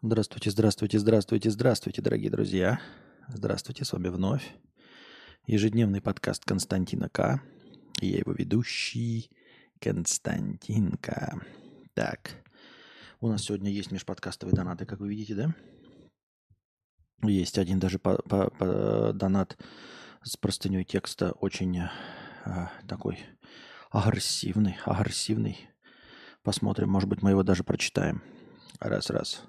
Здравствуйте, здравствуйте, здравствуйте, здравствуйте, дорогие друзья. Здравствуйте, с вами вновь ежедневный подкаст Константина К. И я его ведущий Константинка. Так, у нас сегодня есть межподкастовые донаты, как вы видите, да? Есть один даже донат с простыней текста очень такой агрессивный. Посмотрим, может быть, мы его даже прочитаем. Раз.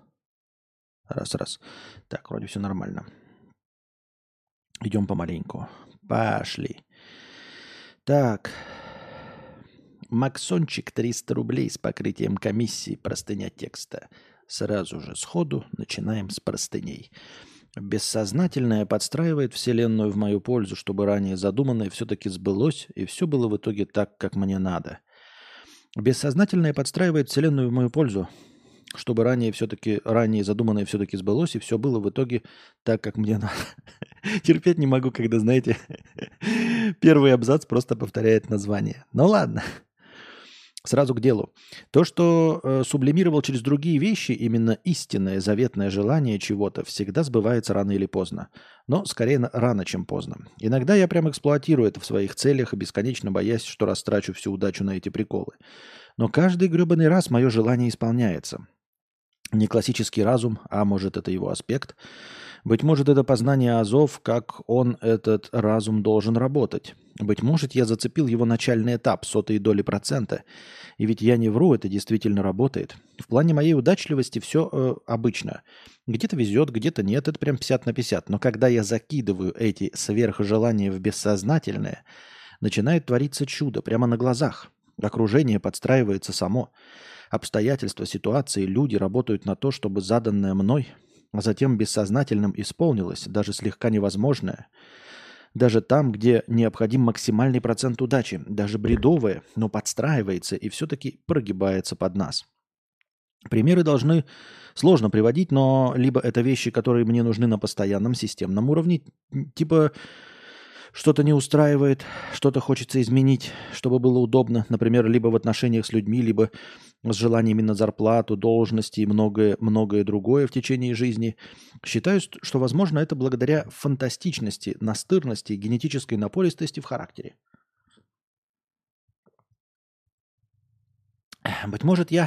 Так, вроде все нормально. Идем помаленьку. Пошли. Так. Максончик 300 рублей с покрытием комиссии простыня текста. Сразу же сходу начинаем с простыней. Бессознательное подстраивает Вселенную в мою пользу, чтобы ранее задуманное все-таки сбылось, и все было в итоге так, как мне надо. Бессознательное подстраивает Вселенную в мою пользу, чтобы ранее задуманное все-таки сбылось, и все было в итоге так, как мне надо. Терпеть не могу, когда, знаете, первый абзац просто повторяет название. Ну ладно, сразу к делу. То, что сублимировал через другие вещи, именно истинное, заветное желание чего-то, всегда сбывается рано или поздно. Но скорее рано, чем поздно. Иногда я прям эксплуатирую это в своих целях, бесконечно боясь, что растрачу всю удачу на эти приколы. Но каждый гребаный раз мое желание исполняется. Не классический разум, а может это его аспект. Быть может это познание азов, как он, этот разум, должен работать. Быть может я зацепил его начальный этап, сотые доли процента. И ведь я не вру, это действительно работает. В плане моей удачливости все обычно. Где-то везет, где-то нет, это прям 50 на 50. Но когда я закидываю эти сверхжелания в бессознательное, начинает твориться чудо прямо на глазах. Окружение подстраивается само. Обстоятельства, ситуации, люди работают на то, чтобы заданное мной, а затем бессознательным исполнилось, даже слегка невозможное. Даже там, где необходим максимальный процент удачи, даже бредовое, но подстраивается и все-таки прогибается под нас. Примеры должны сложно приводить, но либо это вещи, которые мне нужны на постоянном системном уровне, типа что-то не устраивает, что-то хочется изменить, чтобы было удобно, например, либо в отношениях с людьми, либо с желаниями на зарплату, должности и многое другое в течение жизни. Считаю, что, возможно, это благодаря фантастичности, настырности, генетической напористости в характере. Быть может, я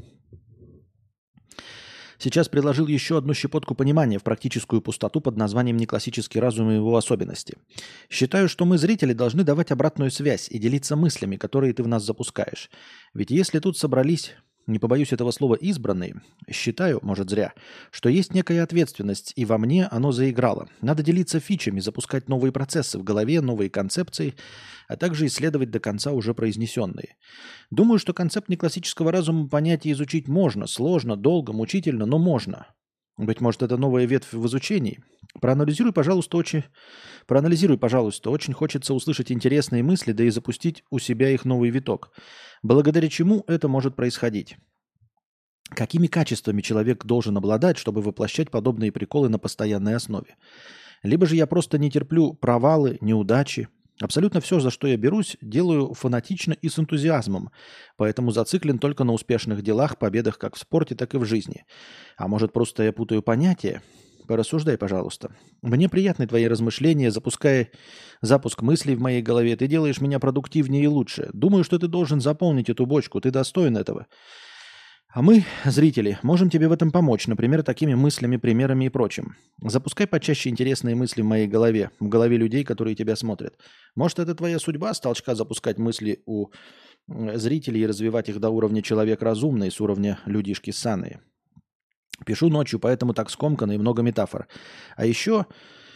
сейчас предложил еще одну щепотку понимания в практическую пустоту под названием «Неклассический разум и его особенности». Считаю, что мы, зрители, должны давать обратную связь и делиться мыслями, которые ты в нас запускаешь. Ведь если тут собрались, не побоюсь этого слова, избранные, считаю, может зря, что есть некая ответственность, и во мне оно заиграло. Надо делиться фичами, запускать новые процессы в голове, новые концепции, а также исследовать до конца уже произнесенные. Думаю, что концепт неклассического разума понять и изучить можно. Сложно, долго, мучительно, но можно. Быть может, это новая ветвь в изучении. Проанализируй, пожалуйста. Очень хочется услышать интересные мысли, да и запустить у себя их новый виток. Благодаря чему это может происходить? Какими качествами человек должен обладать, чтобы воплощать подобные приколы на постоянной основе? Либо же я просто не терплю провалы, неудачи. Абсолютно все, за что я берусь, делаю фанатично и с энтузиазмом, поэтому зациклен только на успешных делах, победах как в спорте, так и в жизни. А может, просто я путаю понятия? Порассуждай, пожалуйста. Мне приятны твои размышления, запуская запуск мыслей в моей голове. Ты делаешь меня продуктивнее и лучше. Думаю, что ты должен заполнить эту бочку, ты достоин этого. А мы, зрители, можем тебе в этом помочь, например, такими мыслями, примерами и прочим. Запускай почаще интересные мысли в моей голове, в голове людей, которые тебя смотрят. Может, это твоя судьба с толчка запускать мысли у зрителей и развивать их до уровня человек разумный, с уровня людишки ссаные. Пишу ночью, поэтому так скомканно и много метафор. А еще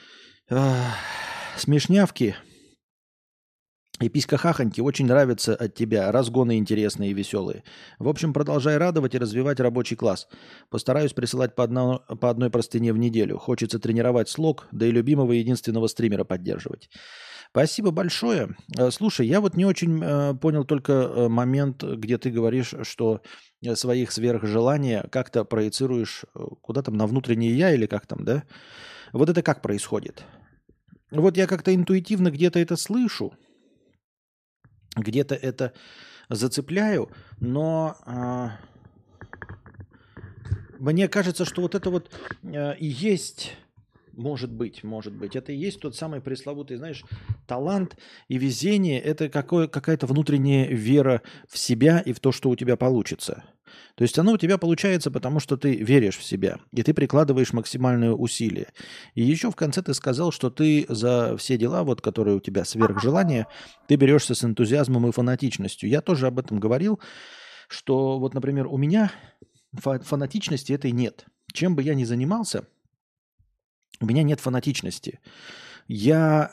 смешнявки и писька-хахоньки очень нравятся от тебя, разгоны интересные и веселые. В общем, продолжай радовать и развивать рабочий класс. Постараюсь присылать по одной простыне в неделю. Хочется тренировать слог, да и любимого единственного стримера поддерживать. Спасибо большое. Слушай, я вот не очень понял только момент, где ты говоришь, что своих сверхжелания как-то проецируешь куда там, на внутреннее я или как там, да? Вот это как происходит? Вот я как-то интуитивно где-то это слышу, где-то это зацепляю, но Мне кажется, что вот это вот и есть, может быть, это и есть тот самый пресловутый, знаешь, талант и везение. Это какая-то внутренняя вера в себя и в то, что у тебя получится. То есть оно у тебя получается, потому что ты веришь в себя, и ты прикладываешь максимальные усилия. И еще в конце ты сказал, что ты за все дела, вот, которые у тебя сверхжелания, ты берешься с энтузиазмом и фанатичностью. Я тоже об этом говорил, что вот, например, у меня фанатичности этой нет. Чем бы я ни занимался, у меня нет фанатичности. Я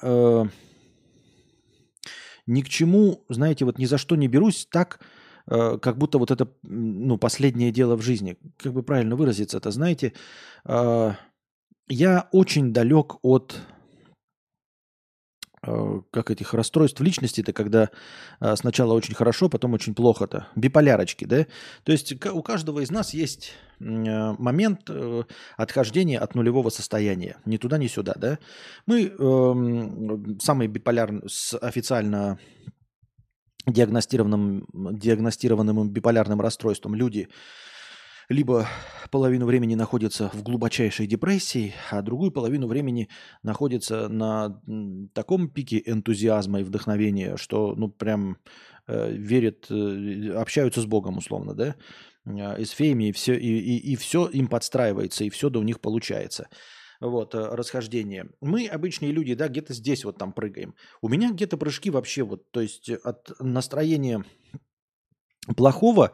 ни к чему, знаете, вот ни за что не берусь так, как будто вот это, ну, последнее дело в жизни. Как бы правильно выразиться это, знаете, э, я очень далек от как этих расстройств личности, это когда сначала очень хорошо, потом очень плохо-то. Биполярочки, да? То есть у каждого из нас есть момент отхождения от нулевого состояния. Ни туда, ни сюда, да? Мы самые биполярные, с официально диагностированным биполярным расстройством люди либо половину времени находятся в глубочайшей депрессии, а другую половину времени находятся на таком пике энтузиазма и вдохновения, что, ну, прям верят, общаются с Богом, условно, да, и с феями, и все им подстраивается, и все да у них получается. Вот, расхождение. Мы, обычные люди, да, где-то здесь вот там прыгаем. У меня где-то прыжки вообще вот, то есть от настроения плохого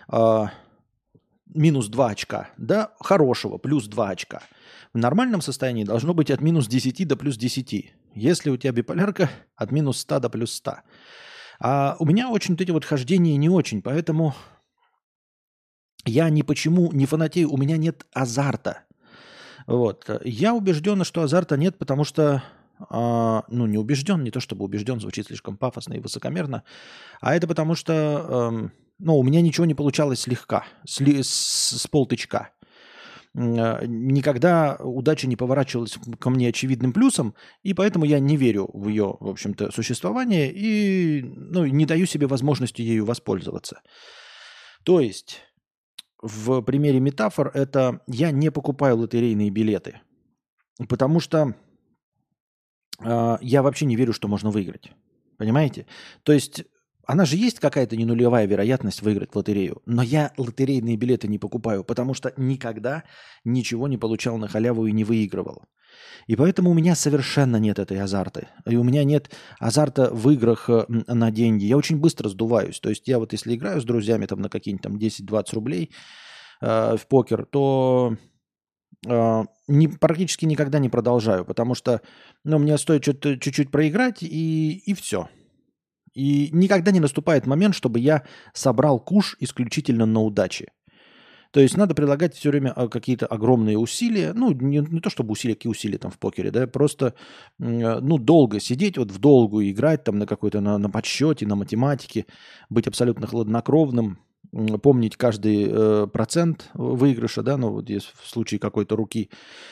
минус 2 очка, да, хорошего плюс 2 очка. В нормальном состоянии должно быть от минус 10 до плюс 10. Если у тебя биполярка, от минус 100 до плюс 100. А у меня очень вот эти вот хождения не очень, поэтому я ни почему не фанатею, у меня нет азарта. Вот. Я убежден, что азарта нет, потому что, ну, не убежден, не то чтобы убежден, звучит слишком пафосно и высокомерно, а это потому что, ну, у меня ничего не получалось слегка, с полтычка. Никогда удача не поворачивалась ко мне очевидным плюсом, и поэтому я не верю в ее, в общем-то, существование и, ну, не даю себе возможности ею воспользоваться. То есть в примере метафор это я не покупаю лотерейные билеты, потому что я вообще не верю, что можно выиграть. Понимаете? То есть она же есть какая-то не нулевая вероятность выиграть в лотерею, но я лотерейные билеты не покупаю, потому что никогда ничего не получал на халяву и не выигрывал. И поэтому у меня совершенно нет этой азарта. И у меня нет азарта в играх на деньги. Я очень быстро сдуваюсь. То есть я вот если играю с друзьями там, на какие-нибудь там 10-20 рублей в покер, то практически никогда не продолжаю, потому что ну, мне стоит что-то чуть-чуть проиграть, и все. И никогда не наступает момент, чтобы я собрал куш исключительно на удаче. То есть надо прилагать все время какие-то огромные усилия. Ну, не то чтобы усилия, какие усилия там в покере, да, просто ну, долго сидеть, вот в долгую играть там на какой-то, на подсчете, на математике, быть абсолютно хладнокровным, помнить каждый процент выигрыша, да, ну, вот если в случае какой-то руки.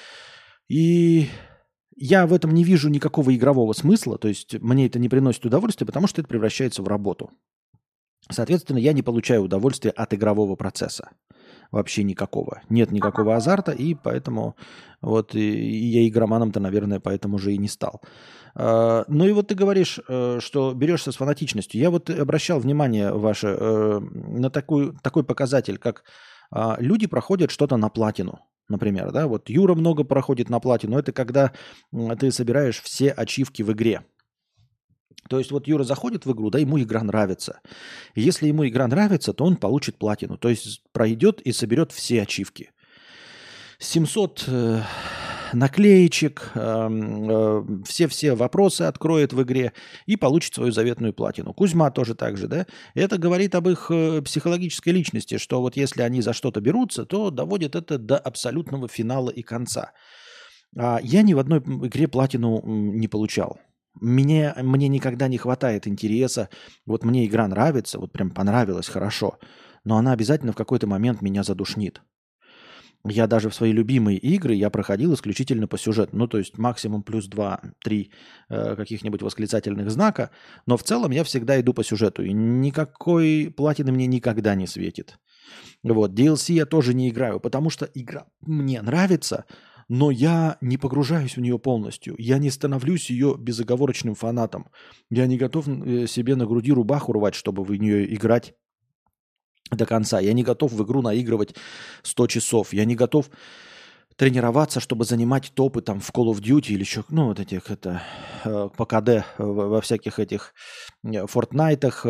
И я в этом не вижу никакого игрового смысла, то есть мне это не приносит удовольствия, потому что это превращается в работу. Соответственно, я не получаю удовольствия от игрового процесса. Вообще никакого. Нет никакого азарта, и поэтому вот и я игроманом-то, наверное, поэтому же и не стал. Ну и вот ты говоришь, что берешься с фанатичностью. Я вот обращал внимание ваше на такой показатель, как люди проходят что-то на платину. Например, да, вот Юра много проходит на платину. Это когда ты собираешь все ачивки в игре. То есть вот Юра заходит в игру, да, ему игра нравится. И если ему игра нравится, то он получит платину. То есть пройдет и соберет все ачивки. 700 наклеечек, все вопросы откроет в игре и получит свою заветную платину. Кузьма тоже так же, да? Это говорит об их психологической личности, что вот если они за что-то берутся, то доводят это до абсолютного финала и конца. Я ни в одной игре платину не получал. Мне никогда не хватает интереса. Вот мне игра нравится, вот прям понравилась хорошо, но она обязательно в какой-то момент меня задушнит. Я даже в свои любимые игры я проходил исключительно по сюжету. Ну, то есть максимум плюс 2-3 каких-нибудь восклицательных знака. Но в целом я всегда иду по сюжету. И никакой платины мне никогда не светит. Вот, DLC я тоже не играю, потому что игра мне нравится, но я не погружаюсь в нее полностью. Я не становлюсь ее безоговорочным фанатом. Я не готов себе на груди рубаху рвать, чтобы в нее играть до конца. Я не готов в игру наигрывать 100 часов. Я не готов тренироваться, чтобы занимать топы там в Call of Duty или еще, ну, вот этих, по КД во всяких этих Фортнайтах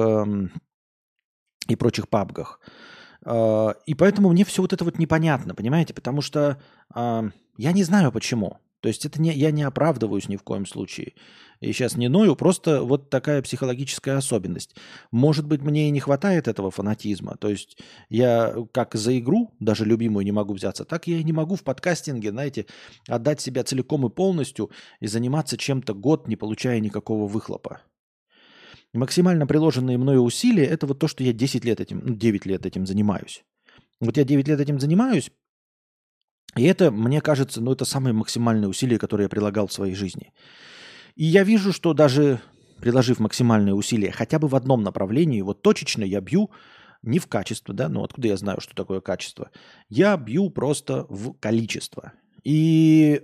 и прочих пабгах. И поэтому мне все вот это вот непонятно, понимаете? Потому что я не знаю почему. То есть это не, я не оправдываюсь ни в коем случае. И сейчас не ною, просто вот такая психологическая особенность. Может быть, мне и не хватает этого фанатизма. То есть я как за игру, даже любимую, не могу взяться, так я и не могу в подкастинге, знаете, отдать себя целиком и полностью и заниматься чем-то год, не получая никакого выхлопа. Максимально приложенные мною усилия – это вот то, что я 10 лет этим, 9 лет этим занимаюсь. Вот я 9 лет этим занимаюсь, и это, мне кажется, ну, это самые максимальные усилия, которые я прилагал в своей жизни. И я вижу, что даже приложив максимальные усилия хотя бы в одном направлении, вот точечно я бью не в качество, да, ну откуда я знаю, что такое качество? Я бью просто в количество. И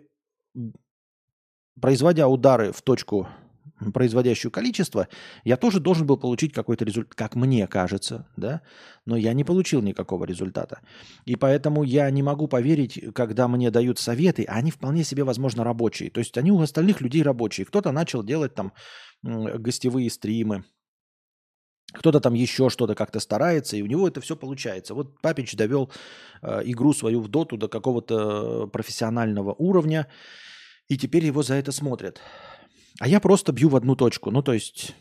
производя удары в точку, производящую количество, я тоже должен был получить какой-то результат, как мне кажется, да, но я не получил никакого результата. И поэтому я не могу поверить, когда мне дают советы, а они вполне себе, возможно, рабочие. То есть они у остальных людей рабочие. Кто-то начал делать там гостевые стримы, кто-то там еще что-то как-то старается, и у него это все получается. Вот Папич довел игру свою в доту до какого-то профессионального уровня, и теперь его за это смотрят. А я просто бью в одну точку. Ну, то есть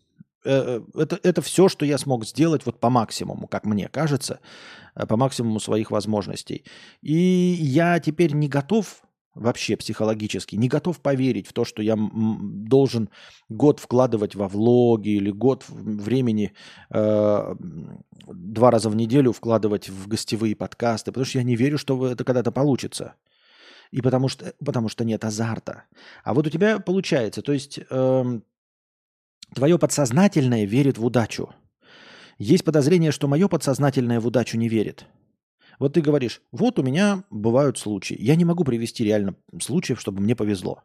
это все, что я смог сделать вот по максимуму, как мне кажется, по максимуму своих возможностей. И я теперь не готов вообще психологически, не готов поверить в то, что я должен год вкладывать во влоги или год времени 2 раза в неделю вкладывать в гостевые подкасты, потому что я не верю, что это когда-то получится. И потому что нет азарта. А вот у тебя получается, то есть твое подсознательное верит в удачу. Есть подозрение, что мое подсознательное в удачу не верит. Вот ты говоришь, вот у меня бывают случаи. Я не могу привести реально случаев, чтобы мне повезло.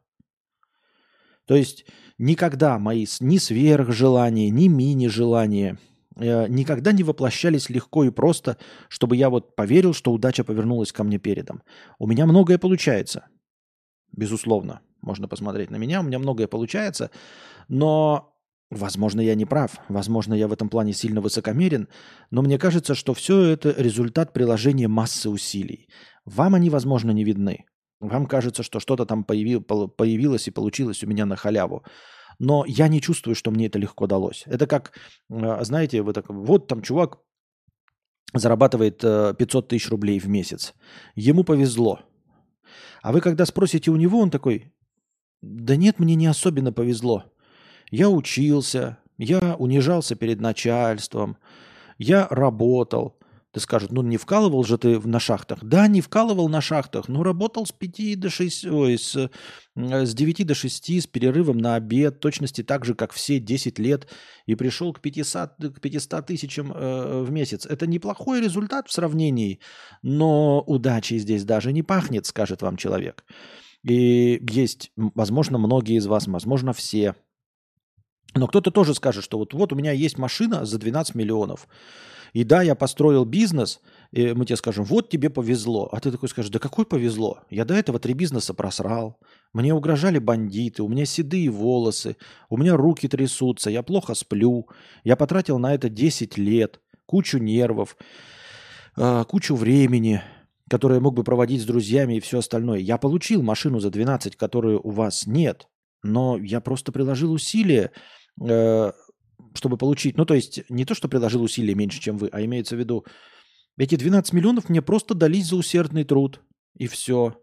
То есть никогда мои ни сверхжелания, ни мини-желания никогда не воплощались легко и просто, чтобы я вот поверил, что удача повернулась ко мне передом. У меня многое получается. Безусловно, можно посмотреть на меня, у меня многое получается, но, возможно, я не прав, возможно, я в этом плане сильно высокомерен, но мне кажется, что все это результат приложения массы усилий. Вам они, возможно, не видны. Вам кажется, что что-то там появилось и получилось у меня на халяву. Но я не чувствую, что мне это легко далось. Это как, знаете, вы так, вот там чувак зарабатывает 500 тысяч рублей в месяц. Ему повезло. А вы когда спросите у него, он такой, да нет, мне не особенно повезло. Я учился, я унижался перед начальством, я работал. Ты скажешь, ну не вкалывал же ты на шахтах. Да, не вкалывал на шахтах, но работал с 5 до 6, ой, с 9 до 6 с перерывом на обед, точности так же, как все 10 лет, и пришел к 500 тысячам в месяц. Это неплохой результат в сравнении, но удачей здесь даже не пахнет, скажет вам человек. И есть, возможно, многие из вас, возможно, все. Но кто-то тоже скажет, что вот у меня есть машина за 12 миллионов. И да, я построил бизнес, и мы тебе скажем, вот тебе повезло. А ты такой скажешь, да какой повезло? Я до этого 3 бизнеса просрал. Мне угрожали бандиты, у меня седые волосы, у меня руки трясутся, я плохо сплю. Я потратил на это 10 лет, кучу нервов, кучу времени, которое я мог бы проводить с друзьями и все остальное. Я получил машину за 12, которую у вас нет. Но я просто приложил усилия, э, чтобы получить. Ну, то есть не то, что приложил усилия меньше, чем вы, а имеется в виду, эти 12 миллионов мне просто дались за усердный труд. И все.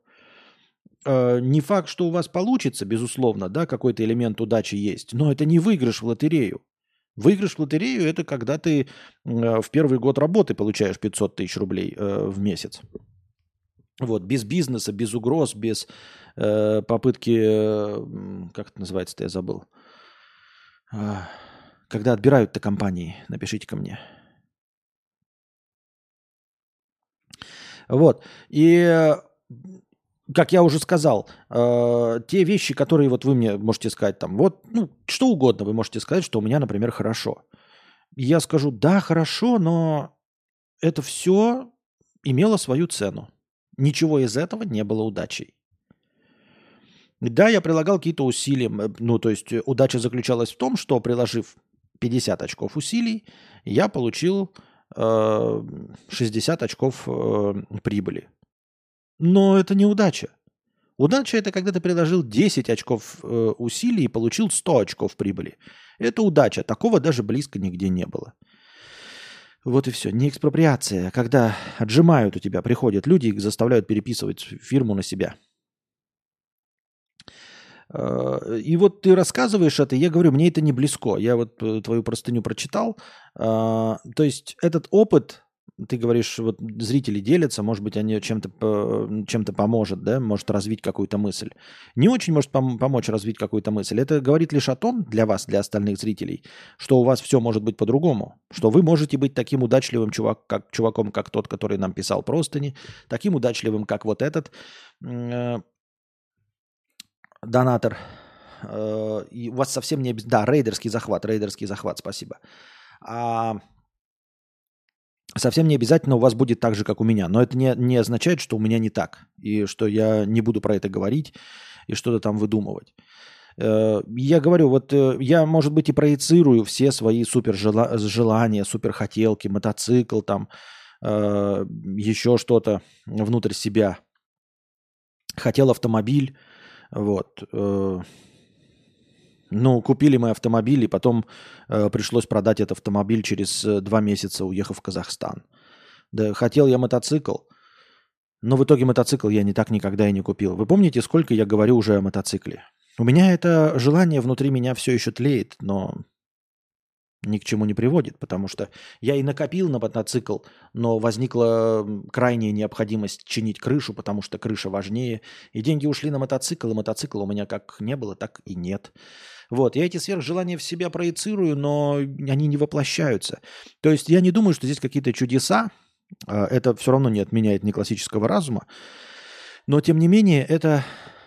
Не факт, что у вас получится, безусловно, да, какой-то элемент удачи есть, но это не выигрыш в лотерею. Выигрыш в лотерею – это когда ты в первый год работы получаешь 500 тысяч рублей в месяц. Вот, без бизнеса, без угроз, без попытки, как это называется-то, я забыл. Когда отбирают-то компании, напишите ко мне. Вот. И, как я уже сказал, те вещи, которые вот вы мне можете сказать, там, вот, ну, что угодно вы можете сказать, что у меня, например, хорошо. И я скажу, да, хорошо, но это все имело свою цену. Ничего из этого не было удачей. Да, я прилагал какие-то усилия. Ну, то есть удача заключалась в том, что, приложив 50 очков усилий, я получил 60 очков прибыли. Но это не удача. Удача – это когда ты приложил 10 очков усилий и получил 100 очков прибыли. Это удача. Такого даже близко нигде не было. Вот и все. Не экспроприация. Когда отжимают у тебя, приходят люди и заставляют переписывать фирму на себя. И вот ты рассказываешь это, и я говорю, мне это не близко. Я вот твою простыню прочитал. То есть этот опыт, ты говоришь, вот зрители делятся, может быть, они чем-то поможет, да, может развить какую-то мысль. Не очень может помочь развить какую-то мысль. Это говорит лишь о том, для вас, для остальных зрителей, что у вас все может быть по-другому, что вы можете быть таким удачливым чуваком, как тот, который нам писал простыни, таким удачливым, как вот этот донатор. И у вас совсем не... Да, рейдерский захват, спасибо. Совсем не обязательно у вас будет так же, как у меня. Но это не означает, что у меня не так. И что я не буду про это говорить и что-то там выдумывать. Я говорю, вот я, может быть, и проецирую все свои супер желания, супер хотелки, мотоцикл, там, еще что-то внутрь себя. Хотел автомобиль. Вот. Ну, купили мы автомобиль, и потом пришлось продать этот автомобиль через 2 месяца, уехав в Казахстан. Да, хотел я мотоцикл, но в итоге мотоцикл я так никогда и не купил. Вы помните, сколько я говорю уже о мотоцикле? У меня это желание внутри меня все еще тлеет, но ни к чему не приводит, потому что я и накопил на мотоцикл, но возникла крайняя необходимость чинить крышу, потому что крыша важнее, и деньги ушли на мотоцикл, и мотоцикла у меня как не было, так и нет. Вот, я эти сверхжелания в себя проецирую, но они не воплощаются. То есть я не думаю, что здесь какие-то чудеса, это все равно не отменяет ни классического разума, но тем не менее это...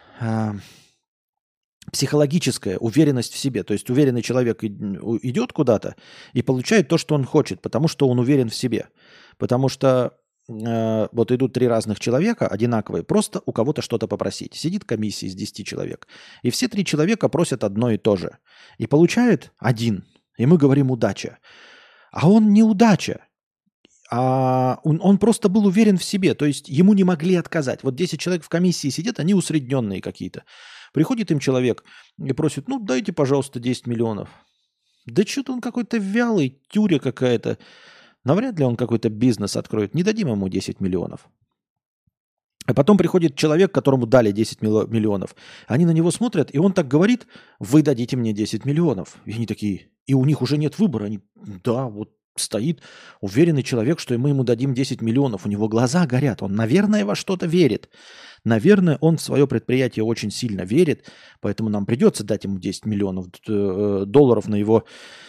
психологическая уверенность в себе. То есть уверенный человек идет куда-то и получает то, что он хочет, потому что он уверен в себе. Потому что вот идут 3 разных человека, одинаковые, просто у кого-то что-то попросить. Сидит комиссия из 10 человек, и все 3 человека просят одно и то же. И получает один, и мы говорим удача. А он не удача. А он просто был уверен в себе, то есть ему не могли отказать. Вот 10 человек в комиссии сидят, они усредненные какие-то. Приходит им человек и просит, ну дайте, пожалуйста, 10 миллионов. Да что-то он какой-то вялый, тюря какая-то. Навряд ли он какой-то бизнес откроет. Не дадим ему 10 миллионов. А потом приходит человек, которому дали 10 миллионов. Они на него смотрят, и он так говорит, вы дадите мне 10 миллионов. И они такие, и у них уже нет выбора. Они, да, вот стоит уверенный человек, что мы ему дадим 10 миллионов. У него глаза горят. Он, наверное, во что-то верит. Наверное, он в свое предприятие очень сильно верит. Поэтому нам придется дать ему 10 миллионов долларов на его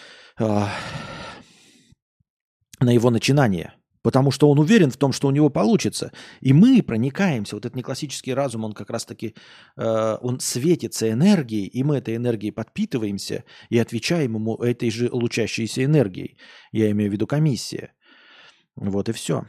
начинание. Потому что он уверен в том, что у него получится. И мы проникаемся. Вот этот неклассический разум, он как раз-таки, он светится энергией, и мы этой энергией подпитываемся и отвечаем ему этой же лучащейся энергией. Я имею в виду комиссия. Вот и все.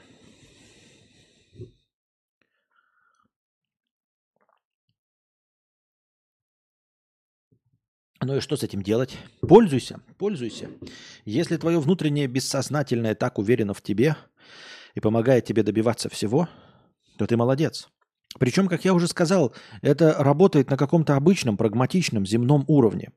Ну и что с этим делать? Пользуйся, пользуйся. Если твое внутреннее бессознательное так уверено в тебе и помогает тебе добиваться всего, то ты молодец. Причем, как я уже сказал, это работает на каком-то обычном, прагматичном, земном уровне.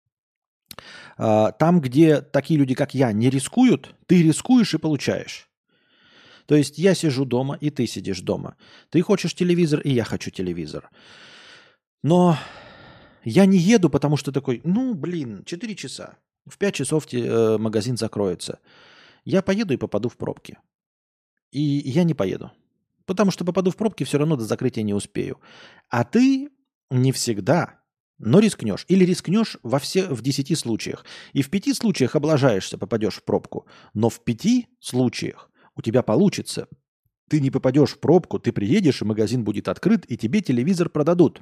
Там, где такие люди, как я, не рискуют, ты рискуешь и получаешь. То есть я сижу дома, и ты сидишь дома. Ты хочешь телевизор, и я хочу телевизор. Но я не еду, потому что такой, 4 часа. В 5 часов магазин закроется. Я поеду и попаду в пробки. И я не поеду. Потому что попаду в пробки, все равно до закрытия не успею. А ты не всегда, но рискнешь. Или рискнешь в 10 случаях. И в 5 случаях облажаешься, попадешь в пробку. Но в 5 случаях у тебя получится Ты не попадешь в пробку, ты приедешь, и магазин будет открыт, и тебе телевизор продадут.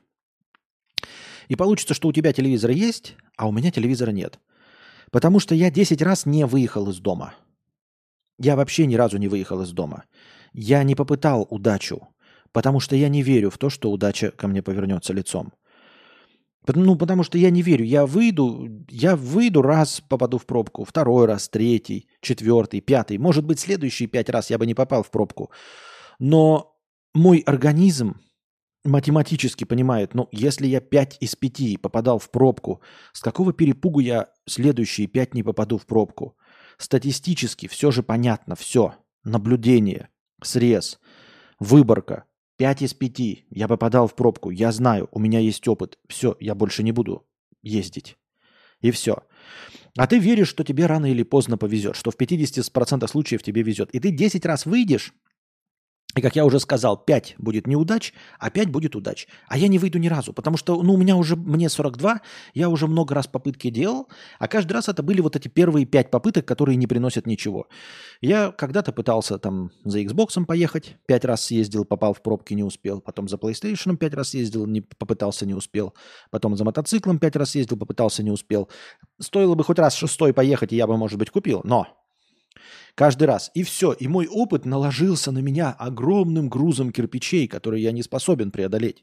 И получится, что у тебя телевизор есть, а у меня телевизора нет. Потому что я 10 раз не выехал из дома. Я вообще ни разу не выехал из дома. Я не попытал удачу, потому что я не верю в то, что удача ко мне повернется лицом. Ну, потому что я не верю. Я выйду раз, попаду в пробку, второй раз, третий, четвертый, пятый. Может быть, следующие 5 раз я бы не попал в пробку. Но мой организм математически понимает, ну, если я 5 из 5 попадал в пробку, с какого перепугу я следующие 5 не попаду в пробку? Статистически все же понятно, все. Наблюдение, срез, выборка. 5 из 5 я попадал в пробку, я знаю, у меня есть опыт. Все, я больше не буду ездить. И все. А ты веришь, что тебе рано или поздно повезет, что в 50% случаев тебе везет. И ты 10 раз выйдешь, и, как я уже сказал, 5 будет неудач, а 5 будет удач. А я не выйду ни разу, потому что, ну, у меня уже, мне 42, я уже много раз попытки делал, а каждый раз это были вот эти первые 5 попыток, которые не приносят ничего. Я когда-то пытался там за Xbox поехать, 5 раз съездил, попал в пробки, не успел. Потом за PlayStation 5 раз съездил, попытался, не успел. Потом за мотоциклом 5 раз съездил, попытался, не успел. Стоило бы хоть раз шестой поехать, и я бы, может быть, купил, но... Каждый раз. И все. И мой опыт наложился на меня огромным грузом кирпичей, которые я не способен преодолеть.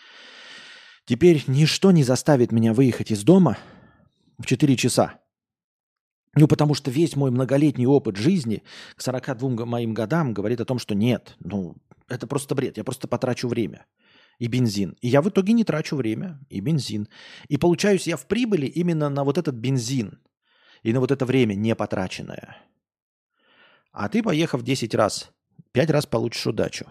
Теперь ничто не заставит меня выехать из дома в 4 часа. Ну, потому что весь мой многолетний опыт жизни к 42 моим годам говорит о том, что нет, ну, это просто бред. Я просто потрачу время и бензин. И я в итоге не трачу время и бензин. И получаюсь я в прибыли именно на вот этот бензин и на вот это время не потраченное. А ты, поехав 10 раз, 5 раз получишь удачу.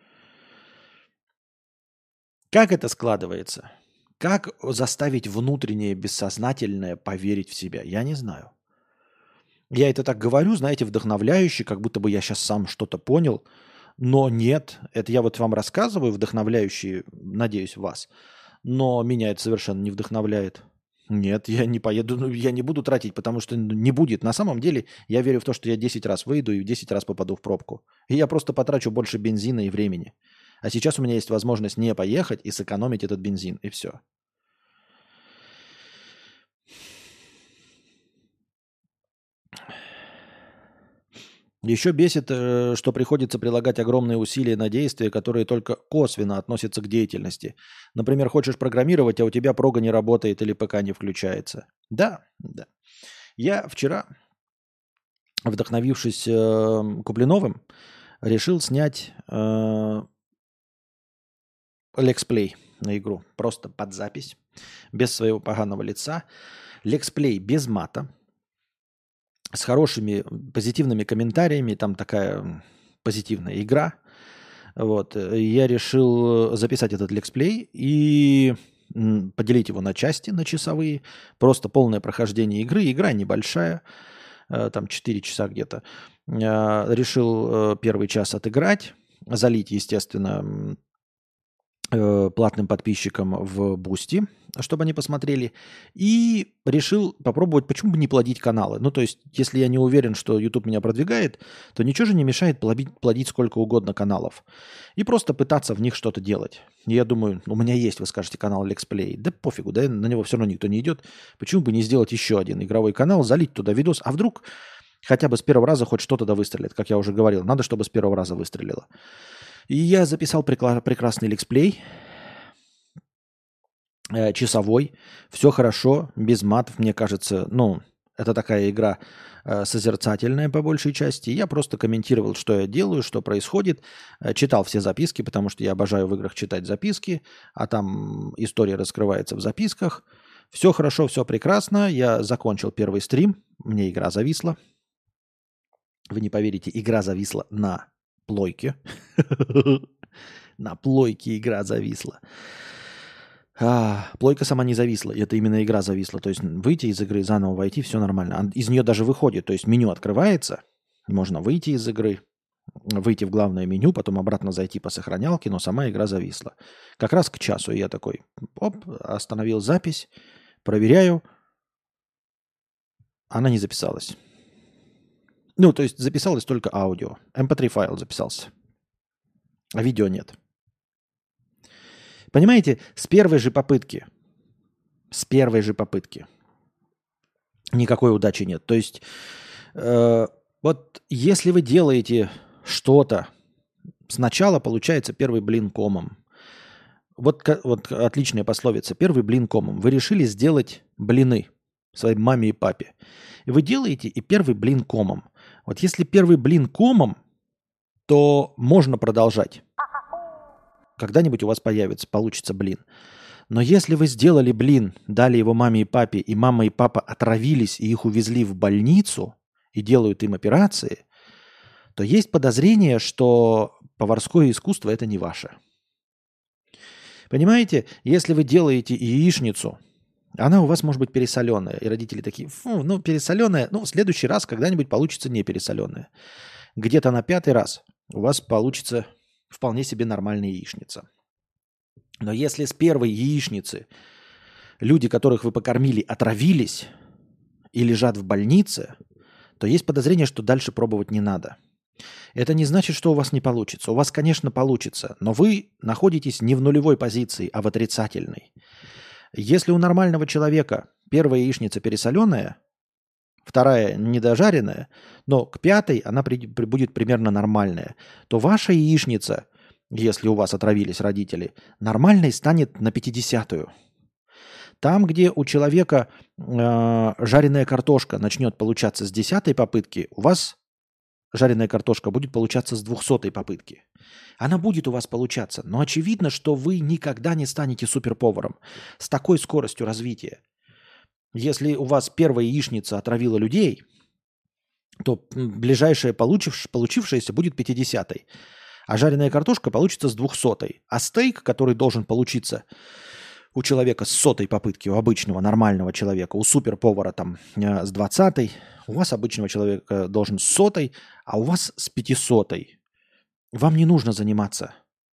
Как это складывается? Как заставить внутреннее бессознательное поверить в себя? Я не знаю. Я это так говорю, знаете, вдохновляюще, как будто бы я сейчас сам что-то понял. Но нет, это я вот вам рассказываю, вдохновляющие, надеюсь, вас. Но меня это совершенно не вдохновляет. Нет, я не поеду, я не буду тратить, потому что не будет. На самом деле я верю в то, что я 10 раз выйду и 10 раз попаду в пробку. И я просто потрачу больше бензина и времени. А сейчас у меня есть возможность не поехать и сэкономить этот бензин, и все. Еще бесит, что приходится прилагать огромные усилия на действия, которые только косвенно относятся к деятельности. Например, хочешь программировать, а у тебя прога не работает или ПК не включается. Да, да. Я вчера, вдохновившись Куплиновым, решил снять лексплей на игру. Просто под запись, без своего поганого лица. Лексплей без мата, с хорошими позитивными комментариями. Там такая позитивная игра. Вот. Я решил записать этот лексплей и поделить его на части, на часовые. Просто полное прохождение игры. Игра небольшая, там 4 часа где-то. Решил первый час отыграть, залить, естественно, платным подписчикам в Бусти, чтобы они посмотрели. И решил попробовать, почему бы не плодить каналы. Ну, то есть, если я не уверен, что YouTube меня продвигает, то ничего же не мешает плодить сколько угодно каналов. И просто пытаться в них что-то делать. И я думаю, у меня есть, вы скажете, канал Lexplay. Да пофигу, да, на него все равно никто не идет. Почему бы не сделать еще один игровой канал, залить туда видос, а вдруг хотя бы с первого раза хоть что-то да выстрелит, как я уже говорил. Надо, чтобы с первого раза выстрелило. И я записал прекрасный лексплей, часовой, все хорошо, без матов, мне кажется, ну, это такая игра созерцательная по большей части. Я просто комментировал, что я делаю, что происходит, читал все записки, потому что я обожаю в играх читать записки, а там история раскрывается в записках. Все хорошо, все прекрасно, я закончил первый стрим, мне игра зависла. Вы не поверите, игра зависла на плойке. На плойке игра зависла. Плойка сама не зависла, это именно игра зависла. То есть выйти из игры, заново войти, все нормально. Из нее даже выходит, то есть меню открывается, можно выйти из игры, выйти в главное меню, потом обратно зайти по сохранялке, но сама игра зависла. Как раз к часу я такой, оп, остановил запись, проверяю, она не записалась. Ну, то есть записалось только аудио. MP3 файл записался. а видео нет. Понимаете, с первой же попытки никакой удачи нет. То есть вот если вы делаете что-то, сначала получается первый блин комом. Вот отличная пословица. Первый блин комом. Вы решили сделать блины своей маме и папе. И вы делаете и первый блин комом. Вот если первый блин комом, то можно продолжать. Когда-нибудь у вас получится блин. Но если вы сделали блин, дали его маме и папе, и мама и папа отравились, и их увезли в больницу, и делают им операции, то есть подозрение, что поварское искусство – это не ваше. Понимаете, если вы делаете яичницу, она у вас может быть пересоленая, и родители такие, пересоленая, в следующий раз когда-нибудь получится не пересоленая. Где-то на 5-й раз у вас получится вполне себе нормальная яичница. Но если с первой яичницы люди, которых вы покормили, отравились и лежат в больнице, то есть подозрение, что дальше пробовать не надо. Это не значит, что у вас не получится. У вас, конечно, получится, но вы находитесь не в нулевой позиции, а в отрицательной. Если у нормального человека первая яичница пересоленая, вторая недожаренная, но к 5-й она будет примерно нормальная, то ваша яичница, если у вас отравились родители, нормальной станет на 50-ю. Там, где у человека жареная картошка начнет получаться с 10-й попытки, у вас жареная картошка будет получаться с 200-й попытки. Она будет у вас получаться, но очевидно, что вы никогда не станете суперповаром с такой скоростью развития. Если у вас первая яичница отравила людей, то ближайшая получившаяся будет 50-й. А жареная картошка получится с 200-й. А стейк, который должен получиться у человека с 100-й попытки, у обычного нормального человека, у суперповара там с 20-й, у вас обычного человека должен с 100-й, а у вас с 500-й. Вам не нужно заниматься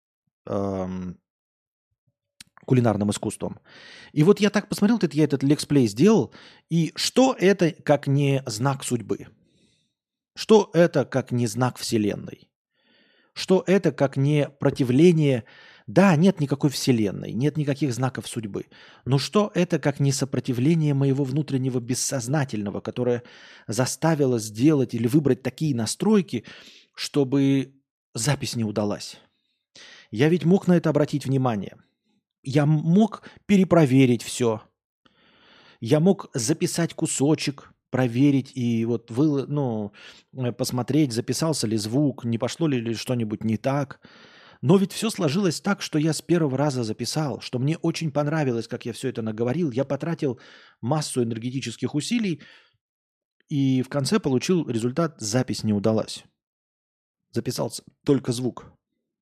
кулинарным искусством. И вот я так посмотрел, я этот летсплей сделал, и что это как не знак судьбы? Что это как не знак Вселенной? Что это как не противление? Да, нет никакой Вселенной, нет никаких знаков судьбы. Но что это как не сопротивление моего внутреннего бессознательного, которое заставило сделать или выбрать такие настройки, чтобы запись не удалась? Я ведь мог на это обратить внимание. Я мог перепроверить все. Я мог записать кусочек, проверить и посмотреть, записался ли звук, не пошло ли что-нибудь не так. Но ведь все сложилось так, что я с первого раза записал, что мне очень понравилось, как я все это наговорил. Я потратил массу энергетических усилий и в конце получил результат, запись не удалась. Записался только звук.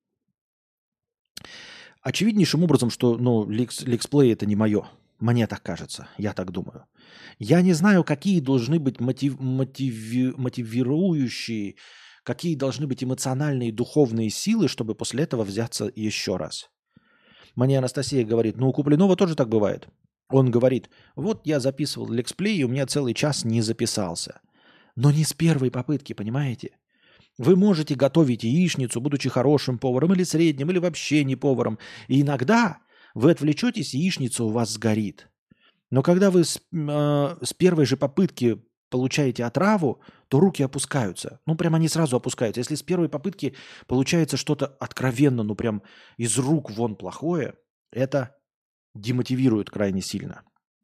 Очевиднейшим образом, что летсплей это не мое. Мне так кажется, я так думаю. Я не знаю, какие должны быть мотивирующие, какие должны быть эмоциональные, духовные силы, чтобы после этого взяться еще раз. Мне Анастасия говорит, у Куплинова тоже так бывает. Он говорит, вот я записывал летсплей, и у меня целый час не записался. Но не с первой попытки, понимаете? Вы можете готовить яичницу, будучи хорошим поваром или средним, или вообще не поваром. И иногда вы отвлечетесь, яичница у вас сгорит. Но когда вы с первой же попытки получаете отраву, то руки опускаются. Прям они сразу опускаются. Если с первой попытки получается что-то откровенно, прям из рук вон плохое, это демотивирует крайне сильно.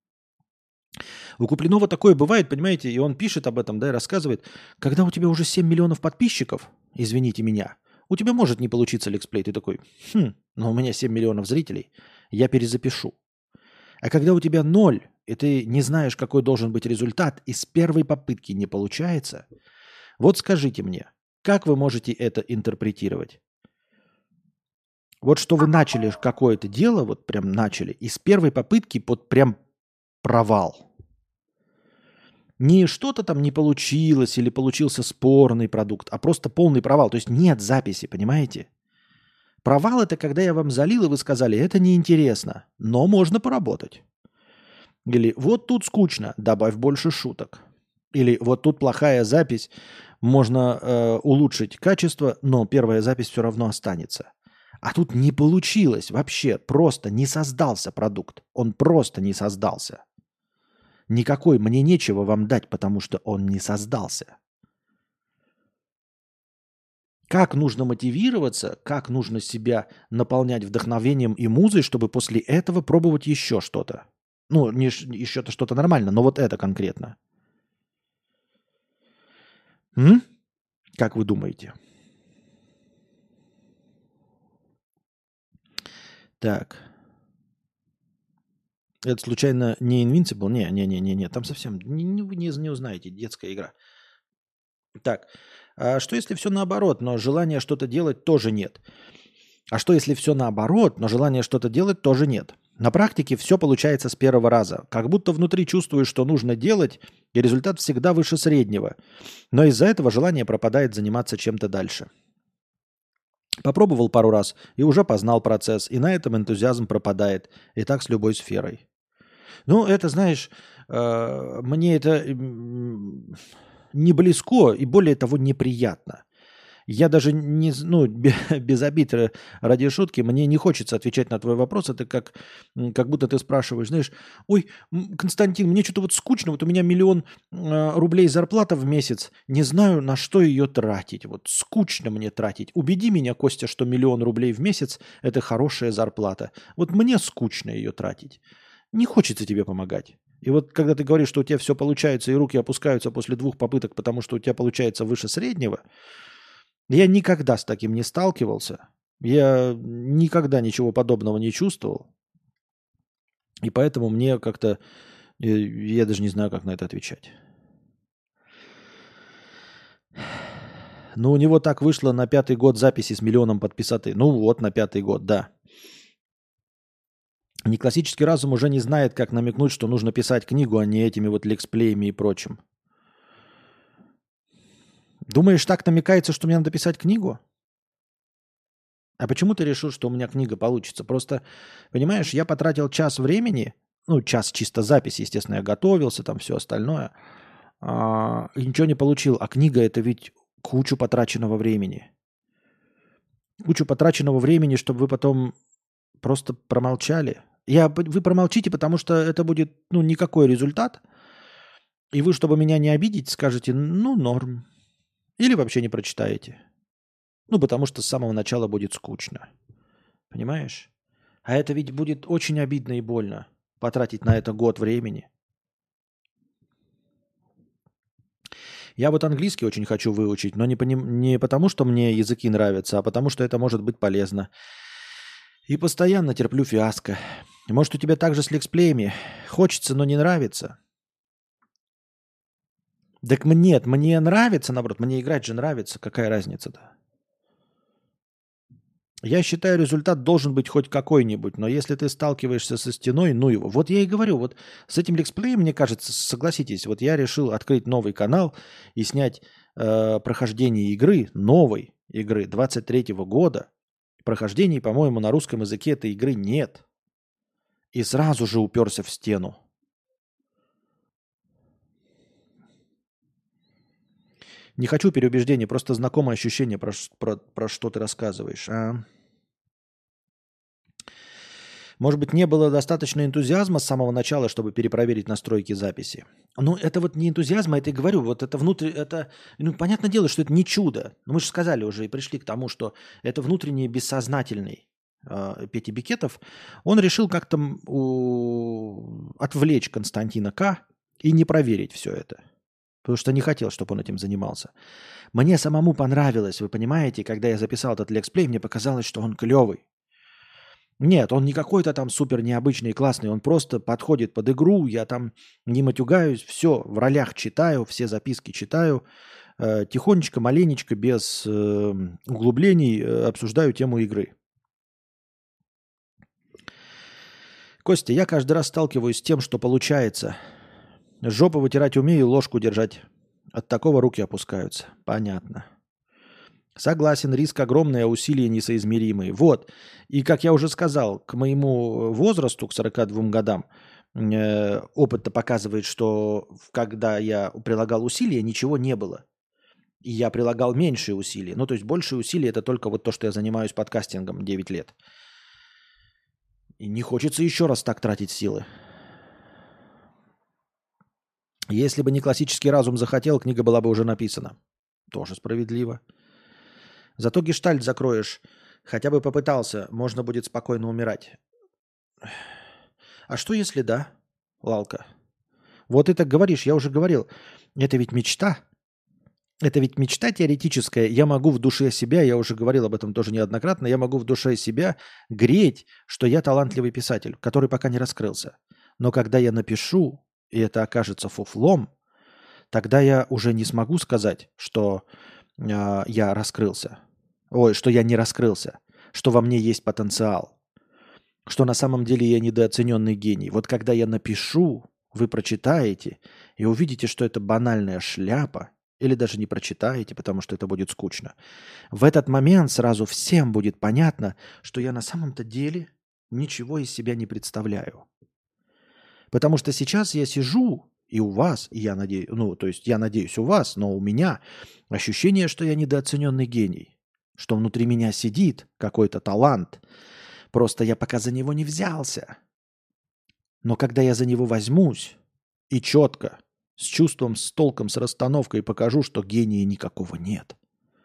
У Куплинова такое бывает, понимаете, и он пишет об этом, и рассказывает, когда у тебя уже 7 миллионов подписчиков, извините меня, у тебя может не получиться летсплей. Ты такой, но у меня 7 миллионов зрителей, я перезапишу. А когда у тебя 0, и ты не знаешь, какой должен быть результат, и с первой попытки не получается, вот скажите мне, как вы можете это интерпретировать? Вот что вы начали какое-то дело, вот прям начали, и с первой попытки прям провал. Не что-то там не получилось или получился спорный продукт, а просто полный провал. То есть нет записи, понимаете? Провал – это когда я вам залил, и вы сказали, это неинтересно, но можно поработать. Или вот тут скучно, добавь больше шуток. Или вот тут плохая запись, можно улучшить качество, но первая запись все равно останется. А тут не получилось вообще, просто не создался продукт. Он просто не создался. Никакой мне нечего вам дать, потому что он не создался. Как нужно мотивироваться, как нужно себя наполнять вдохновением и музой, чтобы после этого пробовать еще что-то. Ну, не еще-то что-то нормально, но вот это конкретно. Как вы думаете? Так. Это случайно не Invincible? Не. Там совсем вы не узнаете. Детская игра. Так. А что если все наоборот, но желания что-то делать тоже нет? А что если все наоборот, но желания что-то делать тоже нет? На практике все получается с первого раза. Как будто внутри чувствуешь, что нужно делать, и результат всегда выше среднего. Но из-за этого желание пропадает заниматься чем-то дальше. Попробовал пару раз и уже познал процесс, и на этом энтузиазм пропадает. И так с любой сферой. Ну, это, знаешь, мне это не близко и более того неприятно. Я даже не, ну, без обид ради шутки, мне не хочется отвечать на твой вопрос. Это как будто ты спрашиваешь, знаешь, ой, Константин, мне что-то вот скучно, вот у меня 1 000 000 рублей зарплата в месяц, не знаю, на что ее тратить. Вот скучно мне тратить. Убеди меня, Костя, что 1 000 000 рублей в месяц – это хорошая зарплата. Вот мне скучно ее тратить. Не хочется тебе помогать. И вот когда ты говоришь, что у тебя все получается и руки опускаются после 2 попыток, потому что у тебя получается выше среднего, я никогда с таким не сталкивался. Я никогда ничего подобного не чувствовал. И поэтому мне как-то... Я даже не знаю, как на это отвечать. Ну, у него так вышло на 5-й год записи с 1 000 000 подписоты. Ну вот, на 5-й год, да. Неклассический разум уже не знает, как намекнуть, что нужно писать книгу, а не этими вот лексплеями и прочим. Думаешь, так намекается, что мне надо писать книгу? А почему ты решил, что у меня книга получится? Просто, понимаешь, я потратил час времени, ну, час чисто записи, естественно, я готовился, там все остальное, и ничего не получил. А книга – это ведь кучу потраченного времени. Кучу потраченного времени, чтобы вы потом просто промолчали. Вы промолчите, потому что это будет, ну, никакой результат. И вы, чтобы меня не обидеть, скажете, ну, норм. Или вообще не прочитаете. Ну, потому что с самого начала будет скучно. Понимаешь? А это ведь будет очень обидно и больно. Потратить на это год времени. Я вот английский очень хочу выучить, но не потому, что мне языки нравятся, а потому, что это может быть полезно. И постоянно терплю фиаско. Может, у тебя также с лексплеями? Хочется, но не нравится. Так нет, мне нравится, наоборот. Мне играть же нравится. Какая разница-то? Я считаю, результат должен быть хоть какой-нибудь, но если ты сталкиваешься со стеной, ну его. Вот я и говорю, вот с этим лексплеем, мне кажется, согласитесь, вот я решил открыть новый канал и снять прохождение игры, новой игры 23-го года. Прохождений, по-моему, на русском языке этой игры нет. И сразу же уперся в стену. Не хочу переубеждений, просто знакомое ощущение, про что ты рассказываешь. Может быть, не было достаточно энтузиазма с самого начала, чтобы перепроверить настройки записи. Ну, это вот не энтузиазм, а это и говорю. Вот это внутрь, это, ну, понятное дело, что это не чудо. Но мы же сказали уже и пришли к тому, что это внутренний бессознательный Петя Бикетов. Он решил как-то отвлечь Константина К. и не проверить все это. Потому что не хотел, чтобы он этим занимался. Мне самому понравилось, вы понимаете, когда я записал этот лексплей, мне показалось, что он клевый. Нет, он не какой-то там супер необычный и классный, он просто подходит под игру, я там не матюгаюсь, все, в ролях читаю, все записки читаю, тихонечко, маленечко, без углублений обсуждаю тему игры. Костя, я каждый раз сталкиваюсь с тем, что получается. Жопу вытирать умею, ложку держать. От такого руки опускаются. Понятно. Согласен, риск огромный, а усилия несоизмеримые. Вот. И, как я уже сказал, к моему возрасту, к 42 годам, опыт-то показывает, что когда я прилагал усилия, ничего не было. И я прилагал меньшие усилия. Ну, то есть большие усилия – это только вот то, что я занимаюсь подкастингом 9 лет. И не хочется еще раз так тратить силы. Если бы не классический разум захотел, книга была бы уже написана. Тоже справедливо. Зато гештальт закроешь. Хотя бы попытался, можно будет спокойно умирать. А что если да, Лалка? Вот ты так говоришь, я уже говорил. Это ведь мечта. Это ведь мечта теоретическая. Я могу в душе себя, я уже говорил об этом тоже неоднократно, я могу в душе себя греть, что я талантливый писатель, который пока не раскрылся. Но когда я напишу, и это окажется фуфлом, тогда я уже не смогу сказать, что я раскрылся. Ой, что я не раскрылся. Что во мне есть потенциал. Что на самом деле я недооцененный гений. Вот когда я напишу, вы прочитаете и увидите, что это банальная шляпа, или даже не прочитаете, потому что это будет скучно. В этот момент сразу всем будет понятно, что я на самом-то деле ничего из себя не представляю. Потому что сейчас я сижу, и у вас, и я надеюсь, ну, то есть я надеюсь у вас, но у меня ощущение, что я недооцененный гений, что внутри меня сидит какой-то талант, просто я пока за него не взялся. Но когда я за него возьмусь и четко, с чувством, с толком, с расстановкой покажу, что гения никакого нет.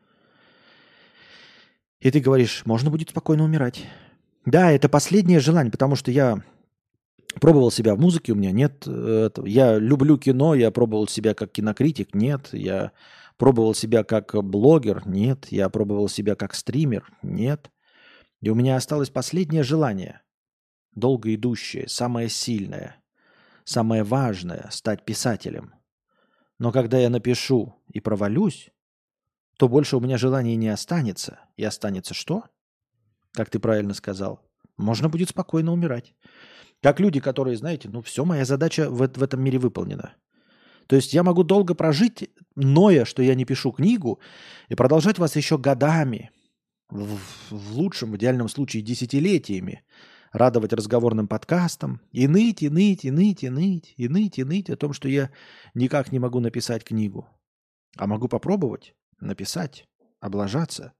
И ты говоришь, можно будет спокойно умирать. Да, это последнее желание, потому что я пробовал себя в музыке, у меня нет этого. Я люблю кино, я пробовал себя как кинокритик, нет. Я пробовал себя как блогер, нет. Я пробовал себя как стример, нет. И у меня осталось последнее желание, долго идущее, самое сильное, самое важное – стать писателем. Но когда я напишу и провалюсь, то больше у меня желаний не останется. И останется что? Как ты правильно сказал. Можно будет спокойно умирать. Как люди, которые, знаете, ну все, моя задача в этом мире выполнена. То есть я могу долго прожить, ноя, что я не пишу книгу, и продолжать вас еще годами, в лучшем, в идеальном случае десятилетиями, радовать разговорным подкастом и ныть, и ныть, и ныть, и ныть, и ныть, и ныть о том, что я никак не могу написать книгу. А могу попробовать написать, облажаться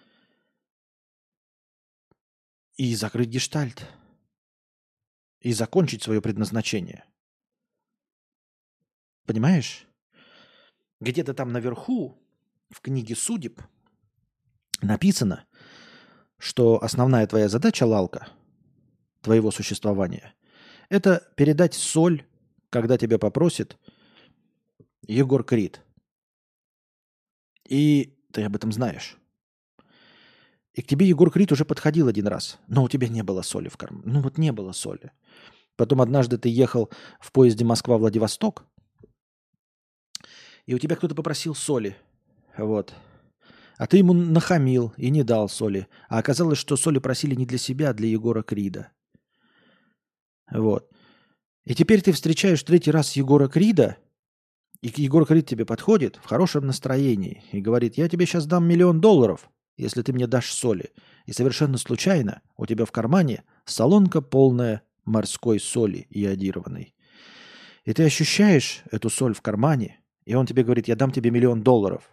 и закрыть гештальт, и закончить свое предназначение. Понимаешь? Где-то там наверху, в книге судеб, написано, что основная твоя задача, Лалка, твоего существования, это передать соль, когда тебя попросит Егор Крид. И ты об этом знаешь. И к тебе Егор Крид уже подходил один раз, но у тебя не было соли в кармане. Ну вот не было соли. Потом однажды ты ехал в поезде Москва-Владивосток, и у тебя кто-то попросил соли. Вот. А ты ему нахамил и не дал соли. А оказалось, что соли просили не для себя, а для Егора Крида. Вот. И теперь ты встречаешь третий раз Егора Крида, и Егор Крид тебе подходит в хорошем настроении и говорит, я тебе сейчас дам $1 000 000, если ты мне дашь соли. И совершенно случайно у тебя в кармане солонка полная морской соли иодированной. И ты ощущаешь эту соль в кармане, и он тебе говорит, я дам тебе $1 000 000.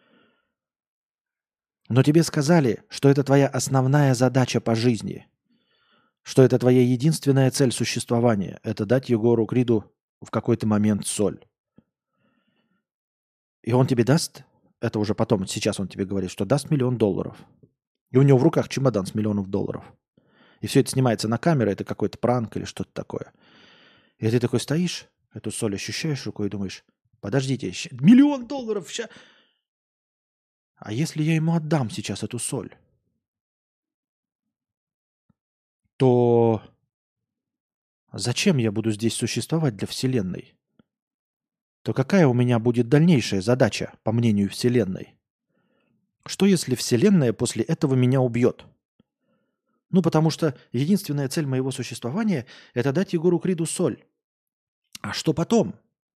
Но тебе сказали, что это твоя основная задача по жизни, что это твоя единственная цель существования – это дать Егору Криду в какой-то момент соль. И он тебе даст, это уже потом, сейчас он тебе говорит, что даст $1 000 000. И у него в руках чемодан с $1 000 000. И все это снимается на камеру, это какой-то пранк или что-то такое. И ты такой стоишь, эту соль ощущаешь рукой и думаешь, подождите, $1 000 000 ща... А если я ему отдам сейчас эту соль, то зачем я буду здесь существовать для Вселенной? То какая у меня будет дальнейшая задача, по мнению Вселенной? Что если Вселенная после этого меня убьет? Ну, потому что единственная цель моего существования – это дать Егору Криду соль. А что потом?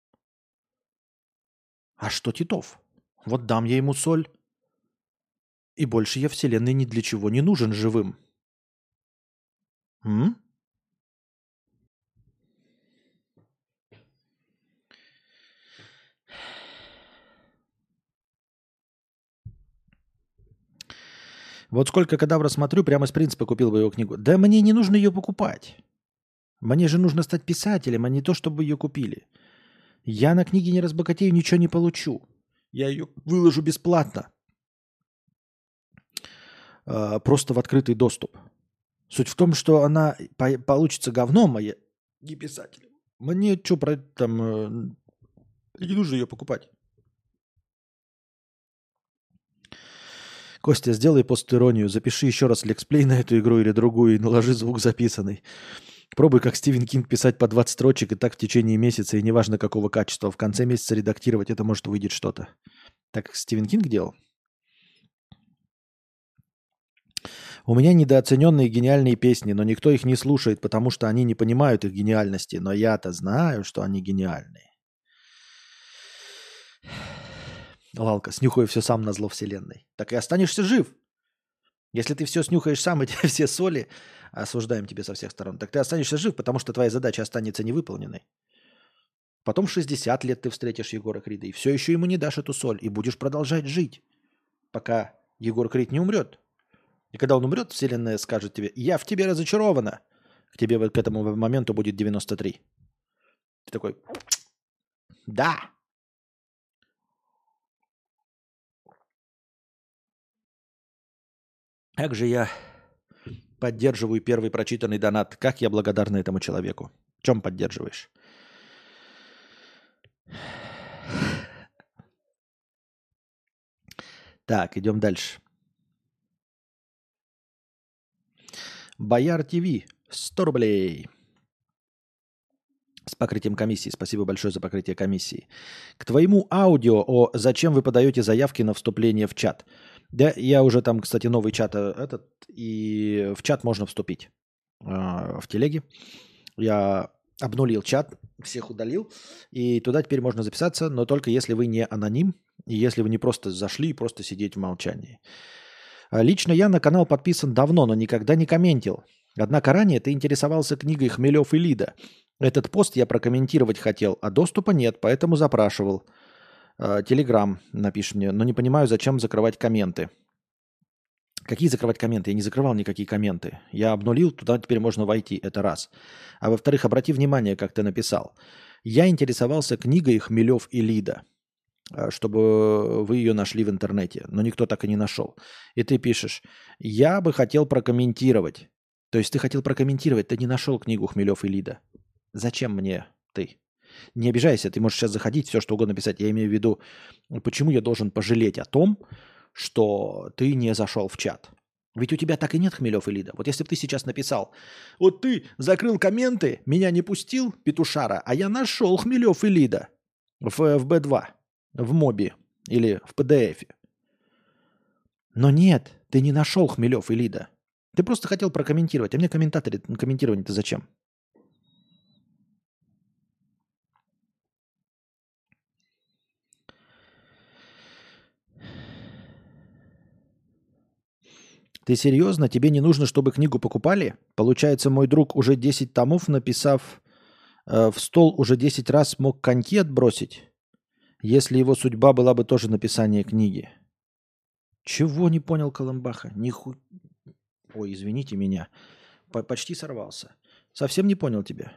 А что Титов? Вот дам я ему соль, и больше я Вселенной ни для чего не нужен живым. М? Вот сколько кадавра смотрю, прямо из принципа купил бы его книгу. Да мне не нужно ее покупать. Мне же нужно стать писателем, а не то, чтобы ее купили. Я на книге не разбогатею, ничего не получу. Я ее выложу бесплатно. Просто в открытый доступ. Суть в том, что она получится говном, а я не писателем. Мне что про это там... Не нужно ее покупать. Костя, сделай пост-иронию, запиши еще раз лексплей на эту игру или другую и наложи звук записанный. Пробуй, как Стивен Кинг, писать по 20 строчек и так в течение месяца, и неважно какого качества. В конце месяца редактировать, это может выйдет что-то. Так Стивен Кинг делал? У меня недооцененные гениальные песни, но никто их не слушает, потому что они не понимают их гениальности. Но я-то знаю, что они гениальные. Лалка, снюхаю все сам на зло вселенной. Так и останешься жив. Если ты все снюхаешь сам, и тебе все соли осуждаем тебе со всех сторон, так ты останешься жив, потому что твоя задача останется невыполненной. Потом в 60 лет ты встретишь Егора Крида, и все еще ему не дашь эту соль, и будешь продолжать жить, пока Егор Крид не умрет. И когда он умрет, вселенная скажет тебе: я в тебе разочарована. К тебе к этому моменту будет 93. Ты такой: да. Как же я поддерживаю первый прочитанный донат. Как я благодарна этому человеку. В чем поддерживаешь? Так, идем дальше. Бояр ТВ. 100 рублей. С покрытием комиссии. Спасибо большое за покрытие комиссии. К твоему аудио о «Зачем вы подаете заявки на вступление в чат?» Да, я уже там, кстати, новый чат этот, и в чат можно вступить в телеге. Я обнулил чат, всех удалил, и туда теперь можно записаться, но только если вы не аноним, и если вы не просто зашли и просто сидеть в молчании. Лично я на канал подписан давно, но никогда не комментил. Однако ранее ты интересовался книгой «Хмелев и Лида». Этот пост я прокомментировать хотел, а доступа нет, поэтому запрашивал. Телеграм напиши мне, но не понимаю, зачем закрывать комменты. Какие закрывать комменты? Я не закрывал никакие комменты. Я обнулил, туда теперь можно войти, это раз. А во-вторых, обрати внимание, как ты написал. Я интересовался книгой «Хмелев и Лида», чтобы вы ее нашли в интернете, но никто так и не нашел. И ты пишешь: я бы хотел прокомментировать. То есть ты хотел прокомментировать, ты не нашел книгу «Хмелев и Лида». Зачем мне ты? Не обижайся, ты можешь сейчас заходить, все что угодно писать. Я имею в виду, почему я должен пожалеть о том, что ты не зашел в чат. Ведь у тебя так и нет Хмелев и Лида. Вот если бы ты сейчас написал: вот ты закрыл комменты, меня не пустил, петушара, а я нашел Хмелев и Лида в B2, в моби или в PDF. Но нет, ты не нашел Хмелев и Лида. Ты просто хотел прокомментировать. А мне комментирование-то зачем? Ты серьезно? Тебе не нужно, чтобы книгу покупали? Получается, мой друг уже 10 томов, написав в стол, уже 10 раз мог коньки отбросить, если его судьба была бы тоже написание книги. Чего не понял Колымбаха? Ой, извините меня. Почти сорвался. Совсем не понял тебя.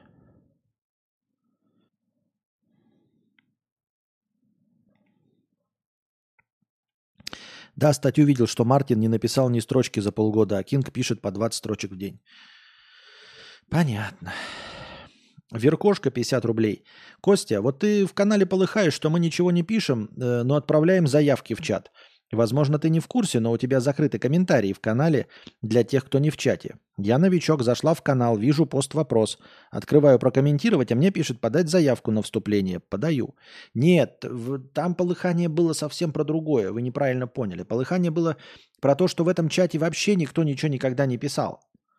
Да, статью видел, что Мартин не написал ни строчки за полгода, а Кинг пишет по 20 строчек в день. Понятно. Веркошка 50 рублей. Костя, вот ты в канале полыхаешь, что мы ничего не пишем, но отправляем заявки в чат. Возможно, ты не в курсе, но у тебя закрыты комментарии в канале для тех, кто не в чате. Я новичок, зашла в канал, вижу пост-вопрос. Открываю прокомментировать, а мне пишет подать заявку на вступление. Подаю. Нет, там полыхание было совсем про другое. Вы неправильно поняли. Полыхание было про то, что в этом чате вообще никто ничего никогда не писал.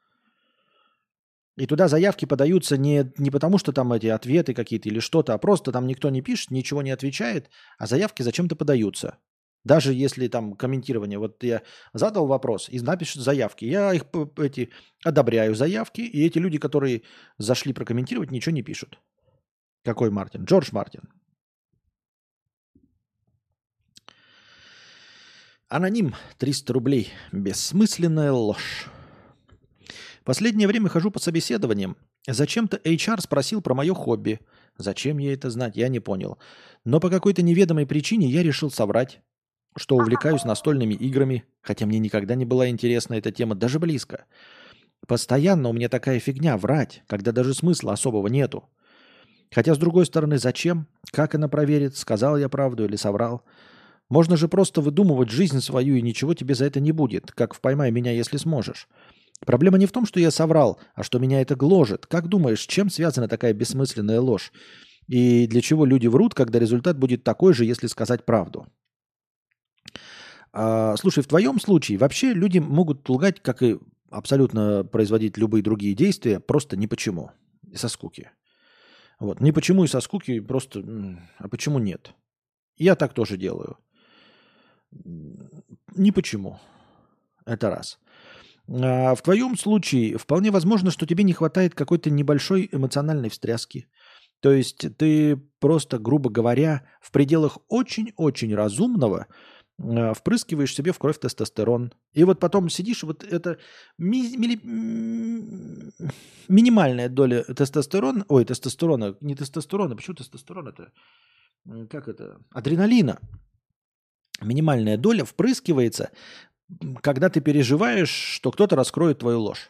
И туда заявки подаются не потому, что там эти ответы какие-то или что-то, а просто там никто не пишет, ничего не отвечает, а заявки зачем-то подаются. Даже если там комментирование, вот я задал вопрос и напишут заявки, я их одобряю заявки, и эти люди, которые зашли прокомментировать, ничего не пишут. Какой Мартин? Джордж Мартин. Аноним 300 рублей. Бессмысленная ложь. Последнее время хожу по собеседованиям. Зачем-то HR спросил про мое хобби. Зачем ей это знать, я не понял. Но по какой-то неведомой причине я решил соврать, что увлекаюсь настольными играми, хотя мне никогда не была интересна эта тема, даже близко. Постоянно у меня такая фигня врать, когда даже смысла особого нету. Хотя, с другой стороны, зачем? Как она проверит, сказал я правду или соврал? Можно же просто выдумывать жизнь свою, и ничего тебе за это не будет, как в «Поймай меня, если сможешь». Проблема не в том, что я соврал, а что меня это гложет. Как думаешь, с чем связана такая бессмысленная ложь? И для чего люди врут, когда результат будет такой же, если сказать правду? Слушай, в твоем случае вообще люди могут лгать, как и абсолютно производить любые другие действия, просто ни почему, со скуки. Вот, ни почему и со скуки, просто, а почему нет? Я так тоже делаю. Ни почему. Это раз. В твоем случае вполне возможно, что тебе не хватает какой-то небольшой эмоциональной встряски. То есть ты просто, грубо говоря, в пределах очень-очень разумного впрыскиваешь себе в кровь тестостерон. И вот потом сидишь, вот это минимальная доля тестостерона, не тестостерона, почему тестостерон это? Как это? Адреналина. Минимальная доля впрыскивается, когда ты переживаешь, что кто-то раскроет твою ложь.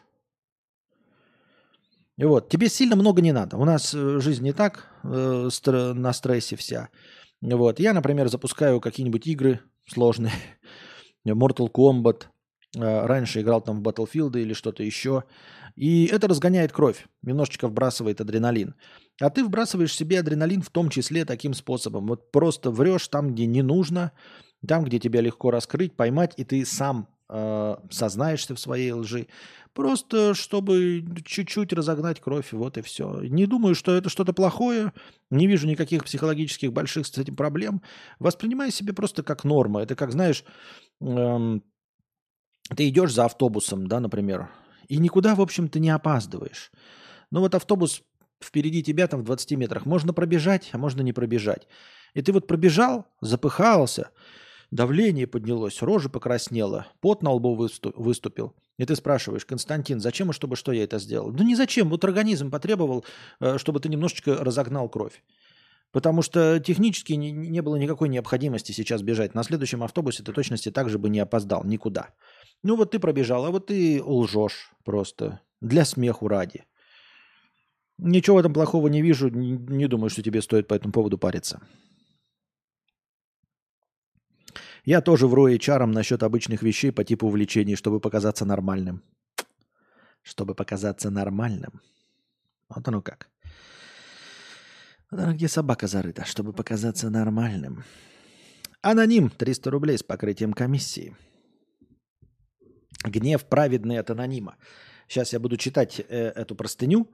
И вот, тебе сильно много не надо. У нас жизнь не так на стрессе вся. Вот. Я, например, запускаю какие-нибудь игры сложные. Mortal Kombat. Раньше играл там в Battlefield или что-то еще. И это разгоняет кровь. Немножечко вбрасывает адреналин. А ты вбрасываешь себе адреналин в том числе таким способом. Вот просто врешь там, где не нужно. Там, где тебя легко раскрыть, поймать. И ты сам сознаешься в своей лжи. Просто чтобы чуть-чуть разогнать кровь, вот и все. Не думаю, что это что-то плохое, не вижу никаких психологических больших с этим проблем. Воспринимай себе просто как норма. Это как, знаешь, ты идешь за автобусом, да, например, и никуда, в общем-то, не опаздываешь. Но вот автобус впереди тебя там в 20 метрах. Можно пробежать, а можно не пробежать. И ты вот пробежал, запыхался, давление поднялось, рожа покраснела, пот на лбу выступил. И ты спрашиваешь: Константин, зачем и чтобы что я это сделал? Ну, не зачем. Вот организм потребовал, чтобы ты немножечко разогнал кровь. Потому что технически не было никакой необходимости сейчас бежать. На следующем автобусе ты точности так же бы не опоздал никуда. Ну вот ты пробежал, а вот ты лжешь просто. Для смеху ради. Ничего в этом плохого не вижу. Не думаю, что тебе стоит по этому поводу париться. Я тоже вру HR насчет обычных вещей по типу увлечений, чтобы показаться нормальным. Чтобы показаться нормальным. Вот оно как. Вот оно где собака зарыта, чтобы показаться нормальным. Аноним 300 рублей с покрытием комиссии. Гнев праведный от анонима. Сейчас я буду читать эту простыню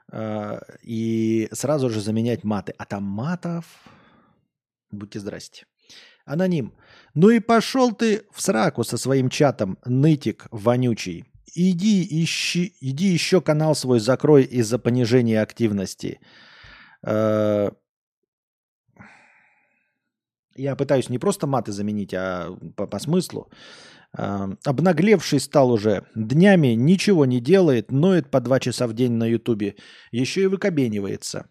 и сразу же заменять маты. А там матов... Будьте здрасте. Аноним. Ну и пошел ты в сраку со своим чатом, нытик вонючий. Иди еще канал свой закрой из-за понижения активности. Я пытаюсь не просто маты заменить, а по смыслу. Обнаглевший стал уже. Днями ничего не делает, ноет по 2 часа в день на Ютубе. Еще и выкобенивается.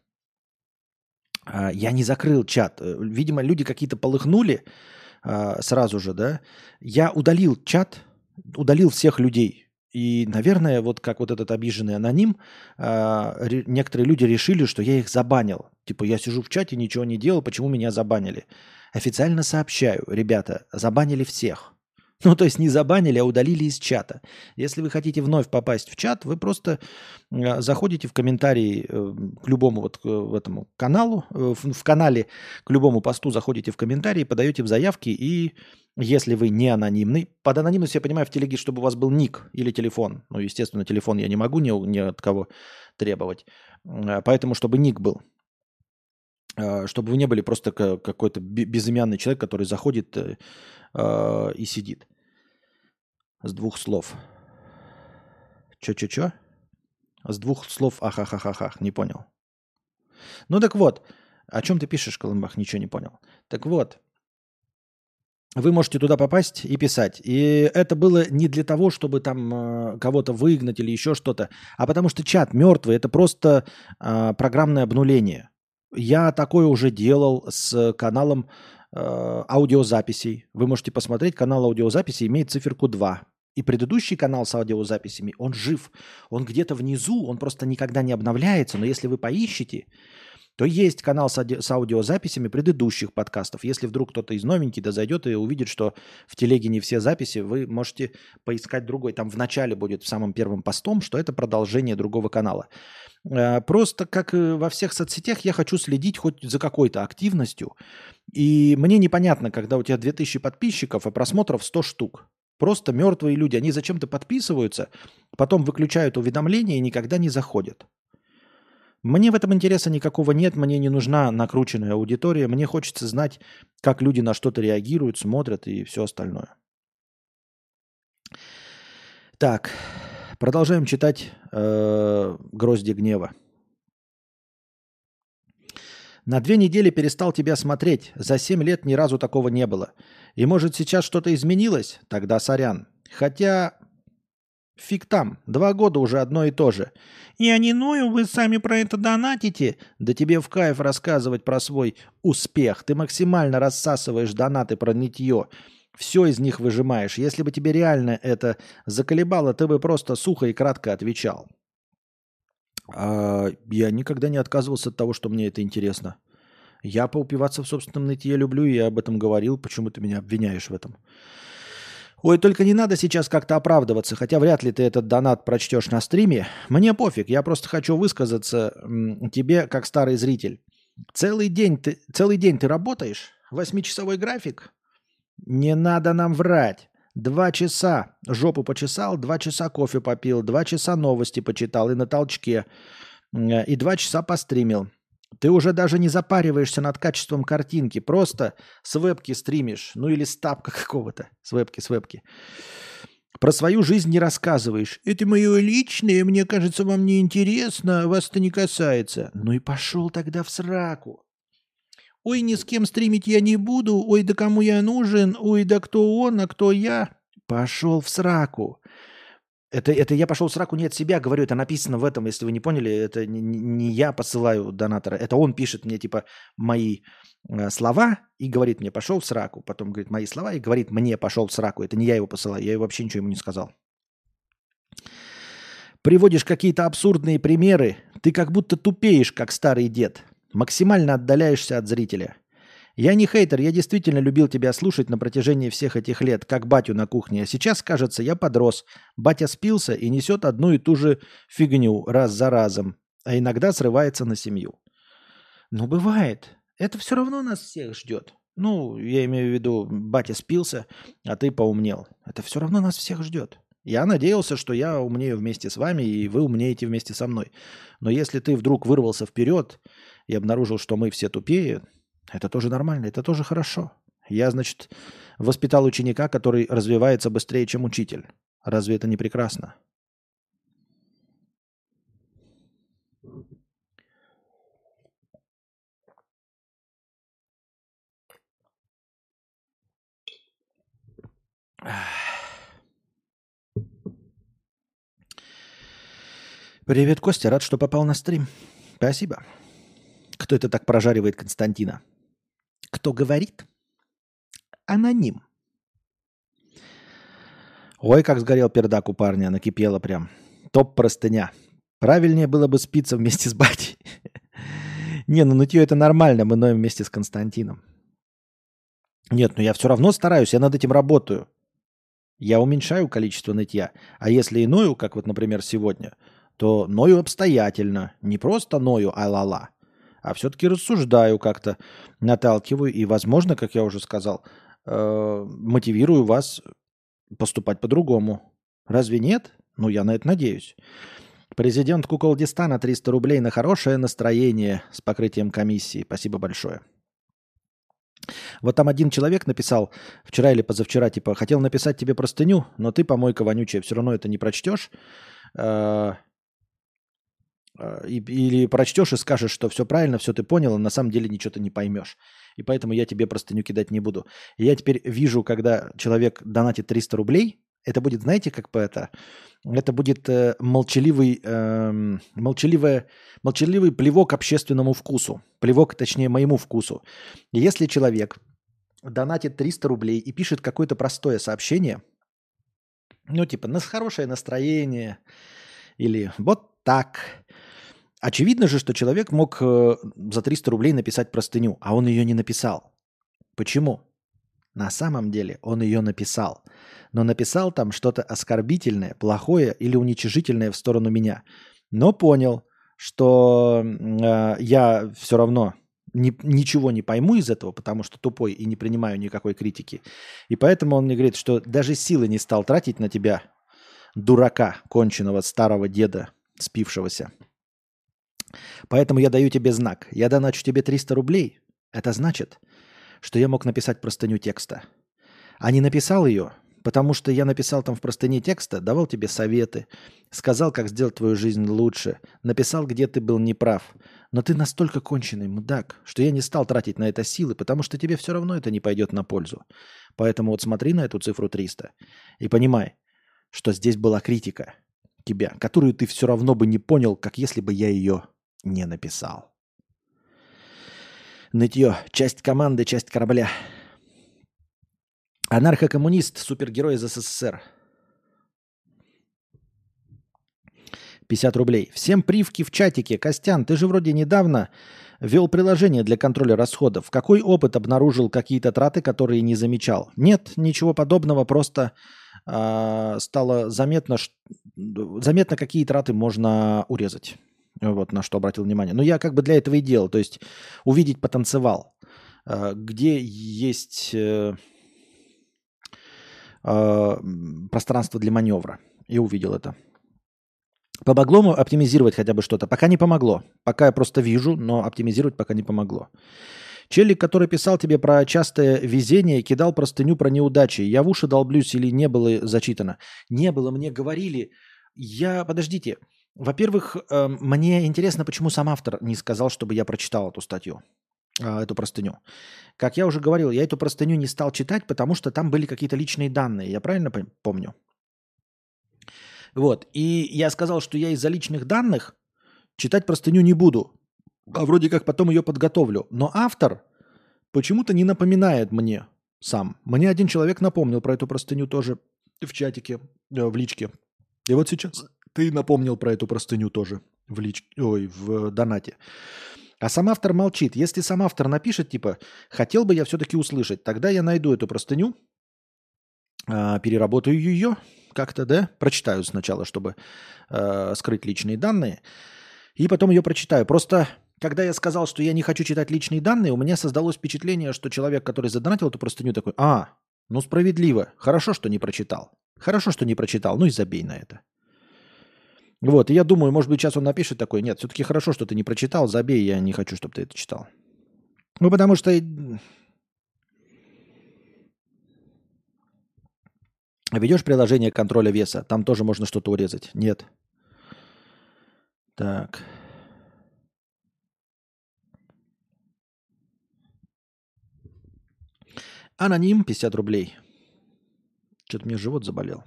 Я не закрыл чат. Видимо, люди какие-то полыхнули сразу же, да. Я удалил чат, удалил всех людей. И, наверное, вот как вот этот обиженный аноним, некоторые люди решили, что я их забанил. Типа, я сижу в чате, ничего не делал, почему меня забанили? Официально сообщаю, ребята, забанили всех. Ну, то есть не забанили, а удалили из чата. Если вы хотите вновь попасть в чат, вы просто заходите в комментарии к любому вот в этому каналу, в канале к любому посту заходите в комментарии, подаете в заявки, и если вы не анонимный, под анонимность я понимаю в телеге, чтобы у вас был ник или телефон. Ну, естественно, телефон я не могу ни от кого требовать. Поэтому, чтобы ник был. Чтобы вы не были просто какой-то безымянный человек, который заходит и сидит. С 2 слов. Чё? С 2 слов ахахахахах. Не понял. Ну так вот. О чем ты пишешь, Колымбах? Ничего не понял. Так вот. вы можете туда попасть и писать. И это было не для того, чтобы там кого-то выгнать или еще что-то, а потому что чат мертвый, это просто программное обнуление. Я такое уже делал с каналом аудиозаписей. Вы можете посмотреть, канал аудиозаписи имеет циферку 2. И предыдущий канал с аудиозаписями, он жив. Он где-то внизу, он просто никогда не обновляется. Но если вы поищете, то есть канал с аудиозаписями предыдущих подкастов. Если вдруг кто-то из новеньких да зайдет и увидит, что в телеге не все записи, вы можете поискать другой. Там в начале будет в самом первом постом, что это продолжение другого канала. Просто, как и во всех соцсетях, я хочу следить хоть за какой-то активностью. И мне непонятно, когда у тебя 2000 подписчиков, а просмотров 100 штук. Просто мертвые люди. Они зачем-то подписываются, потом выключают уведомления и никогда не заходят. Мне в этом интереса никакого нет, мне не нужна накрученная аудитория, мне хочется знать, как люди на что-то реагируют, смотрят и все остальное. Так, продолжаем читать «Грозди гнева». На 2 недели перестал тебя смотреть, за 7 лет ни разу такого не было. И может сейчас что-то изменилось? Тогда сорян. Хотя... Фиг там, 2 года уже одно и то же. Я не ною, вы сами про это донатите. Да тебе в кайф рассказывать про свой успех. Ты максимально рассасываешь донаты про нытье. Все из них выжимаешь. Если бы тебе реально это заколебало, ты бы просто сухо и кратко отвечал. Я никогда не отказывался от того, что мне это интересно. Я поупиваться в собственном нытье люблю, и я об этом говорил. Почему ты меня обвиняешь в этом? Ой, только не надо сейчас как-то оправдываться, хотя вряд ли ты этот донат прочтешь на стриме. Мне пофиг, я просто хочу высказаться тебе как старый зритель. Целый день ты работаешь? 8-часовой график? Не надо нам врать. 2 часа жопу почесал, 2 часа кофе попил, 2 часа новости почитал и на толчке, и 2 часа постримил. Ты уже даже не запариваешься над качеством картинки, просто с вебки стримишь, ну или с тапка какого-то, с вебки. Про свою жизнь не рассказываешь. Это мое личное, мне кажется, вам не интересно, вас это не касается. Ну и пошел тогда в сраку. Ой, ни с кем стримить я не буду, ой, да кому я нужен, ой, да кто он, а кто я. Пошел в сраку. Это я пошел в сраку не от себя, говорю, это написано в этом, если вы не поняли, это не я посылаю донатора, это он пишет мне типа мои слова и говорит мне пошел в сраку, потом говорит мои слова и говорит мне пошел в сраку, это не я его посылаю, я вообще ничего ему не сказал. Приводишь какие-то абсурдные примеры, ты как будто тупеешь, как старый дед, максимально отдаляешься от зрителя. Я не хейтер, я действительно любил тебя слушать на протяжении всех этих лет, как батю на кухне. А сейчас, кажется, я подрос. Батя спился и несет одну и ту же фигню раз за разом, а иногда срывается на семью. Ну, бывает. Это все равно нас всех ждет. Ну, я имею в виду, батя спился, а ты поумнел. Это все равно нас всех ждет. Я надеялся, что я умнею вместе с вами, и вы умнеете вместе со мной. Но если ты вдруг вырвался вперед и обнаружил, что мы все тупее, это тоже нормально, это тоже хорошо. Я, значит, воспитал ученика, который развивается быстрее, чем учитель. Разве это не прекрасно? Привет, Костя, рад, что попал на стрим. Спасибо. Кто это так прожаривает Константина? Кто говорит? Аноним. Ой, как сгорел пердак у парня, накипело прям. Топ-простыня. Правильнее было бы спиться вместе с батей. Не, ну нытье это нормально, мы ноем вместе с Константином. Нет, но я все равно стараюсь, я над этим работаю. Я уменьшаю количество нытья. А если и ною, как вот, например, сегодня, то ною обстоятельно. Не просто ною а-ла-ла, а все-таки рассуждаю как-то, наталкиваю и, возможно, как я уже сказал, мотивирую вас поступать по-другому. Разве нет? Ну, я на это надеюсь. Президент Куколдистана 300 рублей на хорошее настроение с покрытием комиссии. Спасибо большое. Вот там один человек написал вчера или позавчера, типа, хотел написать тебе простыню, но ты, помойка вонючая, все равно это не прочтешь. Или прочтешь и скажешь, что все правильно, все ты понял, а на самом деле ничего ты не поймешь. И поэтому я тебе простыню кидать не буду. И я теперь вижу, когда человек донатит 300 рублей, это будет, знаете, как бы это будет молчаливый плевок общественному вкусу. Плевок, точнее, моему вкусу. И если человек донатит 300 рублей и пишет какое-то простое сообщение, ну, типа, хорошее настроение, или вот так. Очевидно же, что человек мог за 300 рублей написать простыню, а он ее не написал. Почему? На самом деле он ее написал. Но написал там что-то оскорбительное, плохое или уничижительное в сторону меня. Но понял, что я все равно ничего не пойму из этого, потому что тупой и не принимаю никакой критики. И поэтому он мне говорит, что даже силы не стал тратить на тебя, дурака, конченого старого деда, спившегося. Поэтому я даю тебе знак. Я доначу тебе 300 рублей. Это значит, что я мог написать простыню текста. А не написал ее, потому что я написал там в простыне текста, давал тебе советы, сказал, как сделать твою жизнь лучше, написал, где ты был неправ. Но ты настолько конченый мудак, что я не стал тратить на это силы, потому что тебе все равно это не пойдет на пользу. Поэтому вот смотри на эту цифру 300 и понимай, что здесь была критика тебя, которую ты все равно бы не понял, как если бы я ее не написал. Нытье. Часть команды, часть корабля. Анархокоммунист, супергерой из СССР. 50 рублей. Всем привки в чатике. Костян, ты же вроде недавно вел приложение для контроля расходов. Какой опыт обнаружил какие-то траты, которые не замечал? Нет, ничего подобного, просто стало заметно, какие траты можно урезать. Вот на что обратил внимание. Но я как бы для этого и делал. То есть увидеть потанцевал. Где есть пространство для маневра. И увидел это. Помогло оптимизировать хотя бы что-то? Пока не помогло. Пока я просто вижу, но оптимизировать пока не помогло. Челик, который писал тебе про частое везение, кидал простыню про неудачи. Я в уши долблюсь или не было зачитано? Не было, мне говорили. Подождите. Во-первых, мне интересно, почему сам автор не сказал, чтобы я прочитал эту статью, эту простыню. Как я уже говорил, я эту простыню не стал читать, потому что там были какие-то личные данные. Я правильно помню? Вот. И я сказал, что я из-за личных данных читать простыню не буду. А вроде как потом ее подготовлю. Но автор почему-то не напоминает мне сам. Мне один человек напомнил про эту простыню тоже в чатике, в личке. И вот сейчас ты напомнил про эту простыню тоже в донате. А сам автор молчит. Если сам автор напишет, типа, хотел бы я все-таки услышать, тогда я найду эту простыню, переработаю ее как-то, да, прочитаю сначала, чтобы скрыть личные данные, и потом ее прочитаю. Просто, когда я сказал, что я не хочу читать личные данные, у меня создалось впечатление, что человек, который задонатил эту простыню, такой, ну справедливо, хорошо, что не прочитал. Хорошо, что не прочитал, ну и забей на это. Вот, и я думаю, может быть, сейчас он напишет такой, нет, все-таки хорошо, что ты не прочитал, забей, я не хочу, чтобы ты это читал. Ну, потому что... Ведешь приложение контроля веса, там тоже можно что-то урезать? Нет. Так. Аноним, 50 рублей. Что-то у меня живот заболел.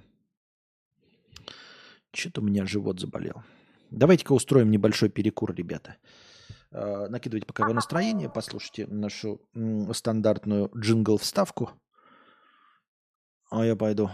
Давайте-ка устроим небольшой перекур, ребята. Накидывайте пока его настроение, послушайте нашу стандартную джингл-вставку. А я пойду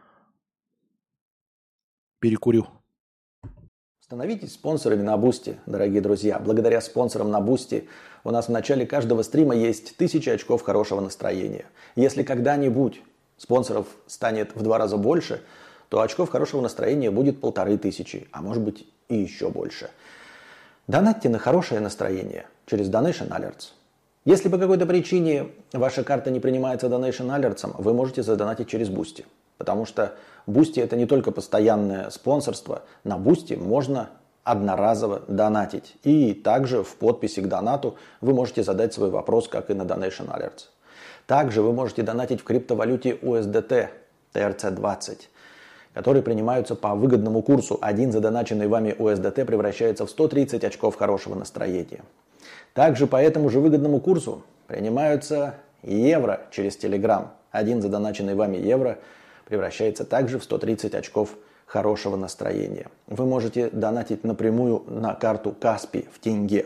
перекурю. Становитесь спонсорами на Бусти, дорогие друзья. Благодаря спонсорам на Бусти у нас в начале каждого стрима есть 1000 очков хорошего настроения. Если когда-нибудь спонсоров станет в 2 раза больше, то очков хорошего настроения будет 1500, а может быть и еще больше. Донатьте на хорошее настроение через Donation Alerts. Если по какой-то причине ваша карта не принимается Donation Alerts, вы можете задонатить через Boosty. Потому что Boosty это не только постоянное спонсорство. На Boosty можно одноразово донатить. И также в подписи к донату вы можете задать свой вопрос, как и на Donation Alerts. Также вы можете донатить в криптовалюте USDT TRC20. которые принимаются по выгодному курсу. Один задоначенный вами USDT превращается в 130 очков хорошего настроения. Также по этому же выгодному курсу принимаются евро через Telegram. Один задоначенный вами евро превращается также в 130 очков хорошего настроения. Вы можете донатить напрямую на карту Каспи в тенге.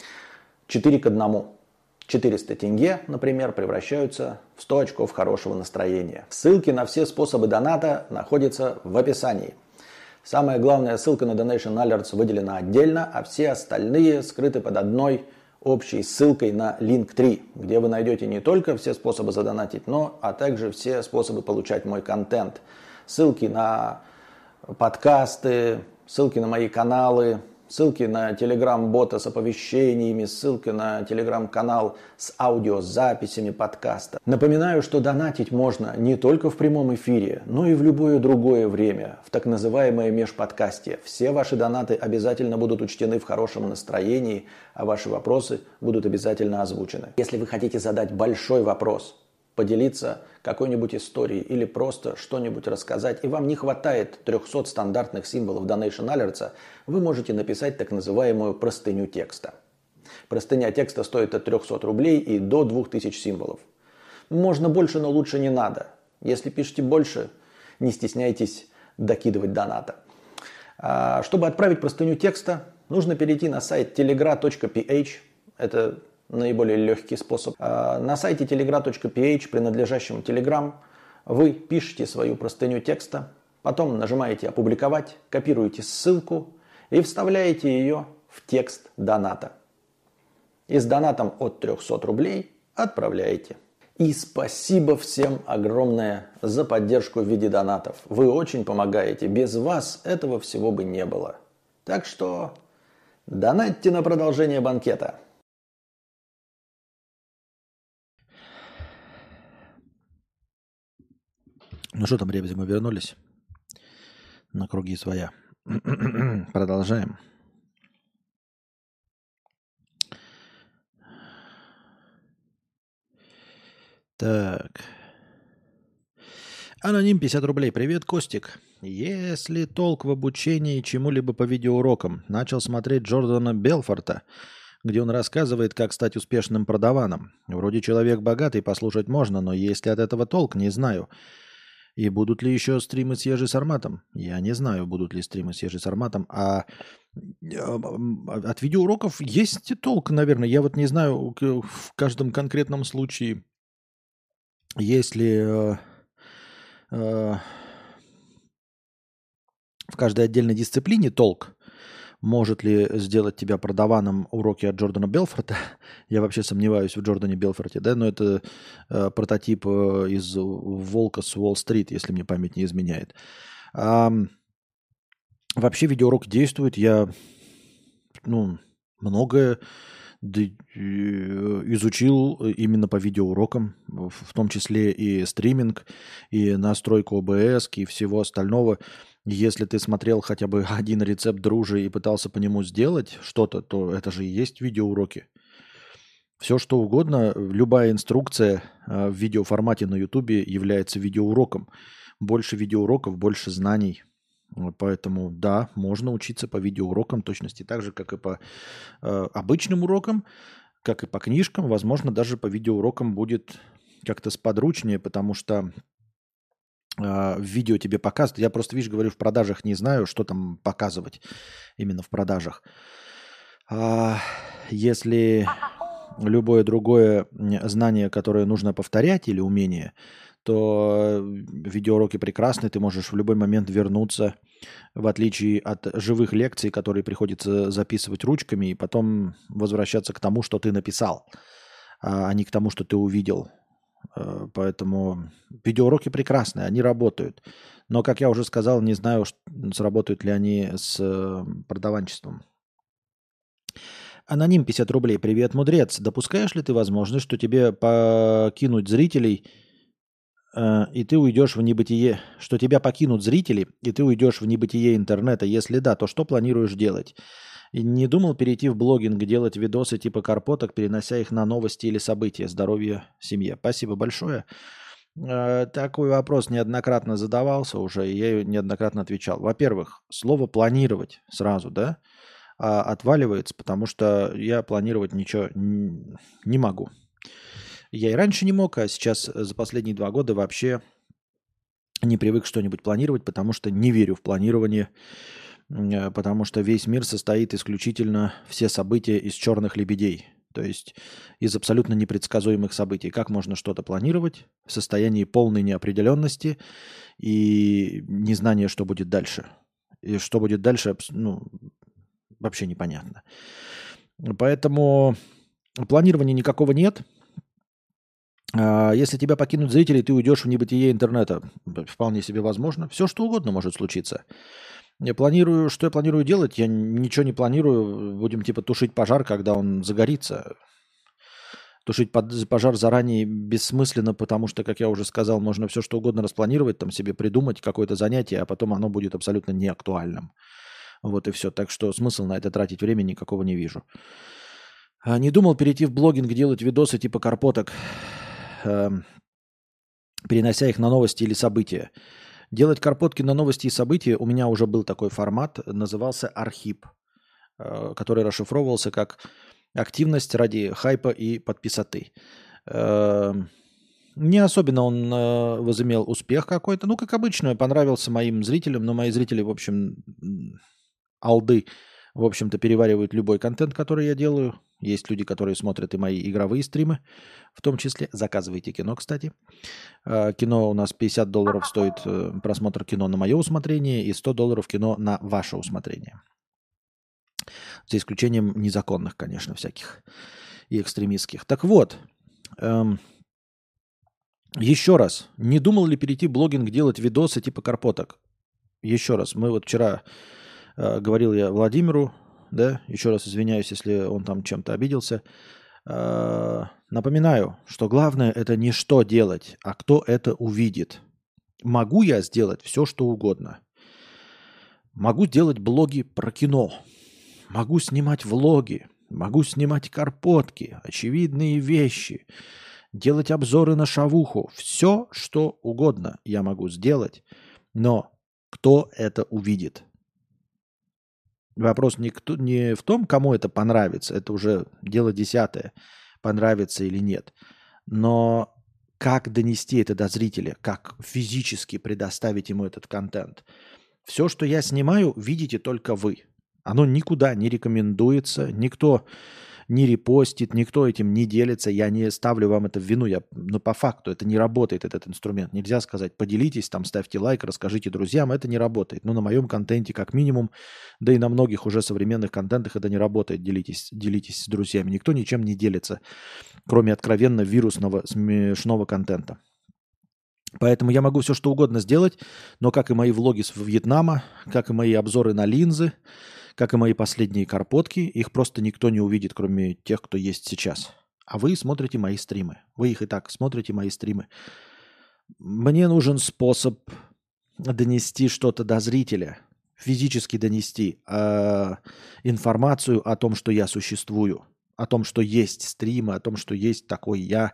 4 к 1. 400 тенге, например, превращаются в 100 очков хорошего настроения. Ссылки на все способы доната находятся в описании. Самая главная ссылка на Donation Alerts выделена отдельно, а все остальные скрыты под одной общей ссылкой на Linktree, где вы найдете не только все способы задонатить, но а также все способы получать мой контент. Ссылки на подкасты, ссылки на мои каналы, ссылки на телеграм-бота с оповещениями, ссылки на телеграм-канал с аудиозаписями подкаста. Напоминаю, что донатить можно не только в прямом эфире, но и в любое другое время, в так называемое межподкасте. Все ваши донаты обязательно будут учтены в хорошем настроении, а ваши вопросы будут обязательно озвучены. Если вы хотите задать большой вопрос, поделиться какой-нибудь историей или просто что-нибудь рассказать, и вам не хватает 300 стандартных символов Donation Alerts, вы можете написать так называемую простыню текста. Простыня текста стоит от 300 рублей и до 2000 символов. Можно больше, но лучше не надо. Если пишете больше, не стесняйтесь докидывать доната. Чтобы отправить простыню текста, нужно перейти на сайт telegra.ph. Это наиболее легкий способ. На сайте telegra.ph, принадлежащем Telegram, вы пишете свою простыню текста, потом нажимаете «Опубликовать», копируете ссылку и вставляете ее в текст доната. И с донатом от 300 рублей отправляете. И спасибо всем огромное за поддержку в виде донатов. Вы очень помогаете. Без вас этого всего бы не было. Так что донатьте на продолжение банкета. Ну что там, ребята, мы вернулись на круги своя. Продолжаем. Так. Аноним 50 рублей. Привет, Костик. Если толк в обучении чему-либо по видеоурокам, начал смотреть Джордана Белфорта, где он рассказывает, как стать успешным продаваном. Вроде человек богатый, послушать можно, но есть ли от этого толк, не знаю. И будут ли еще стримы с Ежи Сарматом? Я не знаю, будут ли стримы с Ежи Сарматом. А от видеоуроков есть толк, наверное. Я вот не знаю в каждом конкретном случае, если в каждой отдельной дисциплине толк. Может ли сделать тебя продаваном уроки от Джордана Белфорта? Я вообще сомневаюсь в Джордане Белфорте, да, но это прототип из «Волка с Уолл-стрит», если мне память не изменяет. Вообще видеоурок действует. Я многое изучил именно по видеоурокам, в том числе и стриминг, и настройку ОБС, и всего остального. Если ты смотрел хотя бы один рецепт дружи и пытался по нему сделать что-то, то это же и есть видеоуроки. Все что угодно, любая инструкция в видеоформате на Ютубе является видеоуроком. Больше видеоуроков, больше знаний. Поэтому да, можно учиться по видеоурокам точности так же, как и по обычным урокам, как и по книжкам. Возможно, даже по видеоурокам будет как-то сподручнее, потому что в видео тебе показывают. Я просто, видишь, говорю, в продажах не знаю, что там показывать именно в продажах. Если любое другое знание, которое нужно повторять или умение, то видеоуроки прекрасны, ты можешь в любой момент вернуться, в отличие от живых лекций, которые приходится записывать ручками, и потом возвращаться к тому, что ты написал, а не к тому, что ты увидел. Поэтому видеоуроки прекрасные, они работают. Но, как я уже сказал, не знаю, сработают ли они с продаванчеством. Аноним 50 рублей. Привет, мудрец. Допускаешь ли ты возможность, что тебе покинуть зрителей, и ты уйдешь в небытие, что тебя покинут зрители, и ты уйдешь в небытие интернета? Если да, то что планируешь делать? И не думал перейти в блогинг, делать видосы типа карпоток, перенося их на новости или события? Здоровья семье. Спасибо большое. Такой вопрос неоднократно задавался уже, и я неоднократно отвечал. Во-первых, слово «планировать» сразу, да, отваливается, потому что я планировать ничего не могу. Я и раньше не мог, а сейчас за последние 2 года вообще не привык что-нибудь планировать, потому что не верю в планирование, потому что весь мир состоит исключительно все события из черных лебедей, то есть из абсолютно непредсказуемых событий. Как можно что-то планировать в состоянии полной неопределенности и незнания, что будет дальше? И что будет дальше, вообще непонятно. Поэтому планирования никакого нет. Если тебя покинут зрители, ты уйдешь в небытие интернета. Вполне себе возможно. Все, что угодно может случиться. Что я планирую делать? Я ничего не планирую. Будем типа тушить пожар, когда он загорится. Тушить пожар заранее бессмысленно, потому что, как я уже сказал, можно все, что угодно распланировать, там себе придумать какое-то занятие, а потом оно будет абсолютно неактуальным. Вот и все. Так что смысл на это тратить время никакого не вижу. Не думал перейти в блогинг, делать видосы типа карпоток, перенося их на новости или события. Делать карпотки на новости и события, у меня уже был такой формат, назывался «Архип», который расшифровывался как активность ради хайпа и подписоты. Не особенно он возымел успех какой-то. Ну, как обычно, понравился моим зрителям, но мои зрители, в общем, алды, в общем-то, переваривают любой контент, который я делаю. Есть люди, которые смотрят и мои игровые стримы, в том числе. Заказывайте кино, кстати. Кино у нас $50 стоит просмотр кино на мое усмотрение и $100 кино на ваше усмотрение. За исключением незаконных, конечно, всяких и экстремистских. Так вот, еще раз, не думал ли перейти в блогинг, делать видосы типа карпоток? Еще раз, мы вот вчера, говорил я Владимиру, да, еще раз извиняюсь, если он там чем-то обиделся. Напоминаю, что главное это не что делать, а кто это увидит. Могу я сделать все, что угодно. Могу делать блоги про кино. Могу снимать влоги. Могу снимать карпотки. Очевидные вещи. Делать обзоры на шавуху. Все, что угодно я могу сделать. Но кто это увидит? Вопрос не в том, кому это понравится. Это уже дело 10. Понравится или нет. Но как донести это до зрителя? Как физически предоставить ему этот контент? Все, что я снимаю, видите только вы. Оно никуда не рекомендуется, никто не репостит, никто этим не делится. Я не ставлю вам это в вину. Но по факту это не работает, этот инструмент. Нельзя сказать, поделитесь, там, ставьте лайк, расскажите друзьям. Это не работает. Но на моем контенте как минимум, да и на многих уже современных контентах это не работает. Делитесь с друзьями. Никто ничем не делится, кроме откровенно вирусного, смешного контента. Поэтому я могу все что угодно сделать, но как и мои влоги с Вьетнама, как и мои обзоры на линзы, как и мои последние карпотки, их просто никто не увидит, кроме тех, кто есть сейчас. А вы смотрите мои стримы. Вы их и так смотрите, мои стримы. Мне нужен способ донести что-то до зрителя, физически донести информацию о том, что я существую, о том, что есть стримы, о том, что есть такой я.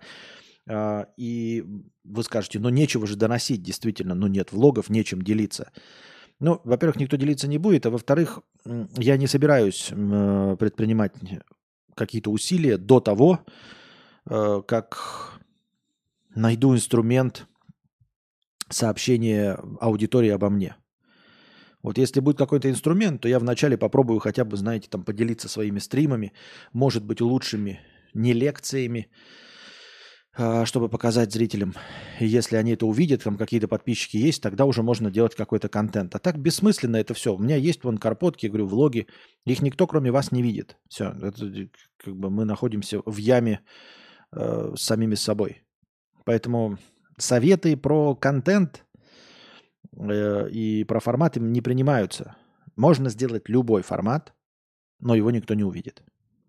И вы скажете, ну нечего же доносить, действительно, ну нет влогов, нечем делиться. Ну, во-первых, никто делиться не будет, а во-вторых, я не собираюсь предпринимать какие-то усилия до того, как найду инструмент сообщения аудитории обо мне. Вот если будет какой-то инструмент, то я вначале попробую хотя бы, знаете, там поделиться своими стримами, может быть, лучшими не лекциями, чтобы показать зрителям. И если они это увидят, там какие-то подписчики есть, тогда уже можно делать какой-то контент. А так бессмысленно это все. У меня есть вон карпотки, я говорю, влоги. Их никто, кроме вас, не видит. Все. Это, как бы мы находимся в яме с самими собой. Поэтому советы про контент и про форматы не принимаются. Можно сделать любой формат, но его никто не увидит.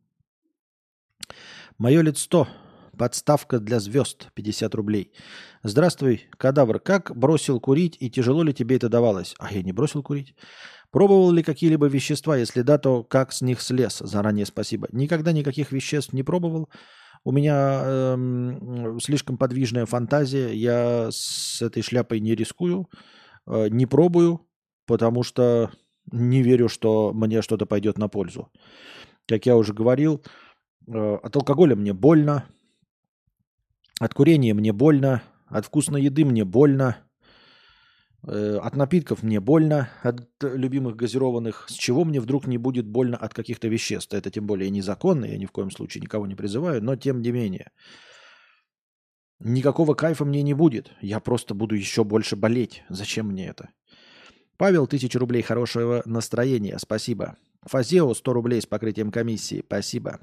Мое лицо. Подставка для звезд. 50 рублей. Здравствуй, кадавр. Как бросил курить и тяжело ли тебе это давалось? А я не бросил курить. Пробовал ли какие-либо вещества? Если да, то как с них слез? Заранее спасибо. Никогда никаких веществ не пробовал. У меня слишком подвижная фантазия. Я с этой шляпой не рискую, не пробую, потому что не верю, что мне что-то пойдет на пользу. Как я уже говорил, от алкоголя мне больно, от курения мне больно, от вкусной еды мне больно, от напитков мне больно, от любимых газированных. С чего мне вдруг не будет больно от каких-то веществ? Это тем более незаконно, я ни в коем случае никого не призываю, но тем не менее. Никакого кайфа мне не будет. Я просто буду еще больше болеть. Зачем мне это? Павел, 1000 рублей хорошего настроения. Спасибо. Фазео, 100 рублей с покрытием комиссии. Спасибо.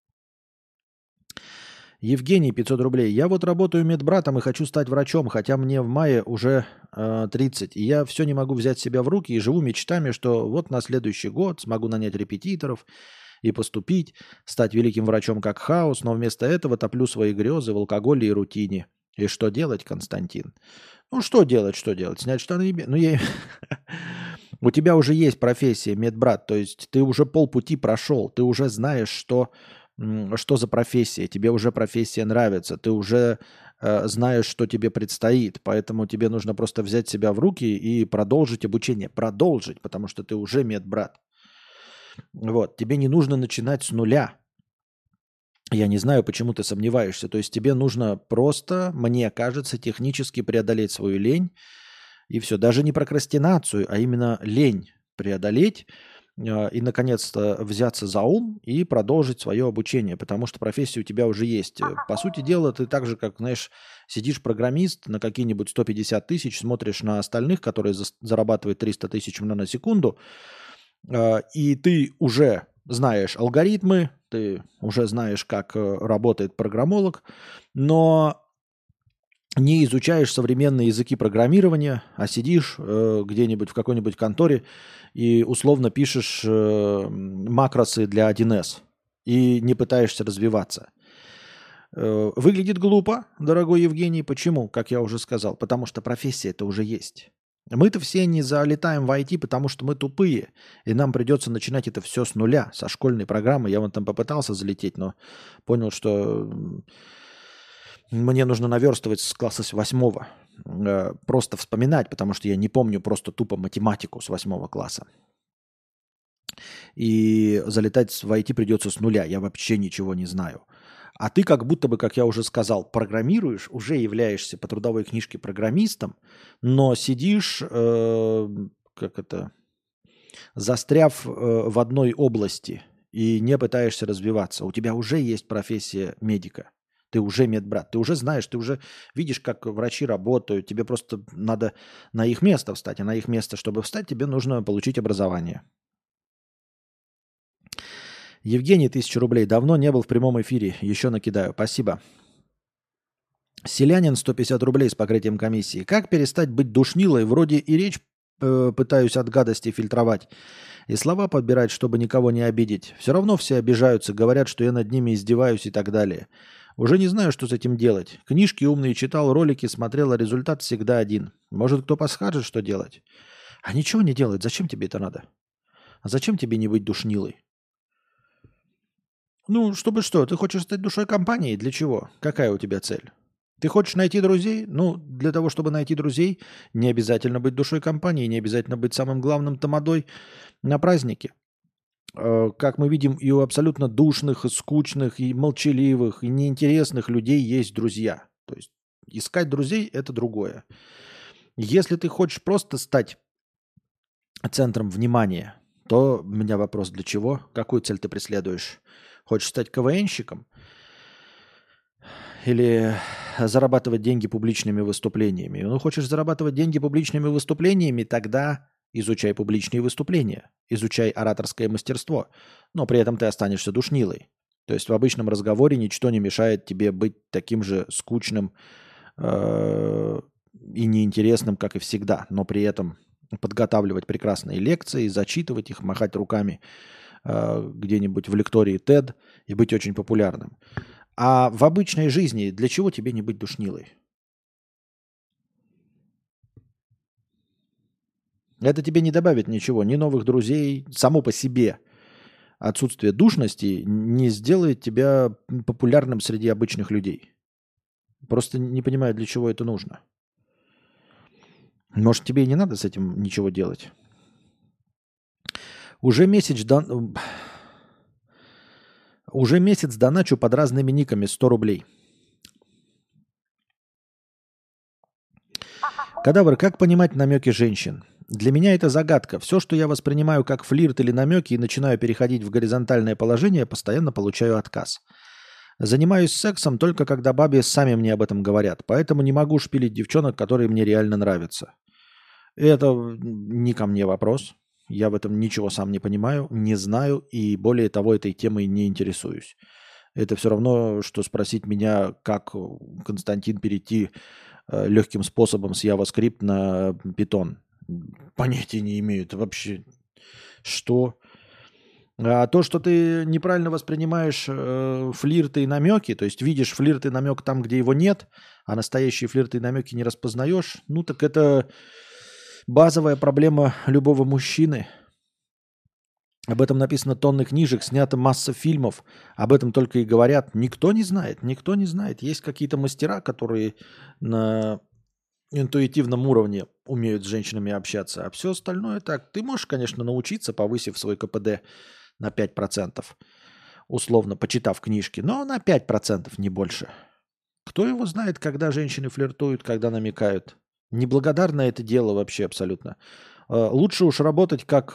Евгений, 500 рублей. Я вот работаю медбратом и хочу стать врачом, хотя мне в мае уже 30. И я все не могу взять себя в руки и живу мечтами, что вот на следующий год смогу нанять репетиторов и поступить, стать великим врачом как Хаус, но вместо этого топлю свои грезы в алкоголе и рутине. И что делать, Константин? Ну, что делать, что делать? Снять штаны? Ну, я... У тебя уже есть профессия медбрат, то есть ты уже полпути прошел, ты уже знаешь, что за профессия, тебе уже профессия нравится, ты уже знаешь, что тебе предстоит, поэтому тебе нужно просто взять себя в руки и продолжить обучение. Продолжить, потому что ты уже медбрат. Вот, тебе не нужно начинать с нуля. Я не знаю, почему ты сомневаешься. То есть тебе нужно просто, мне кажется, технически преодолеть свою лень. И все. Даже не прокрастинацию, а именно лень преодолеть и, наконец-то, взяться за ум и продолжить свое обучение, потому что профессия у тебя уже есть. По сути дела, ты так же, как, знаешь, сидишь программист на какие-нибудь 150 тысяч, смотришь на остальных, которые зарабатывают 300 тысяч на секунду, и ты уже знаешь алгоритмы, ты уже знаешь, как работает программолог, но не изучаешь современные языки программирования, а сидишь где-нибудь в какой-нибудь конторе и условно пишешь макросы для 1С и не пытаешься развиваться. Выглядит глупо, дорогой Евгений. Почему? Как я уже сказал. Потому что профессия это уже есть. Мы-то все не залетаем в IT, потому что мы тупые, и нам придется начинать это все с нуля, со школьной программы. Я вон там попытался залететь, но понял, что мне нужно наверстывать с класса с 8. Просто вспоминать, потому что я не помню просто тупо математику с 8 класса. И залетать в IT придется с нуля. Я вообще ничего не знаю. А ты как будто бы, как я уже сказал, программируешь, уже являешься по трудовой книжке программистом, но сидишь, застряв в одной области и не пытаешься развиваться. У тебя уже есть профессия медика. Ты уже медбрат. Ты уже знаешь, ты уже видишь, как врачи работают. Тебе просто надо на их место встать. А на их место, чтобы встать, тебе нужно получить образование. Евгений, 1000 рублей. Давно не был в прямом эфире. Еще накидаю. Спасибо. Селянин, 150 рублей с покрытием комиссии. Как перестать быть душнилой? Вроде и речь пытаюсь от гадости фильтровать. И слова подбирать, чтобы никого не обидеть. Все равно все обижаются, говорят, что я над ними издеваюсь и так далее. Уже не знаю, что с этим делать. Книжки умные читал, ролики смотрел, а результат всегда один. Может, кто подскажет, что делать? А ничего не делать. Зачем тебе это надо? А зачем тебе не быть душнилой? Ну, чтобы что? Ты хочешь стать душой компании? Для чего? Какая у тебя цель? Ты хочешь найти друзей? Ну, для того, чтобы найти друзей, не обязательно быть душой компании, не обязательно быть самым главным тамадой на празднике. Как мы видим, и у абсолютно душных, и скучных, и молчаливых, и неинтересных людей есть друзья. То есть искать друзей – это другое. Если ты хочешь просто стать центром внимания, то у меня вопрос, для чего? Какую цель ты преследуешь? Хочешь стать КВНщиком? Или зарабатывать деньги публичными выступлениями? Ну, хочешь зарабатывать деньги публичными выступлениями, тогда изучай публичные выступления, изучай ораторское мастерство, но при этом ты останешься душнилой. То есть в обычном разговоре ничто не мешает тебе быть таким же скучным и неинтересным, как и всегда, но при этом подготавливать прекрасные лекции, зачитывать их, махать руками где-нибудь в лектории TED и быть очень популярным. А в обычной жизни для чего тебе не быть душнилой? Это тебе не добавит ничего, ни новых друзей, само по себе. отсутствие душности не сделает тебя популярным среди обычных людей. Просто не понимаю, для чего это нужно. Может, тебе и не надо с этим ничего делать? Уже месяц доначу под разными никами 100 рублей. Кадавр, как понимать намеки женщин? Для меня это загадка. Все, что я воспринимаю как флирт или намеки и начинаю переходить в горизонтальное положение, постоянно получаю отказ. Занимаюсь сексом только когда бабе сами мне об этом говорят. Поэтому не могу шпилить девчонок, которые мне реально нравятся. Это не ко мне вопрос. Я в этом ничего сам не понимаю, не знаю и более того этой темой не интересуюсь. Это все равно, что спросить меня, как Константин перейти легким способом с JavaScript на Python. Понятия не имею. Это вообще что? А то, что ты неправильно воспринимаешь флирты и намеки, то есть видишь флирт и намек там, где его нет, а настоящие флирты и намеки не распознаешь, ну так это базовая проблема любого мужчины. Об этом написано тонны книжек, снято масса фильмов, об этом только и говорят. Никто не знает, никто не знает. Есть какие-то мастера, которые на интуитивном уровне умеют с женщинами общаться, а все остальное так. Ты можешь, конечно, научиться, повысив свой КПД на 5%, условно, почитав книжки, но на 5%, не больше. Кто его знает, когда женщины флиртуют, когда намекают? Неблагодарное это дело вообще абсолютно. Лучше уж работать как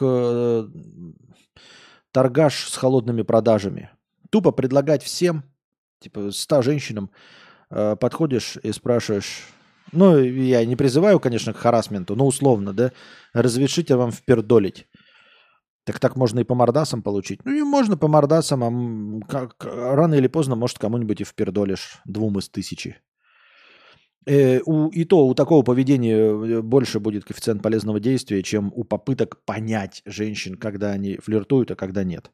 торгаш с холодными продажами. Тупо предлагать всем, типа 100 женщинам, подходишь и спрашиваешь, ну, я не призываю, конечно, к харассменту, но условно, да, разрешите вам впердолить. Так можно и по мордасам получить. Ну и можно по мордасам, рано или поздно, может, кому-нибудь и впердолишь 2 из 1000. У такого поведения больше будет коэффициент полезного действия, чем у попыток понять женщин, когда они флиртуют, а когда нет.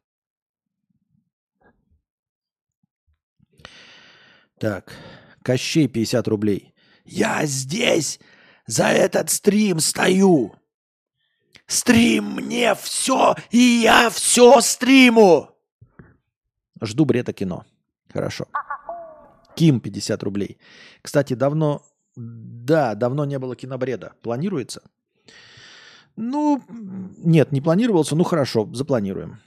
Так, Кощей 50 рублей. Я здесь за этот стрим стою. Стрим мне все, и я все стриму. Жду Брета кино. Хорошо. Ким 50 рублей. Кстати, давно не было кинобреда. Планируется? Ну, нет, не планировался. Ну, хорошо, запланируем.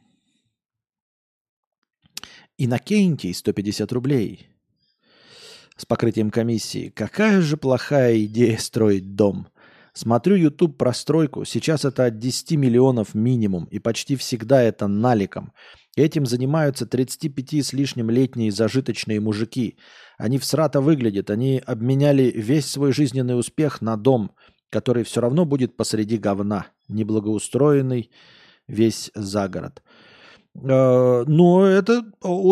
Иннокентий 150 рублей. С покрытием комиссии. Какая же плохая идея строить дом. Смотрю YouTube про стройку. Сейчас это от 10 миллионов минимум. И почти всегда это наликом. Этим занимаются 35 с лишним летние зажиточные мужики. Они всрато выглядят. Они обменяли весь свой жизненный успех на дом, который все равно будет посреди говна. Неблагоустроенный весь загород. Но это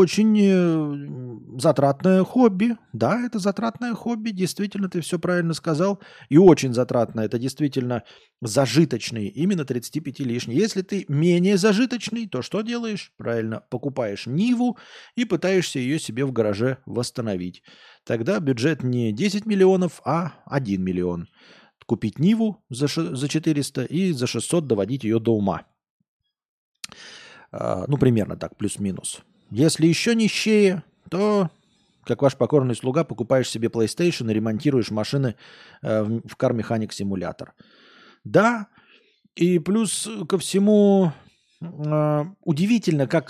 очень затратное хобби. Да, это затратное хобби. Действительно, ты все правильно сказал. И очень затратно. Это действительно зажиточный. Именно 35 лишний. Если ты менее зажиточный, то что делаешь? Правильно, покупаешь Ниву и пытаешься ее себе в гараже восстановить. Тогда бюджет не 10 миллионов, а 1 миллион. Купить Ниву за 400 и за 600 доводить ее до ума. Ну, примерно так, плюс-минус. Если еще нищее, то, как ваш покорный слуга, покупаешь себе PlayStation и ремонтируешь машины в Car Mechanic Simulator. Да, и плюс ко всему удивительно, как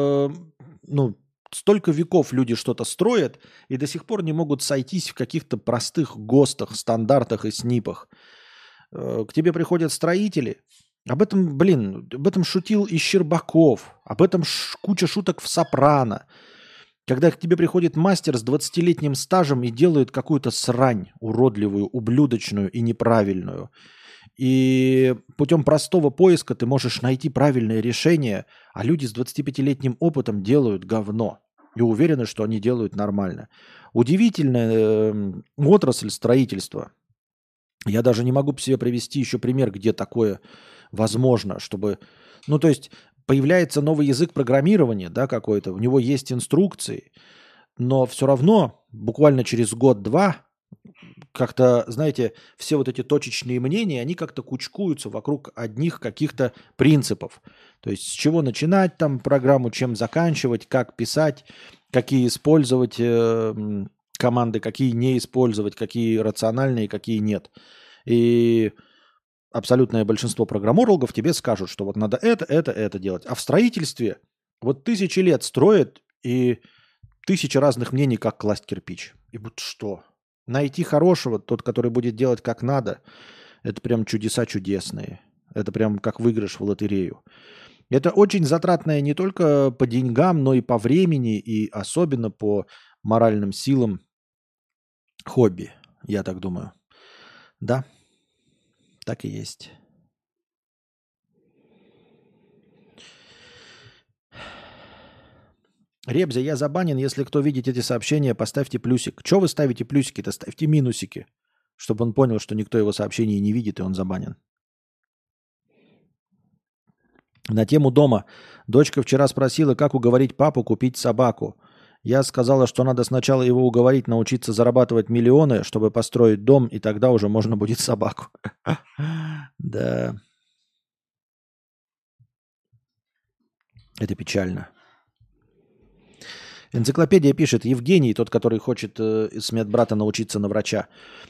столько веков люди что-то строят и до сих пор не могут сойтись в каких-то простых ГОСТах, стандартах и СНИПах. К тебе приходят строители. Об этом шутил и Щербаков. Об этом куча шуток в «Сопрано». Когда к тебе приходит мастер с 20-летним стажем и делает какую-то срань уродливую, ублюдочную и неправильную. И путем простого поиска ты можешь найти правильное решение, а люди с 25-летним опытом делают говно. И уверены, что они делают нормально. Удивительная отрасль строительства. Я даже не могу себе привести еще пример, где такое возможно, чтобы... Ну, то есть появляется новый язык программирования, да, какой-то, у него есть инструкции, но все равно буквально через год-два как-то, знаете, все вот эти точечные мнения, они как-то кучкуются вокруг одних каких-то принципов. То есть с чего начинать там программу, чем заканчивать, как писать, какие использовать команды, какие не использовать, какие рациональные, какие нет. И абсолютное большинство программологов тебе скажут, что вот надо это делать. А в строительстве вот 1000 лет строят, и 1000 разных мнений, как класть кирпич. И вот что? Найти хорошего, тот, который будет делать как надо, это прям чудеса чудесные. Это прям как выигрыш в лотерею. Это очень затратное не только по деньгам, но и по времени, и особенно по моральным силам хобби, я так думаю. Да, так и есть. Ребзя, я забанен. Если кто видит эти сообщения, поставьте плюсик. Чего вы ставите плюсики-то? Ставьте минусики, чтобы он понял, что никто его сообщений не видит, и он забанен. На тему дома. Дочка вчера спросила, как уговорить папу купить собаку. Я сказала, что надо сначала его уговорить научиться зарабатывать миллионы, чтобы построить дом, и тогда уже можно будет собаку. Да. Это печально. Энциклопедия пишет, Евгений, тот, который хочет с медбрата научиться на врача.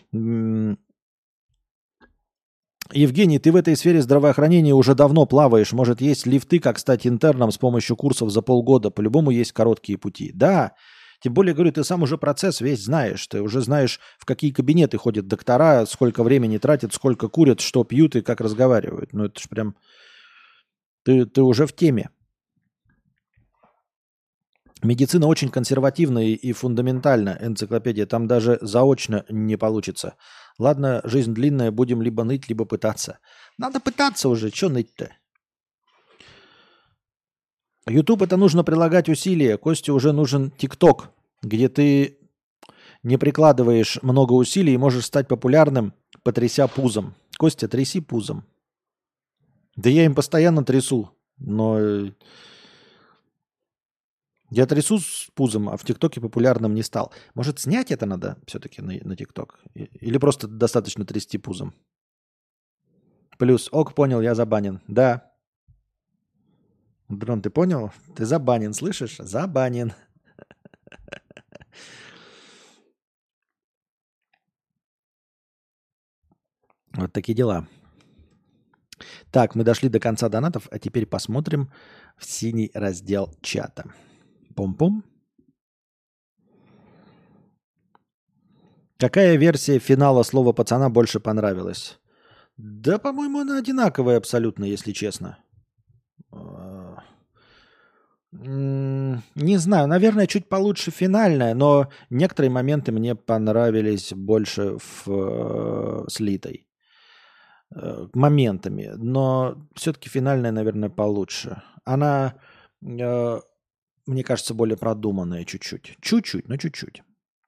Евгений, ты в этой сфере здравоохранения уже давно плаваешь. Может, есть лифты, как стать интерном с помощью курсов за полгода. По-любому есть короткие пути. Да, тем более, говорю, ты сам уже процесс весь знаешь. Ты уже знаешь, в какие кабинеты ходят доктора, сколько времени тратят, сколько курят, что пьют и как разговаривают. Ну, это ж прям... Ты уже в теме. Медицина очень консервативная и фундаментальна, энциклопедия. Там даже заочно не получится. Ладно, жизнь длинная, будем либо ныть, либо пытаться. Надо пытаться уже, что ныть-то? YouTube это нужно прилагать усилия. Косте уже нужен ТикТок, где ты не прикладываешь много усилий и можешь стать популярным, потряся пузом. Костя, тряси пузом. Да я им постоянно трясу, но... Я трясу с пузом, а в ТикТоке популярным не стал. Может, снять это надо все-таки на ТикТок? Или просто достаточно трясти пузом? Плюс, ок, понял, я забанен. Да. Дрон, ты понял? Ты забанен, слышишь? Забанен. Вот такие дела. Так, мы дошли до конца донатов, а теперь посмотрим в синий раздел чата. Пом-пом. Какая версия финала слова пацана больше понравилась? Да, по-моему, она одинаковая абсолютно, если честно. Не знаю, наверное, чуть получше финальная, но некоторые моменты мне понравились больше в слитой. Моментами. Но все-таки финальная, наверное, получше. Она... мне кажется, более продуманная чуть-чуть. Чуть-чуть, но чуть-чуть.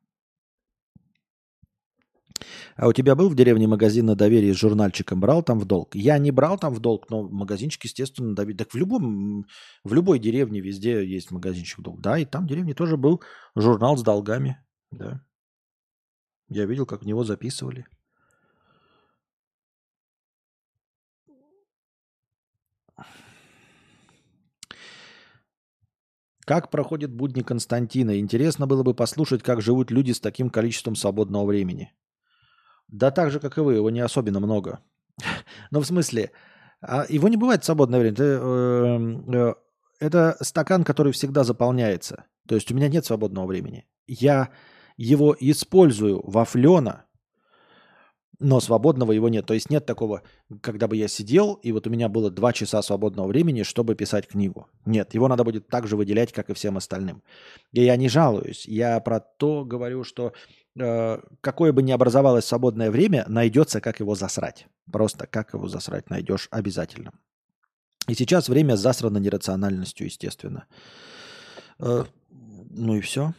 А у тебя был в деревне магазин на доверии с журнальчиком? Брал там в долг? Я не брал там в долг, но магазинчик, естественно, на доверие. Так в любой деревне везде есть магазинчик в долг. Да, и там в деревне тоже был журнал с долгами. Да. Я видел, как в него записывали. Как проходят будни Константина? Интересно было бы послушать, как живут люди с таким количеством свободного времени. Да так же, как и вы, его не особенно много. Но в смысле, его не бывает в свободное время. Это стакан, который всегда заполняется. То есть у меня нет свободного времени. Я его использую во флёна, но свободного его нет. То есть нет такого, когда бы я сидел, и вот у меня было 2 часа свободного времени, чтобы писать книгу. Нет, его надо будет так же выделять, как и всем остальным. И я не жалуюсь. Я про то говорю, что какое бы ни образовалось свободное время, найдется, как его засрать. Просто как его засрать найдешь обязательно. И сейчас время засрано нерациональностью, естественно. Ну и все.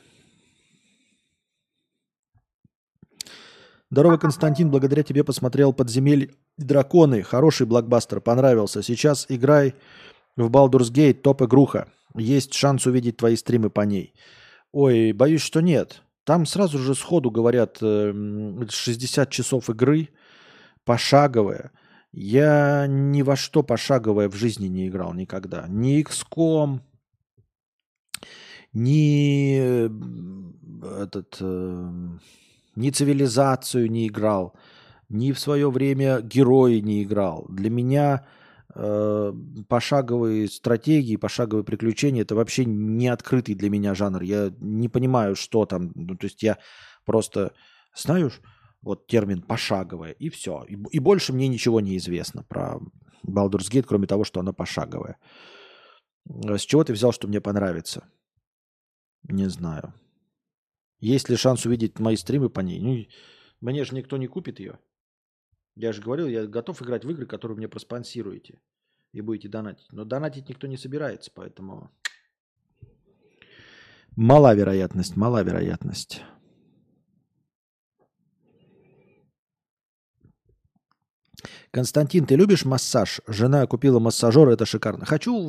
Здорово, Константин, благодаря тебе посмотрел «Подземелье и драконы». Хороший блокбастер, понравился. Сейчас играй в Baldur's Gate, топ-игруха. Есть шанс увидеть твои стримы по ней. Ой, боюсь, что нет. Там сразу же сходу говорят 60 часов игры, пошаговая. Я ни во что пошаговое в жизни не играл никогда. Ни XCOM, ни ни цивилизацию не играл, ни в свое время герои не играл. Для меня пошаговые стратегии, пошаговые приключения это вообще не открытый для меня жанр. Я не понимаю, что там. Ну, то есть я просто знаю вот термин пошаговое и все. И больше мне ничего не известно про Baldur's Gate, кроме того, что она пошаговая. С чего ты взял, что мне понравится? Не знаю. Есть ли шанс увидеть мои стримы по ней? Ну, мне же никто не купит ее. Я же говорил, я готов играть в игры, которые мне проспонсируете. И будете донатить. Но донатить никто не собирается, поэтому... Мала вероятность, мала вероятность. Константин, ты любишь массаж? Жена купила массажер, это шикарно. Хочу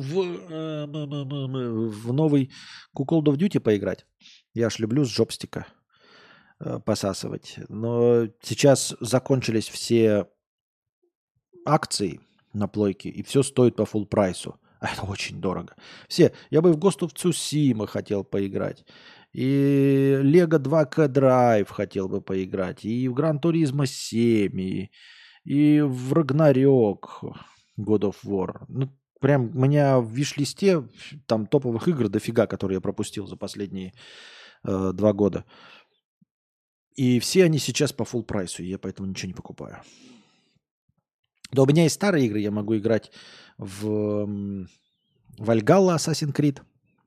в новый Call of Duty поиграть. Я ж люблю с джойстика посасывать. Но сейчас закончились все акции на плойке, и все стоит по full прайсу. А это очень дорого. Все. Я бы в Ghost of Tsushima хотел поиграть. И Lego 2K Drive хотел бы поиграть. И в Gran Turismo 7. И в Рагнарёк God of War. Ну, прям у меня в виш-листе там топовых игр дофига, которые я пропустил за последние 2 года. И все они сейчас по full прайсу, и я поэтому ничего не покупаю. Да у меня есть старые игры, я могу играть в Valhalla Assassin's Creed.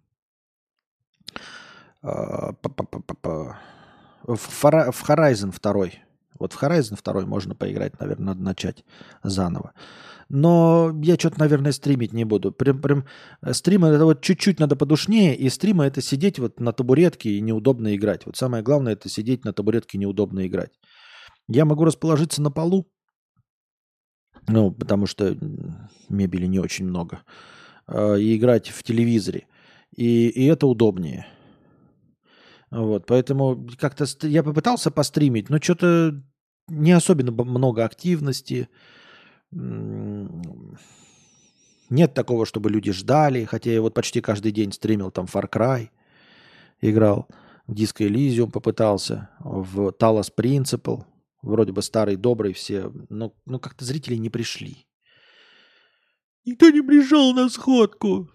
В Horizon 2. Вот в Horizon 2 можно поиграть, наверное, надо начать заново. Но я что-то, наверное, стримить не буду. Прям стримы это вот чуть-чуть надо подушнее, и стримы это сидеть вот на табуретке и неудобно играть. Вот самое главное это сидеть на табуретке и неудобно играть. Я могу расположиться на полу, ну, потому что мебели не очень много, и играть в телевизоре. И это удобнее. Вот, поэтому как-то я попытался постримить, но что-то не особенно много активности. Нет такого, чтобы люди ждали, хотя я вот почти каждый день стримил там Far Cry, играл, в Disco Elysium попытался, в Talos Principle, вроде бы старый, добрый все, но как-то зрители не пришли. Никто не пришел на сходку.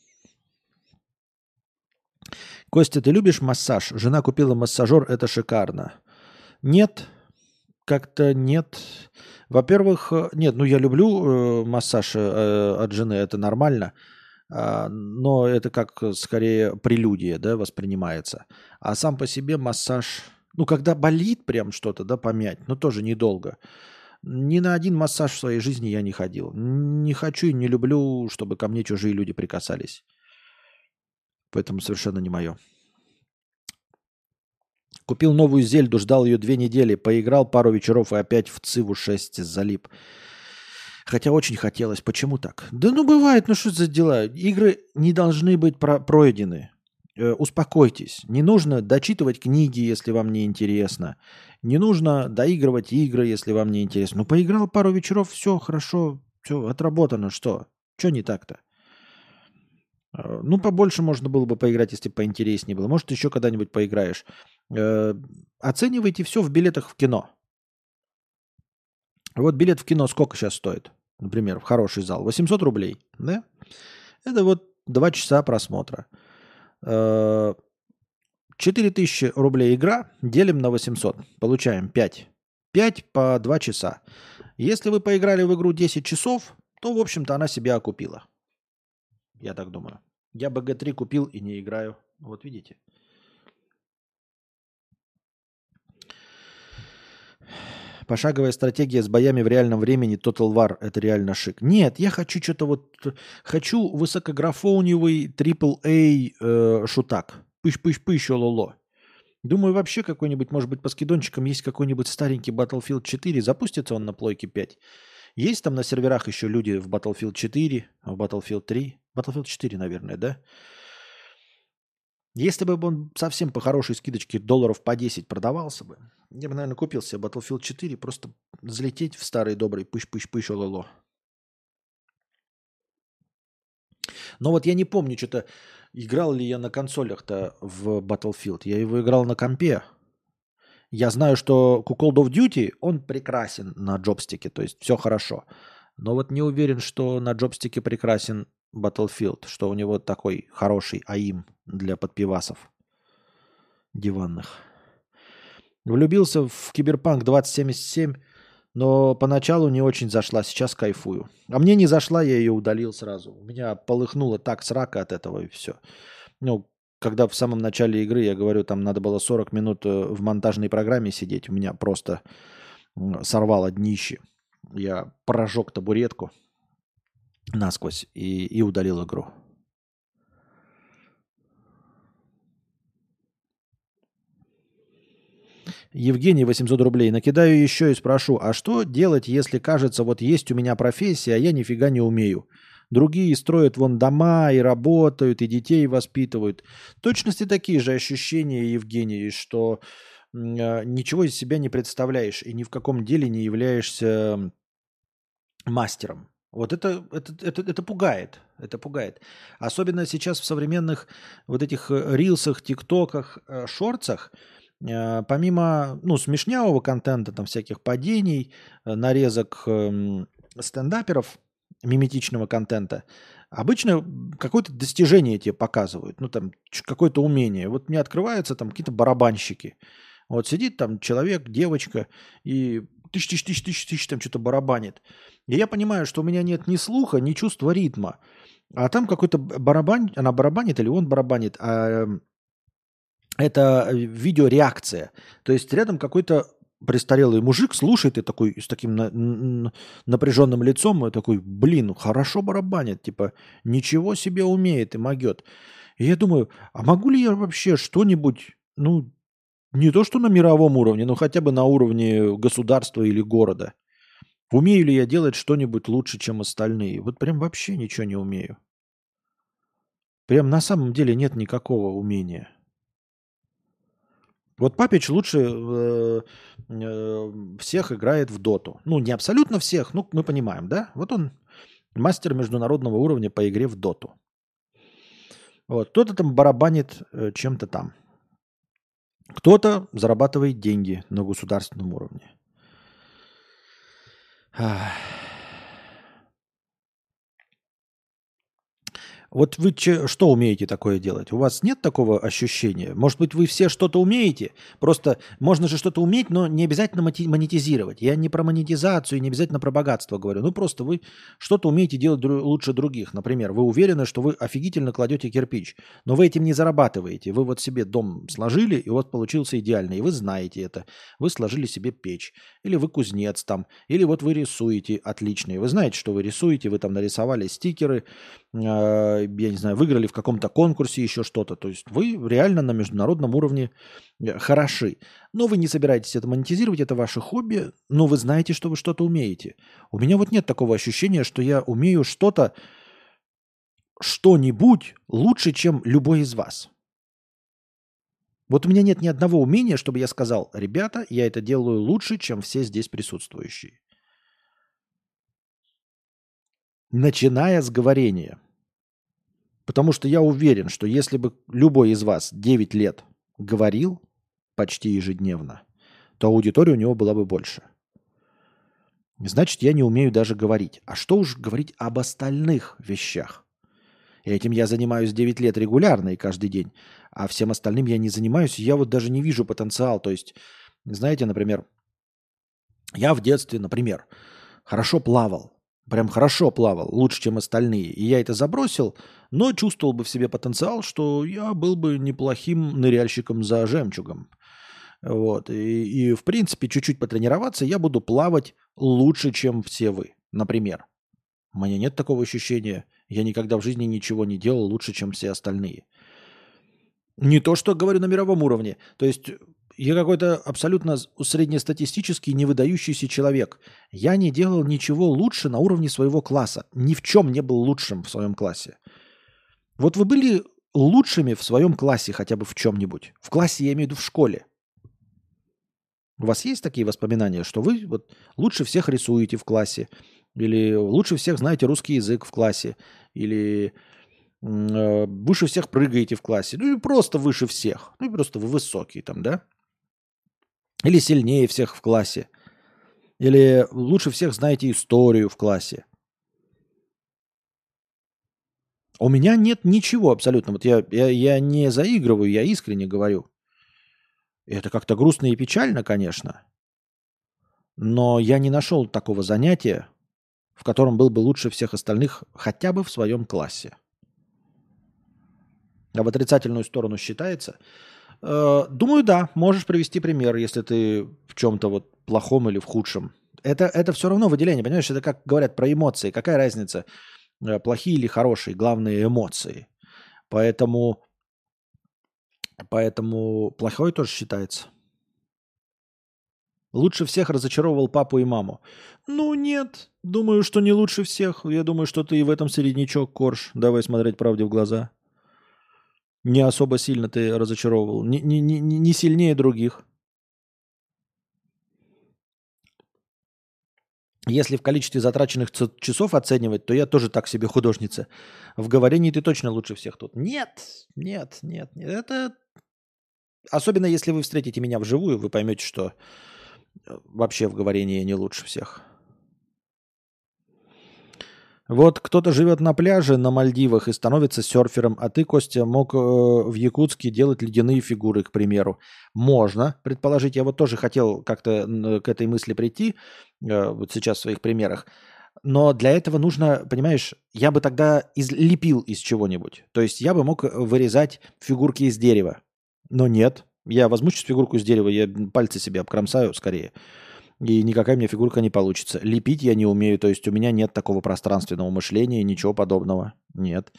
Костя, ты любишь массаж? Жена купила массажер, это шикарно. Нет, как-то нет. Во-первых, нет, ну я люблю массаж от жены, это нормально, но это как скорее прелюдия, да, воспринимается. А сам по себе массаж, ну когда болит прям что-то, да, помять, но тоже недолго. Ни на один массаж в своей жизни я не ходил. Не хочу и не люблю, чтобы ко мне чужие люди прикасались. Поэтому совершенно не мое. Купил новую Зельду, ждал ее 2 недели, поиграл пару вечеров и опять в Циву 6 залип. Хотя очень хотелось. Почему так? Да ну бывает, ну что за дела? Игры не должны быть пройдены. Успокойтесь. Не нужно дочитывать книги, если вам не интересно. Не нужно доигрывать игры, если вам не интересно. Ну поиграл пару вечеров, все хорошо, все отработано. Что? Что не так-то? Ну, побольше можно было бы поиграть, если поинтереснее было. Может, еще когда-нибудь поиграешь. Оценивайте все в билетах в кино. Вот билет в кино сколько сейчас стоит? Например, в хороший зал. 800 рублей, да? Это вот 2 часа просмотра. 4000 рублей игра, делим на 800. Получаем 5. 5 по 2 часа. Если вы поиграли в игру 10 часов, то, в общем-то, она себя окупила. Я так думаю. Я БГ-3 купил и не играю. Вот видите. Пошаговая стратегия с боями в реальном времени Total War. Это реально шик. Нет, я хочу что-то вот... Хочу высокографоневый AAA шутак. Пыщ-пыщ-пыщ, лоло. Думаю, вообще какой-нибудь, может быть, по скидончикам есть какой-нибудь старенький Battlefield 4. Запустится он на плойке 5. Есть там на серверах еще люди в Battlefield 4, в Battlefield 3. Battlefield 4, наверное, да? Если бы он совсем по хорошей скидочке долларов по 10 продавался бы, я бы, наверное, купил себе Battlefield 4, просто залететь в старый добрый пыш-пыш-пыш ололо. Но вот я не помню, что-то играл ли я на консолях-то в Battlefield. Я его играл на компе. Я знаю, что Call of Duty, он прекрасен на джойстике, то есть все хорошо. Но вот не уверен, что на джойстике прекрасен Battlefield, что у него такой хороший АИМ для подпивасов диванных. Влюбился в Киберпанк 2077, но поначалу не очень зашла, сейчас кайфую. А мне не зашла, я ее удалил сразу. У меня полыхнуло так срака от этого и все. Ну, когда в самом начале игры, я говорю, там надо было 40 минут в монтажной программе сидеть, у меня просто сорвало днище. Я прожег табуретку насквозь и удалил игру. Евгений, 800 рублей. Накидаю еще и спрошу, а что делать, если кажется, вот есть у меня профессия, а я нифига не умею? Другие строят вон дома и работают, и детей воспитывают. В точности такие же ощущения, Евгений, что ничего из себя не представляешь и ни в каком деле не являешься мастером. Вот это пугает. Это пугает. Особенно сейчас в современных вот этих рилсах, тиктоках, шортсах, помимо смешнявого контента, там всяких падений, нарезок стендаперов, миметичного контента, обычно какое-то достижение тебе показывают, там какое-то умение. Вот мне открываются там какие-то барабанщики. Вот сидит там человек, девочка, и тысяч там что-то барабанит. И я понимаю, что у меня нет ни слуха, ни чувства ритма. А там какой-то барабан, она барабанит или он барабанит, а это видеореакция. То есть рядом какой-то престарелый мужик слушает и такой с таким напряженным лицом, и такой, хорошо барабанит, типа, ничего себе умеет и могет. И я думаю, а могу ли я вообще что-нибудь, не то что на мировом уровне, но хотя бы на уровне государства или города? Умею ли я делать что-нибудь лучше, чем остальные? Вот прям вообще ничего не умею. Прям на самом деле нет никакого умения. Вот Папич лучше всех играет в доту. Не абсолютно всех, мы понимаем, да? Вот он мастер международного уровня по игре в доту. Вот, кто-то там барабанит чем-то там. Кто-то зарабатывает деньги на государственном уровне. Вот вы что умеете такое делать? У вас нет такого ощущения? Может быть, вы все что-то умеете? Просто можно же что-то уметь, но не обязательно монетизировать. Я не про монетизацию, не обязательно про богатство говорю. Просто вы что-то умеете делать лучше других. Например, вы уверены, что вы офигительно кладете кирпич, но вы этим не зарабатываете. Вы вот себе дом сложили, и вот получился идеальный. И вы знаете это. Вы сложили себе печь. Или вы кузнец там. Или вот вы рисуете отлично. И вы знаете, что вы рисуете. Вы там нарисовали стикеры, я не знаю, выиграли в каком-то конкурсе еще что-то. То есть вы реально на международном уровне хороши. Но вы не собираетесь это монетизировать, это ваше хобби, но вы знаете, что вы что-то умеете. У меня вот нет такого ощущения, что я умею что-то, что-нибудь лучше, чем любой из вас. Вот у меня нет ни одного умения, чтобы я сказал, ребята, я это делаю лучше, чем все здесь присутствующие. Начиная с говорения. Потому что я уверен, что если бы любой из вас 9 лет говорил почти ежедневно, то аудитория у него была бы больше. Значит, я не умею даже говорить. А что уж говорить об остальных вещах? И этим я занимаюсь 9 лет регулярно и каждый день, а всем остальным я не занимаюсь, и я вот даже не вижу потенциал. То есть, знаете, например, я в детстве, например, хорошо плавал. Прям хорошо плавал, лучше, чем остальные. И я это забросил, но чувствовал бы в себе потенциал, что я был бы неплохим ныряльщиком за жемчугом. Вот. И в принципе, чуть-чуть потренироваться, я буду плавать лучше, чем все вы, например. У меня нет такого ощущения. Я никогда в жизни ничего не делал лучше, чем все остальные. Не то, что говорю на мировом уровне. То есть я какой-то абсолютно среднестатистический, невыдающийся человек. Я не делал ничего лучше на уровне своего класса. Ни в чем не был лучшим в своем классе. Вот вы были лучшими в своем классе хотя бы в чем-нибудь. В классе, я имею в виду в школе. У вас есть такие воспоминания, что вы вот лучше всех рисуете в классе, или лучше всех знаете русский язык в классе, или выше всех прыгаете в классе, ну и просто выше всех, ну и просто вы высокий там, да? Или сильнее всех в классе, или лучше всех знаете историю в классе. У меня нет ничего абсолютно. Вот я не заигрываю, я искренне говорю. Это как-то грустно и печально, конечно. Но я не нашел такого занятия, в котором был бы лучше всех остальных хотя бы в своем классе. А в отрицательную сторону считается? Думаю, да. Можешь привести пример, если ты в чем-то вот плохом или в худшем. Это все равно выделение, понимаешь? Это как говорят про эмоции. Какая разница, плохие или хорошие? Главные эмоции. Поэтому плохой тоже считается. Лучше всех разочаровывал папу и маму. Ну нет, думаю, что не лучше всех. Я думаю, что ты и в этом середнячок, Корж. Давай смотреть правде в глаза. Не особо сильно ты разочаровывал. Не сильнее других. Если в количестве затраченных часов оценивать, то я тоже так себе художница. В говорении ты точно лучше всех тут. Нет. Это... Особенно если вы встретите меня вживую, вы поймете, что вообще в говорении я не лучше всех. Вот кто-то живет на пляже на Мальдивах и становится серфером, а ты, Костя, мог в Якутске делать ледяные фигуры, к примеру. Можно предположить. Я вот тоже хотел как-то к этой мысли прийти вот сейчас в своих примерах. Но для этого нужно, понимаешь, я бы тогда лепил из чего-нибудь. То есть я бы мог вырезать фигурки из дерева. Но нет. Я возьму сейчас фигурку из дерева, я пальцы себе обкромсаю скорее. И никакая мне фигурка не получится. Лепить я не умею, то есть у меня нет такого пространственного мышления, ничего подобного. Нет.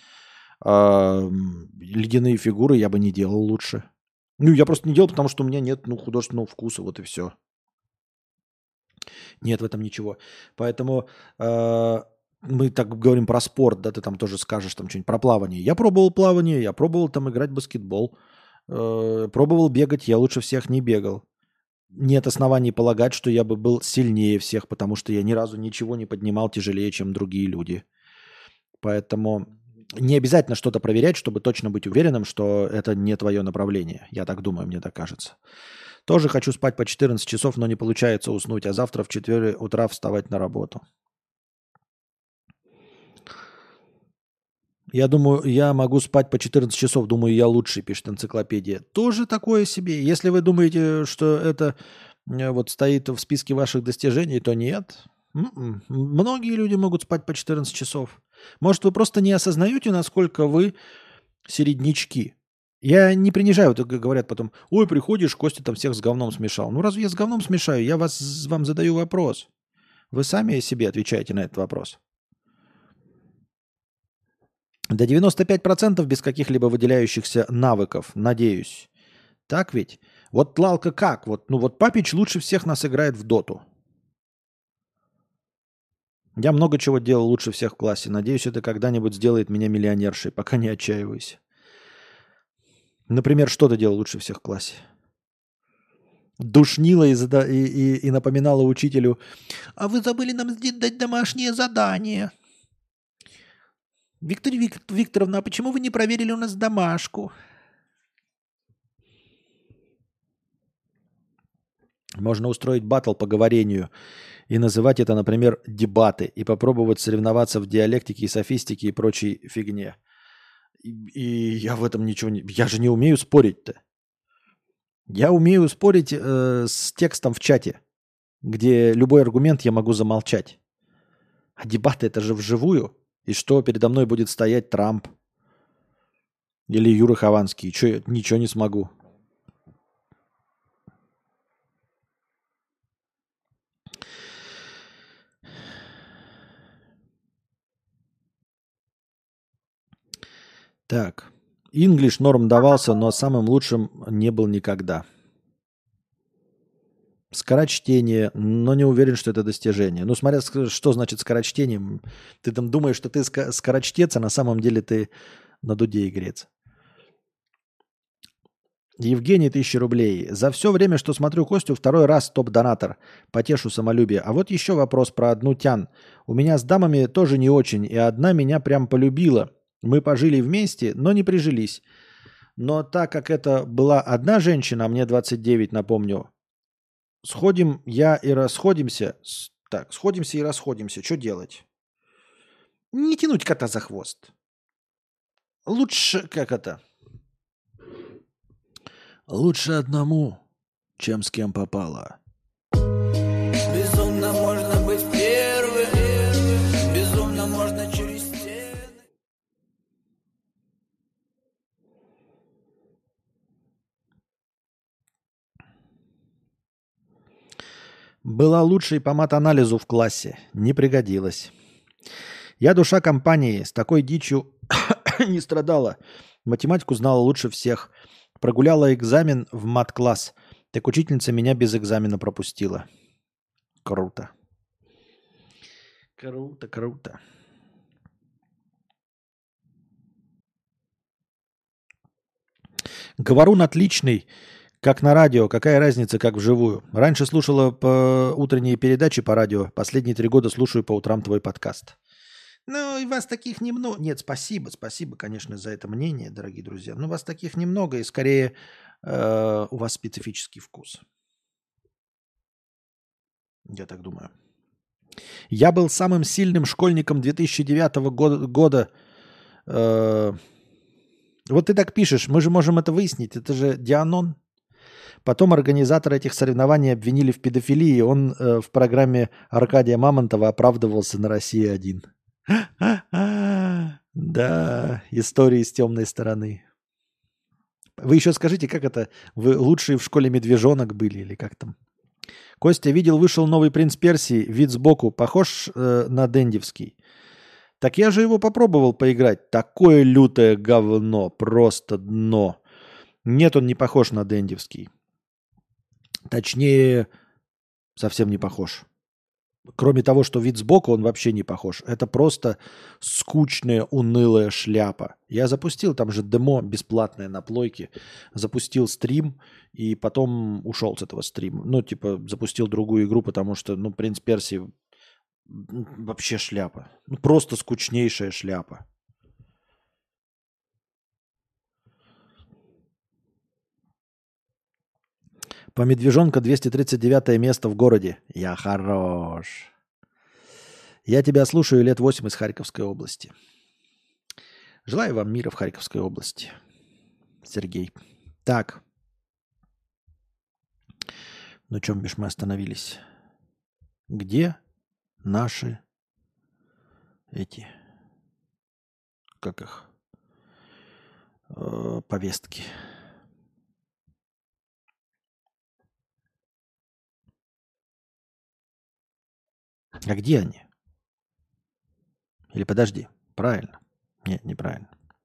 Ледяные фигуры я бы не делал лучше. Ну, я просто не делал, потому что у меня нет художественного вкуса, вот и все. Нет в этом ничего. Поэтому мы так говорим про спорт, да, ты там тоже скажешь там что-нибудь про плавание. Я пробовал плавание, я пробовал там играть в баскетбол, пробовал бегать, я лучше всех не бегал. Нет оснований полагать, что я бы был сильнее всех, потому что я ни разу ничего не поднимал тяжелее, чем другие люди. Поэтому не обязательно что-то проверять, чтобы точно быть уверенным, что это не твое направление. Я так думаю, мне так кажется. Тоже хочу спать по 14 часов, но не получается уснуть, а завтра в 4 утра вставать на работу. Я думаю, я могу спать по 14 часов, думаю, я лучший, пишет энциклопедия. Тоже такое себе. Если вы думаете, что это вот стоит в списке ваших достижений, то нет. Многие люди могут спать по 14 часов. Может, вы просто не осознаете, насколько вы середнячки. Я не принижаю, вот говорят потом, ой, приходишь, Костя там всех с говном смешал. Ну, разве я с говном смешаю? Я вам задаю вопрос. Вы сами себе отвечаете на этот вопрос. До 95% без каких-либо выделяющихся навыков, надеюсь. Так ведь? Вот Лалка как? Вот Папич лучше всех нас играет в доту. Я много чего делал лучше всех в классе. Надеюсь, это когда-нибудь сделает меня миллионершей, пока не отчаиваюсь. Например, что ты делал лучше всех в классе? Душнила и напоминала учителю, а вы забыли нам дать домашнее задание. Виктория Викторовна, а почему вы не проверили у нас домашку? Можно устроить баттл по говорению и называть это, например, дебаты, и попробовать соревноваться в диалектике и софистике и прочей фигне. И я в этом ничего не... Я же не умею спорить-то. Я умею спорить с текстом в чате, где любой аргумент я могу замолчать. А дебаты это же вживую. И что, передо мной будет стоять Трамп? Или Юра Хованский? Что, я ничего не смогу. Так. English норм давался, но самым лучшим не был никогда. Скорочтение, но не уверен, что это достижение. Ну, смотря, что значит скорочтением. Ты там думаешь, что ты скорочтец, а на самом деле ты на дуде игрец. Евгений, 1000 рублей. За все время, что смотрю Костю, второй раз топ-донатор. Потешу самолюбие. А вот еще вопрос про одну тян. У меня с дамами тоже не очень, и одна меня прям полюбила. Мы пожили вместе, но не прижились. Но так как это была одна женщина, а мне 29, напомню, сходим я и расходимся. Так, сходимся и расходимся. Что делать? Не тянуть кота за хвост. Лучше, как это? Лучше одному, чем с кем попало. Безумно можно быть первым, безумно можно через стены. Была лучшей по мат-анализу в классе. Не пригодилась. Я душа компании. С такой дичью не страдала. Математику знала лучше всех. Прогуляла экзамен в мат-класс. Так учительница меня без экзамена пропустила. Круто. Круто, круто. Говорун отличный, как на радио. Какая разница, как вживую? Раньше слушала утренние передачи по радио. Последние 3 года слушаю по утрам твой подкаст. Ну, и вас таких немного. Нет, спасибо, конечно, за это мнение, дорогие друзья. Но вас таких немного, и скорее у вас специфический вкус. Я так думаю. Я был самым сильным школьником 2009 года. Вот ты так пишешь, мы же можем это выяснить. Это же Дианон. Потом организаторы этих соревнований обвинили в педофилии. Он в программе Аркадия Мамонтова оправдывался на России-1. Да, истории с темной стороны. Вы еще скажите, как это? Вы лучшие в школе медвежонок были или как там? Костя, видел, вышел новый «Принц Персии», вид сбоку, похож на Дендевский. Так я же его попробовал поиграть. Такое лютое говно, просто дно. Нет, он не похож на Дендевский. Точнее, совсем не похож. Кроме того, что вид сбоку, он вообще не похож. Это просто скучная, унылая шляпа. Я запустил, там же демо бесплатное на плойке. Запустил стрим и потом ушел с этого стрима. Ну, типа, запустил другую игру, потому что, ну, «Принц Персии» вообще шляпа. Ну, просто скучнейшая шляпа. По медвежонка 239 место в городе. Я хорош. Я тебя слушаю лет 8 из Харьковской области. Желаю вам мира в Харьковской области. Сергей. Так. На чем бишь мы остановились? Где наши эти, как их, повестки? А где они? Или подожди, правильно? Нет, неправильно.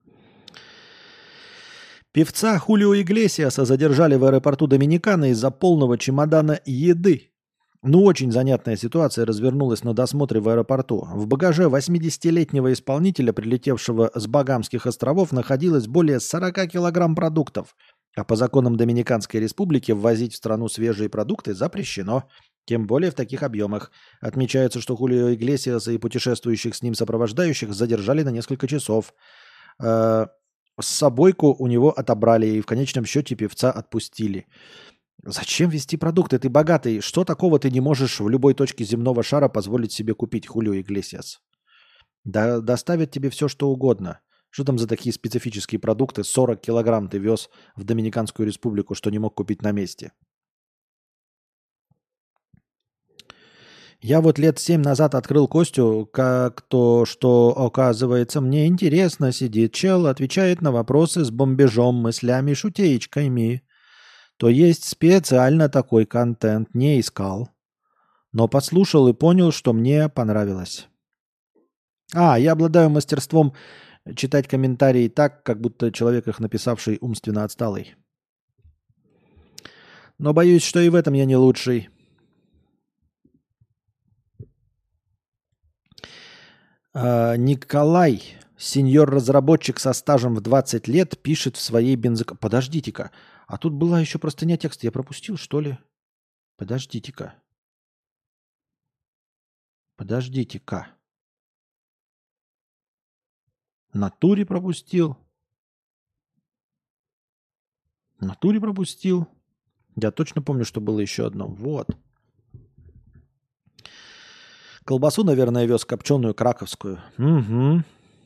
Певца Хулио Иглесиаса задержали в аэропорту Доминикана из-за полного чемодана еды. Ну, очень занятная ситуация развернулась на досмотре в аэропорту. В багаже 80-летнего исполнителя, прилетевшего с Багамских островов, находилось более 40 килограмм продуктов. А по законам Доминиканской республики ввозить в страну свежие продукты запрещено. Тем более в таких объемах. Отмечается, что Хулио Иглесиаса и путешествующих с ним сопровождающих задержали на несколько часов. С собойку у него отобрали, и в конечном счете певца отпустили. Зачем везти продукты? Ты богатый. Что такого ты не можешь в любой точке земного шара позволить себе купить, Хулио Иглесиас? Да, доставят тебе все, что угодно. Что там за такие специфические продукты? 40 килограмм ты вез в Доминиканскую республику, что не мог купить на месте. Я вот лет 7 назад открыл Костю, как то, что, оказывается, мне интересно, сидит чел, отвечает на вопросы с бомбежом, мыслями, шутеечками. То есть специально такой контент не искал. Но послушал и понял, что мне понравилось. Я обладаю мастерством читать комментарии так, как будто человек, их написавший, умственно отсталый. Но боюсь, что и в этом я не лучший. Николай, сеньор-разработчик со стажем в 20 лет, пишет в своей Подождите-ка, А тут была еще простыня текста. Я пропустил, что ли? Подождите-ка. Подождите-ка. В натуре пропустил. В натуре пропустил. Я точно помню, что было еще одно. Вот. Колбасу, наверное, вез копченую краковскую. Угу.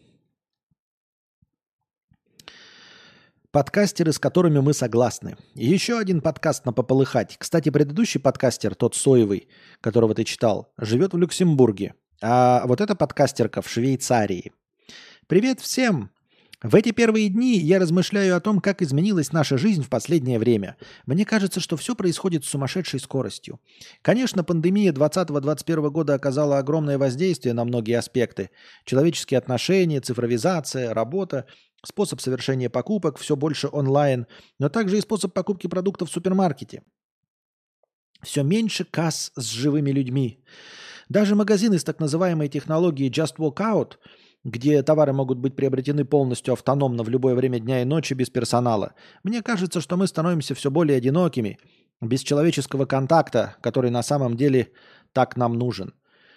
Подкастеры, с которыми мы согласны. И еще один подкаст на пополыхать. Кстати, предыдущий подкастер, тот соевый, которого ты читал, живет в Люксембурге. А вот эта подкастерка в Швейцарии. Привет всем! В эти первые дни я размышляю о том, как изменилась наша жизнь в последнее время. Мне кажется, что все происходит с сумасшедшей скоростью. Конечно, пандемия 2020-2021 года оказала огромное воздействие на многие аспекты. Человеческие отношения, цифровизация, работа, способ совершения покупок, все больше онлайн, но также и способ покупки продуктов в супермаркете. Все меньше касс с живыми людьми. Даже магазины с так называемой технологией Just Walk Out, где товары могут быть приобретены полностью автономно в любое время дня и ночи без персонала. Мне кажется, что мы становимся все более одинокими, без человеческого контакта, который на самом деле так нам нужен.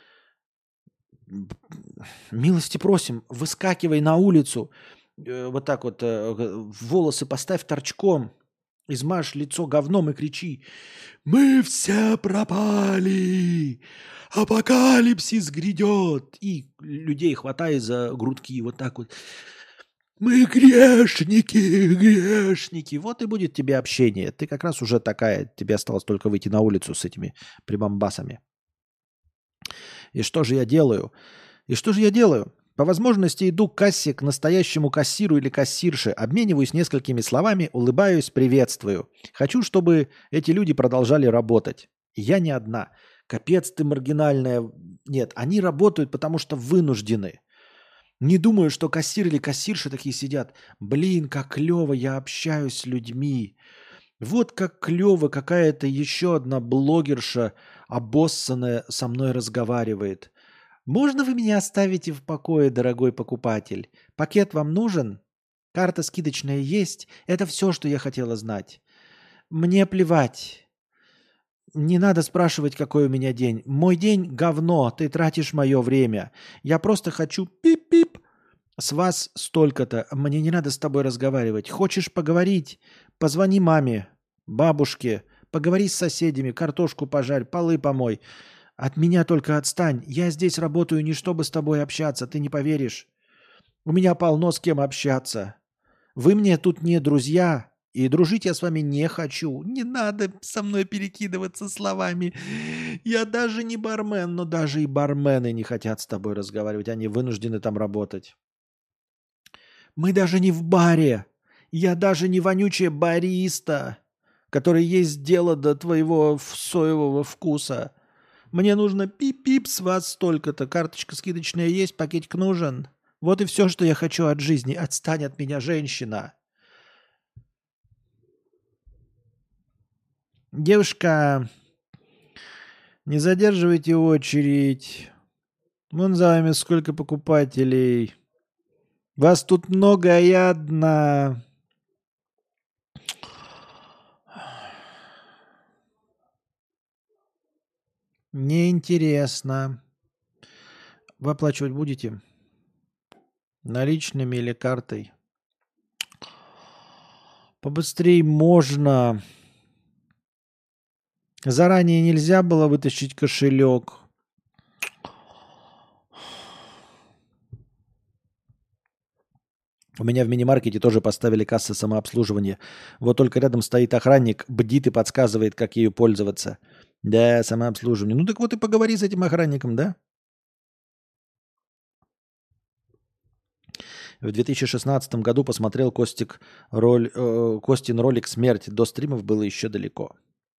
Милости просим, выскакивай на улицу, вот так вот волосы поставь торчком, измажь лицо говном и кричи: «Мы все пропали! Апокалипсис грядет!» И людей хватай за грудки вот так вот. «Мы грешники, грешники!» Вот и будет тебе общение. Ты как раз уже такая, тебе осталось только выйти на улицу с этими прибамбасами. И что же я делаю? По возможности иду к кассе, к настоящему кассиру или кассирше, обмениваюсь несколькими словами, улыбаюсь, приветствую. Хочу, чтобы эти люди продолжали работать. И я не одна. Капец ты маргинальная. Нет, они работают, потому что вынуждены. Не думаю, что кассир или кассирша такие сидят. Блин, как клево, я общаюсь с людьми. Вот как клево, какая-то еще одна блогерша обоссанная со мной разговаривает. Можно вы меня оставите в покое, дорогой покупатель? Пакет вам нужен? Карта скидочная есть? Это все, что я хотела знать. Мне плевать. Не надо спрашивать, какой у меня день. Мой день – говно, ты тратишь мое время. Я просто хочу пип-пип. С вас столько-то. Мне не надо с тобой разговаривать. Хочешь поговорить? Позвони маме, бабушке, поговори с соседями, картошку пожарь, полы помой. От меня только отстань. Я здесь работаю не чтобы с тобой общаться, ты не поверишь. У меня полно с кем общаться. Вы мне тут не друзья, и дружить я с вами не хочу. Не надо со мной перекидываться словами. Я даже не бармен, но даже и бармены не хотят с тобой разговаривать. Они вынуждены там работать. Мы даже не в баре. Я даже не вонючая бариста, который есть дело до твоего соевого вкуса. Мне нужно пип-пип с вас столько-то. Карточка скидочная есть, пакетик нужен. Вот и все, что я хочу от жизни. Отстань от меня, женщина. Девушка, не задерживайте очередь. Вон за вами сколько покупателей. Вас тут много, а я одна. Неинтересно. Вы оплачивать будете? Наличными или картой? Побыстрее можно. Заранее нельзя было вытащить кошелек. У меня в мини-маркете тоже поставили кассы самообслуживания. Вот только рядом стоит охранник, бдит и подсказывает, как ею пользоваться. Да, самообслуживание. Ну так вот и поговори с этим охранником, да? В 2016 году посмотрел Костин ролик «Смерть». До стримов было еще далеко.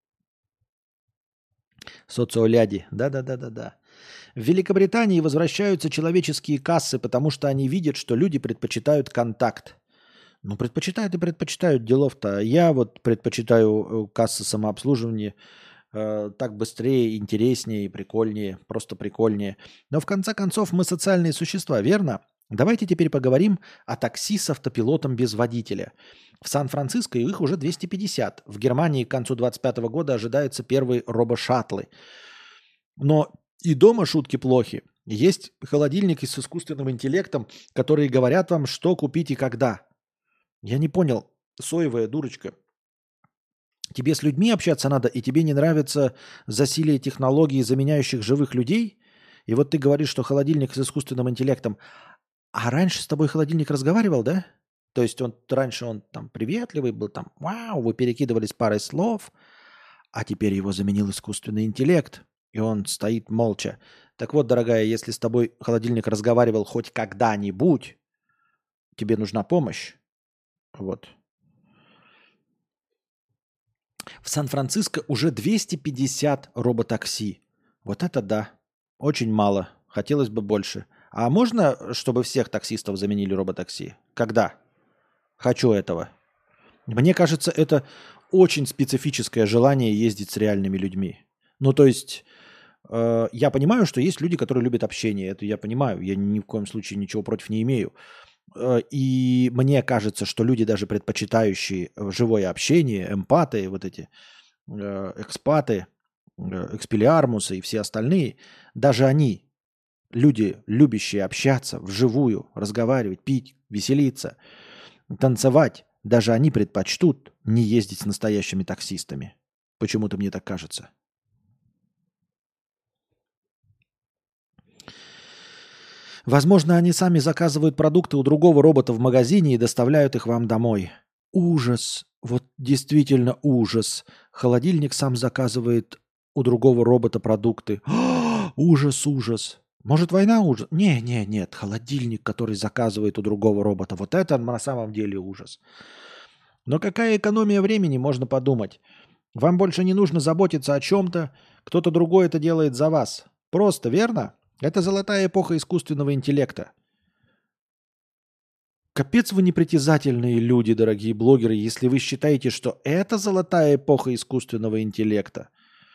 Социоляди. Да. В Великобритании возвращаются человеческие кассы, потому что они видят, что люди предпочитают контакт. Ну, предпочитают и предпочитают делов-то. Я вот предпочитаю кассы самообслуживания. Так быстрее, интереснее и прикольнее. Просто прикольнее. Но в конце концов мы социальные существа, верно? Давайте теперь поговорим о такси с автопилотом без водителя. В Сан-Франциско их уже 250. В Германии к концу 2025 года ожидаются первые робошаттлы. Но и дома шутки плохи. Есть холодильники с искусственным интеллектом, которые говорят вам, что купить и когда. Я не понял, соевая дурочка. Тебе с людьми общаться надо, и тебе не нравится засилие технологий, заменяющих живых людей? И вот ты говоришь, что холодильник с искусственным интеллектом. А раньше с тобой холодильник разговаривал, да? То есть раньше он там приветливый был, там, вау, вы перекидывались парой слов, а теперь его заменил искусственный интеллект, и он стоит молча. Так вот, дорогая, если с тобой холодильник разговаривал хоть когда-нибудь, тебе нужна помощь. Вот. В Сан-Франциско уже 250 роботакси. Вот это да. Очень мало. Хотелось бы больше. А можно, чтобы всех таксистов заменили роботакси? Когда? Хочу этого. Мне кажется, это очень специфическое желание ездить с реальными людьми. Ну, то есть, я понимаю, что есть люди, которые любят общение. Это я понимаю. Я ни в коем случае ничего против не имею. И мне кажется, что люди, даже предпочитающие живое общение, эмпаты, вот эти экспаты, экспелиармусы и все остальные, даже они, люди, любящие общаться вживую, разговаривать, пить, веселиться, танцевать, даже они предпочтут не ездить с настоящими таксистами. Почему-то мне так кажется. Возможно, они сами заказывают продукты у другого робота в магазине и доставляют их вам домой. Ужас. Вот действительно ужас. Холодильник сам заказывает у другого робота продукты. Ужас, ужас. Может, война ужас? Нет. Холодильник, который заказывает у другого робота. Вот это на самом деле ужас. Но какая экономия времени, можно подумать. Вам больше не нужно заботиться о чем-то. Кто-то другой это делает за вас. Просто, верно? Это золотая эпоха искусственного интеллекта. Капец вы непритязательные люди, дорогие блогеры, если вы считаете, что это золотая эпоха искусственного интеллекта.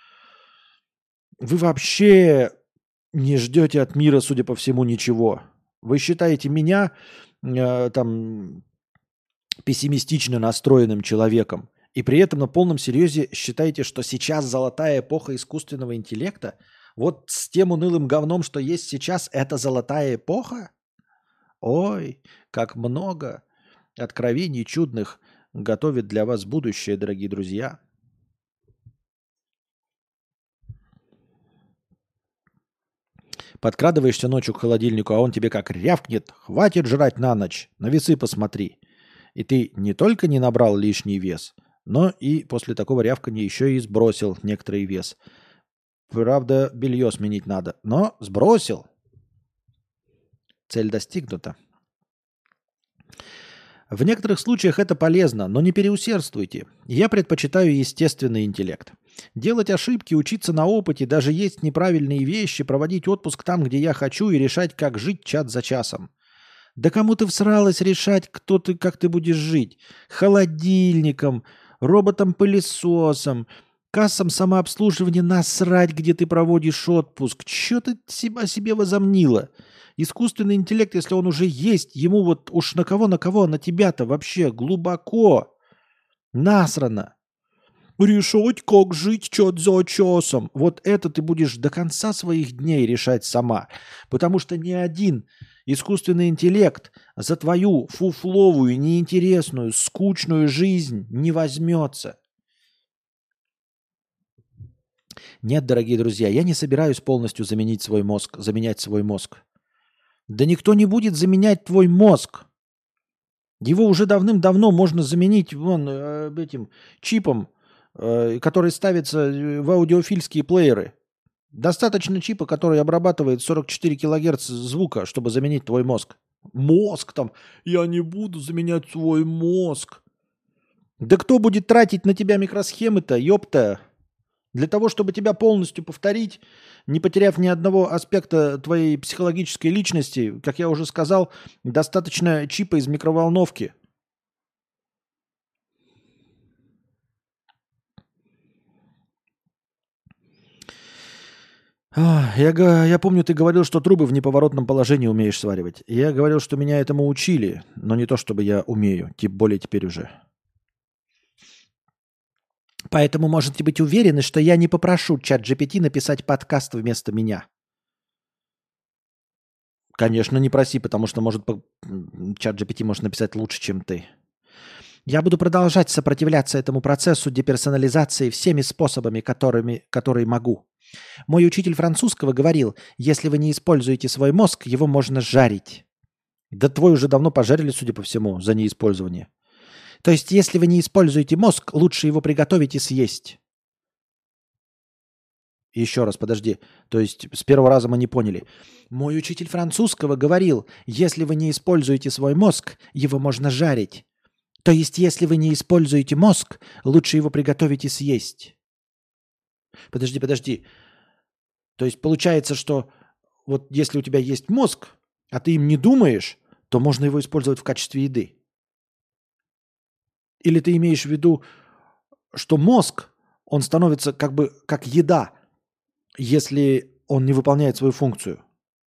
Вы вообще не ждете от мира, судя по всему, ничего. Вы считаете меня там пессимистично настроенным человеком, и при этом на полном серьезе считаете, что сейчас золотая эпоха искусственного интеллекта? Вот с тем унылым говном, что есть сейчас, это золотая эпоха? Ой, как много откровений чудных готовит для вас будущее, дорогие друзья. Подкрадываешься ночью к холодильнику, а он тебе как рявкнет: хватит жрать на ночь, на весы посмотри. И ты не только не набрал лишний вес, но и после такого рявкания еще и сбросил некоторый вес. Правда, белье сменить надо, но сбросил. Цель достигнута. В некоторых случаях это полезно, но не переусердствуйте. Я предпочитаю естественный интеллект. Делать ошибки, учиться на опыте, даже есть неправильные вещи, проводить отпуск там, где я хочу, и решать, как жить час за часом. Да кому ты всралась решать, как ты будешь жить? Холодильником, роботом-пылесосом, кассам самообслуживания насрать, где ты проводишь отпуск. Чё ты о себе возомнила? Искусственный интеллект, если он уже есть, ему вот уж на кого, а на тебя-то вообще глубоко насрано. Решать, как жить час за часом. Вот это ты будешь до конца своих дней решать сама. Потому что ни один искусственный интеллект за твою фуфловую, неинтересную, скучную жизнь не возьмется. Нет, дорогие друзья, я не собираюсь полностью заменять свой мозг. Да никто не будет заменять твой мозг. Его уже давным-давно можно заменить этим чипом, который ставится в аудиофильские плееры. Достаточно чипа, который обрабатывает 44 кГц звука, чтобы заменить твой мозг. Мозг там, я не буду заменять свой мозг. Да кто будет тратить на тебя микросхемы-то, ёпта? Для того, чтобы тебя полностью повторить, не потеряв ни одного аспекта твоей психологической личности, как я уже сказал, достаточно чипа из микроволновки. Я помню, ты говорил, что трубы в неповоротном положении умеешь сваривать. Я говорил, что меня этому учили, но не то, чтобы я умею, тем более теперь уже. Поэтому можете быть уверены, что я не попрошу ChatGPT написать подкаст вместо меня. Конечно, не проси, потому что ChatGPT может написать лучше, чем ты. Я буду продолжать сопротивляться этому процессу деперсонализации всеми способами, которые могу. Мой учитель французского говорил, если вы не используете свой мозг, его можно жарить. Да твой уже давно пожарили, судя по всему, за неиспользование. То есть, если вы не используете мозг, лучше его приготовить и съесть. Еще раз, подожди. То есть, с первого раза мы не поняли. Мой учитель французского говорил, если вы не используете свой мозг, его можно жарить. То есть, если вы не используете мозг, лучше его приготовить и съесть. Подожди. То есть, получается, что вот если у тебя есть мозг, а ты им не думаешь, то можно его использовать в качестве еды. Или ты имеешь в виду, что мозг, он становится как бы как еда, если он не выполняет свою функцию.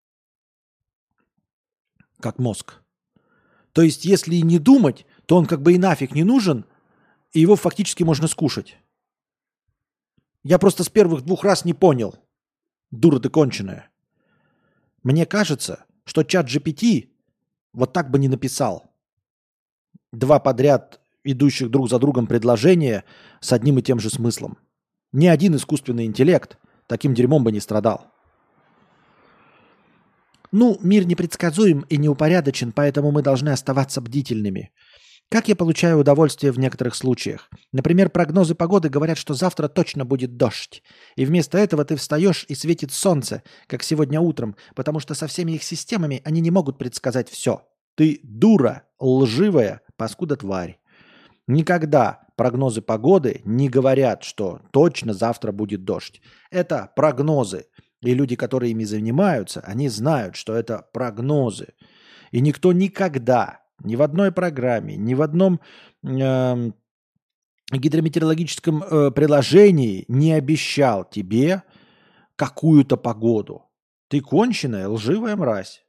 Как мозг. То есть, если и не думать, то он как бы и нафиг не нужен, и его фактически можно скушать. Я просто с первых 2 раз не понял. Дура ты конченая. Мне кажется, что ChatGPT вот так бы не написал. 2 подряд идущих друг за другом предложения с одним и тем же смыслом. Ни один искусственный интеллект таким дерьмом бы не страдал. Мир непредсказуем и неупорядочен, поэтому мы должны оставаться бдительными. Как я получаю удовольствие в некоторых случаях? Например, прогнозы погоды говорят, что завтра точно будет дождь. И вместо этого ты встаешь и светит солнце, как сегодня утром, потому что со всеми их системами они не могут предсказать все. Ты дура, лживая, паскуда-тварь. Никогда прогнозы погоды не говорят, что точно завтра будет дождь. Это прогнозы. И люди, которые ими занимаются, они знают, что это прогнозы. И никто никогда, ни в одной программе, ни в одном гидрометеорологическом приложении не обещал тебе какую-то погоду. Ты конченая, лживая мразь.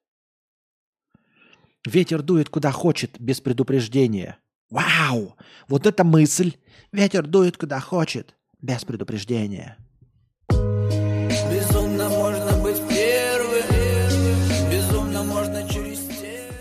Ветер дует куда хочет, без предупреждения. Вау! Вот это мысль! Ветер дует куда хочет, без предупреждения. Безумно можно быть первым, безумно можно через стены.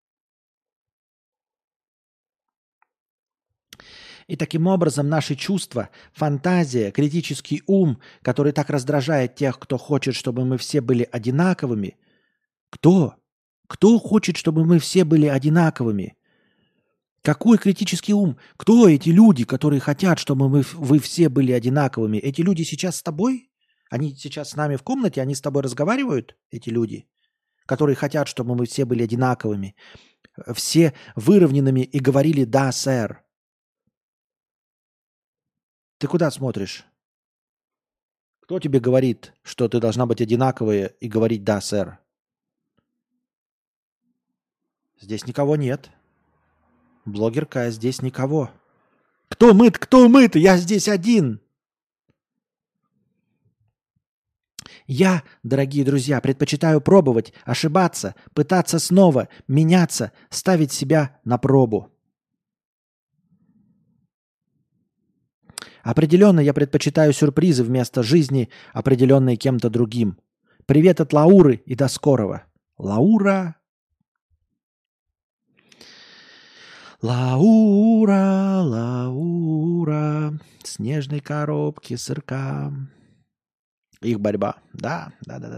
И таким образом наши чувства, фантазия, критический ум, который так раздражает тех, кто хочет, чтобы мы все были одинаковыми. Кто? Кто хочет, чтобы мы все были одинаковыми? Какой критический ум? Кто эти люди, которые хотят, чтобы вы все были одинаковыми? Эти люди сейчас с тобой? Они сейчас с нами в комнате, они с тобой разговаривают, эти люди, которые хотят, чтобы мы все были одинаковыми, все выровненными и говорили «да, сэр». Ты куда смотришь? Кто тебе говорит, что ты должна быть одинаковая и говорить «да, сэр»? Здесь никого нет. Блогерка, здесь никого. Кто мы-то? Кто мы-то? Я здесь один. Я, дорогие друзья, предпочитаю пробовать, ошибаться, пытаться снова, меняться, ставить себя на пробу. Определенно я предпочитаю сюрпризы вместо жизни, определенной кем-то другим. Привет от Лауры и до скорого. Лаура. Лаура, Лаура, снежной коробки сырка. Их борьба. Да.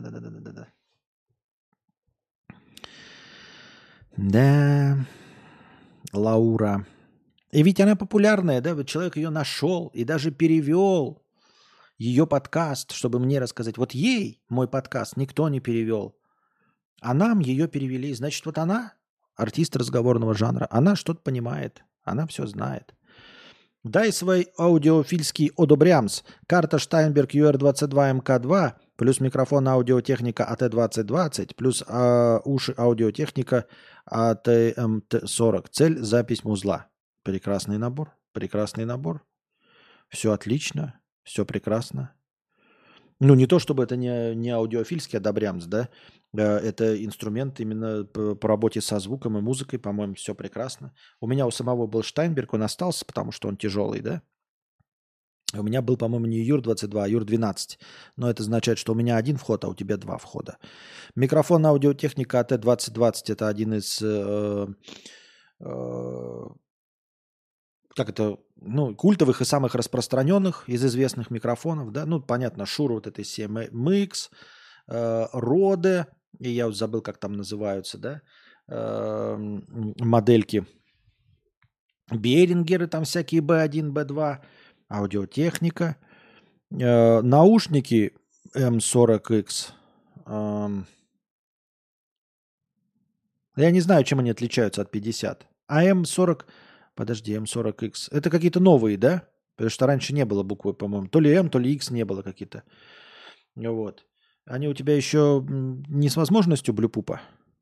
Да, Лаура. И ведь она популярная, да? Вот человек ее нашел и даже перевел ее подкаст, чтобы мне рассказать. Вот ей мой подкаст никто не перевел, а нам ее перевели. Значит, вот она, артист разговорного жанра, она что-то понимает, она все знает. Дай свой аудиофильский одобрямс. Карта Штайнберг UR22 МК2 плюс микрофон аудиотехника АТ-2020 плюс уши аудиотехника АТМТ-40. Цель – запись музла. Прекрасный набор. Прекрасный набор. Все отлично. Все прекрасно. Ну, не то, чтобы это не аудиофильский одобрямс, да? Это инструмент именно по работе со звуком и музыкой. По-моему, все прекрасно. У меня у самого был Штайнберг, он остался, потому что он тяжелый, да? У меня был, по-моему, не Юр 22, а Юр 12. Но это означает, что у меня один вход, а у тебя два входа. Микрофон аудиотехника АТ-2020 это один из как это, ну, культовых и самых распространенных из известных микрофонов, да, ну, понятно, Shure вот этой 7MX, Rode, и я вот забыл, как там называются, да, модельки, Берингеры, там всякие B1, B2, аудиотехника, наушники M40X, я не знаю, чем они отличаются от 50, а M40... Подожди, M40X. Это какие-то новые, да? Потому что раньше не было буквы, по-моему. То ли M, то ли X не было какие-то. Вот. Они у тебя еще не с возможностью блюпупа.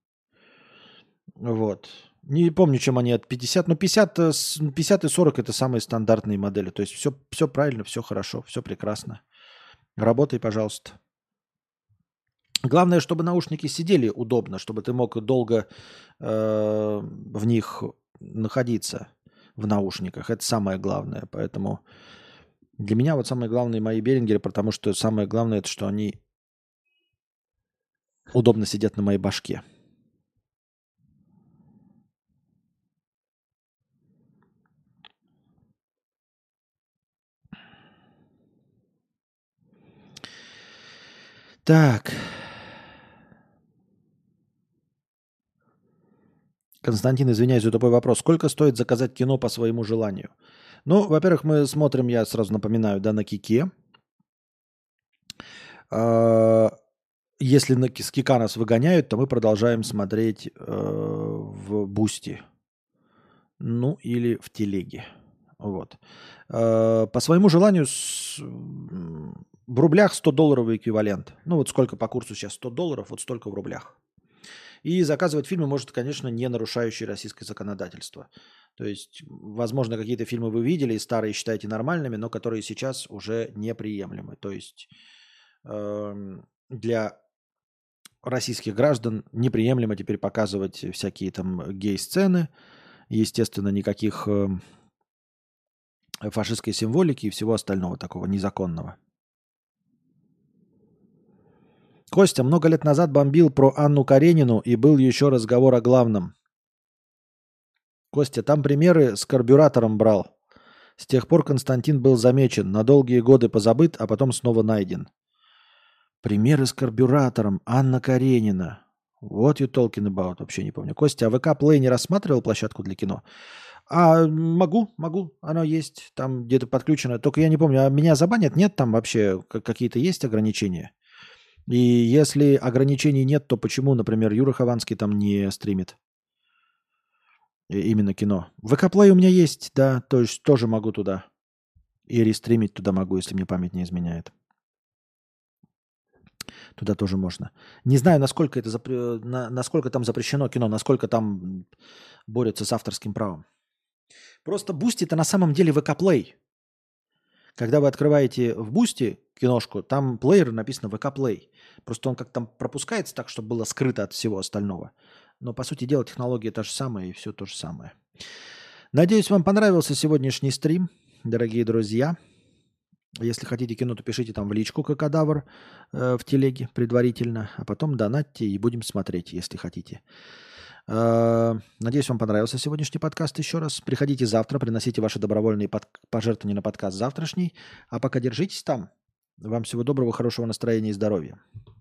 Вот. Не помню, чем они от 50. Но 50 и 40 это самые стандартные модели. То есть все правильно, все хорошо, все прекрасно. Работай, пожалуйста. Главное, чтобы наушники сидели удобно, чтобы ты мог долго в них находиться. В наушниках. Это самое главное. Поэтому для меня вот самое главное мои Берингеры, потому что самое главное, это что они удобно сидят на моей башке. Так. Константин, извиняюсь за тупой вопрос. Сколько стоит заказать кино по своему желанию? Ну, во-первых, мы смотрим, я сразу напоминаю, да, на Кике. Если с Кика нас выгоняют, то мы продолжаем смотреть в Бусти. Ну, или в Телеге. Вот. По своему желанию в рублях $100 эквивалент. Ну, вот сколько по курсу сейчас $100, вот столько в рублях. И заказывать фильмы может, конечно, не нарушающие российское законодательство. То есть, возможно, какие-то фильмы вы видели и старые считаете нормальными, но которые сейчас уже неприемлемы. То есть для российских граждан неприемлемо теперь показывать всякие там гей-сцены. Естественно, никаких фашистской символики и всего остального такого незаконного. Костя, много лет назад бомбил про Анну Каренину, и был еще разговор о главном. Костя, там примеры с карбюратором брал. С тех пор Константин был замечен, на долгие годы позабыт, а потом снова найден. Примеры с карбюратором, Анна Каренина. What you talking about? Вообще не помню. Костя, а ВК Play не рассматривал площадку для кино? Могу. Оно есть, там где-то подключено. Только я не помню, а меня забанят? Нет, там вообще какие-то есть ограничения? И если ограничений нет, то почему, например, Юра Хованский там не стримит именно кино? ВК Play у меня есть, да, то есть тоже могу туда. И рестримить туда могу, если мне память не изменяет. Туда тоже можно. Не знаю, насколько насколько там запрещено кино, насколько там борются с авторским правом. Просто Boosty это на самом деле ВК Play. Когда вы открываете в Boosty киношку, там плеер написано ВК Play. Просто он как-то там пропускается так, чтобы было скрыто от всего остального. Но, по сути дела, технология та же самая и все то же самое. Надеюсь, вам понравился сегодняшний стрим, дорогие друзья. Если хотите кино, то пишите там в личку Кокодавр в телеге предварительно, а потом донатьте и будем смотреть, если хотите. Надеюсь, вам понравился сегодняшний подкаст еще раз. Приходите завтра, приносите ваши добровольные пожертвования на подкаст завтрашний. А пока держитесь там. Вам всего доброго, хорошего настроения и здоровья.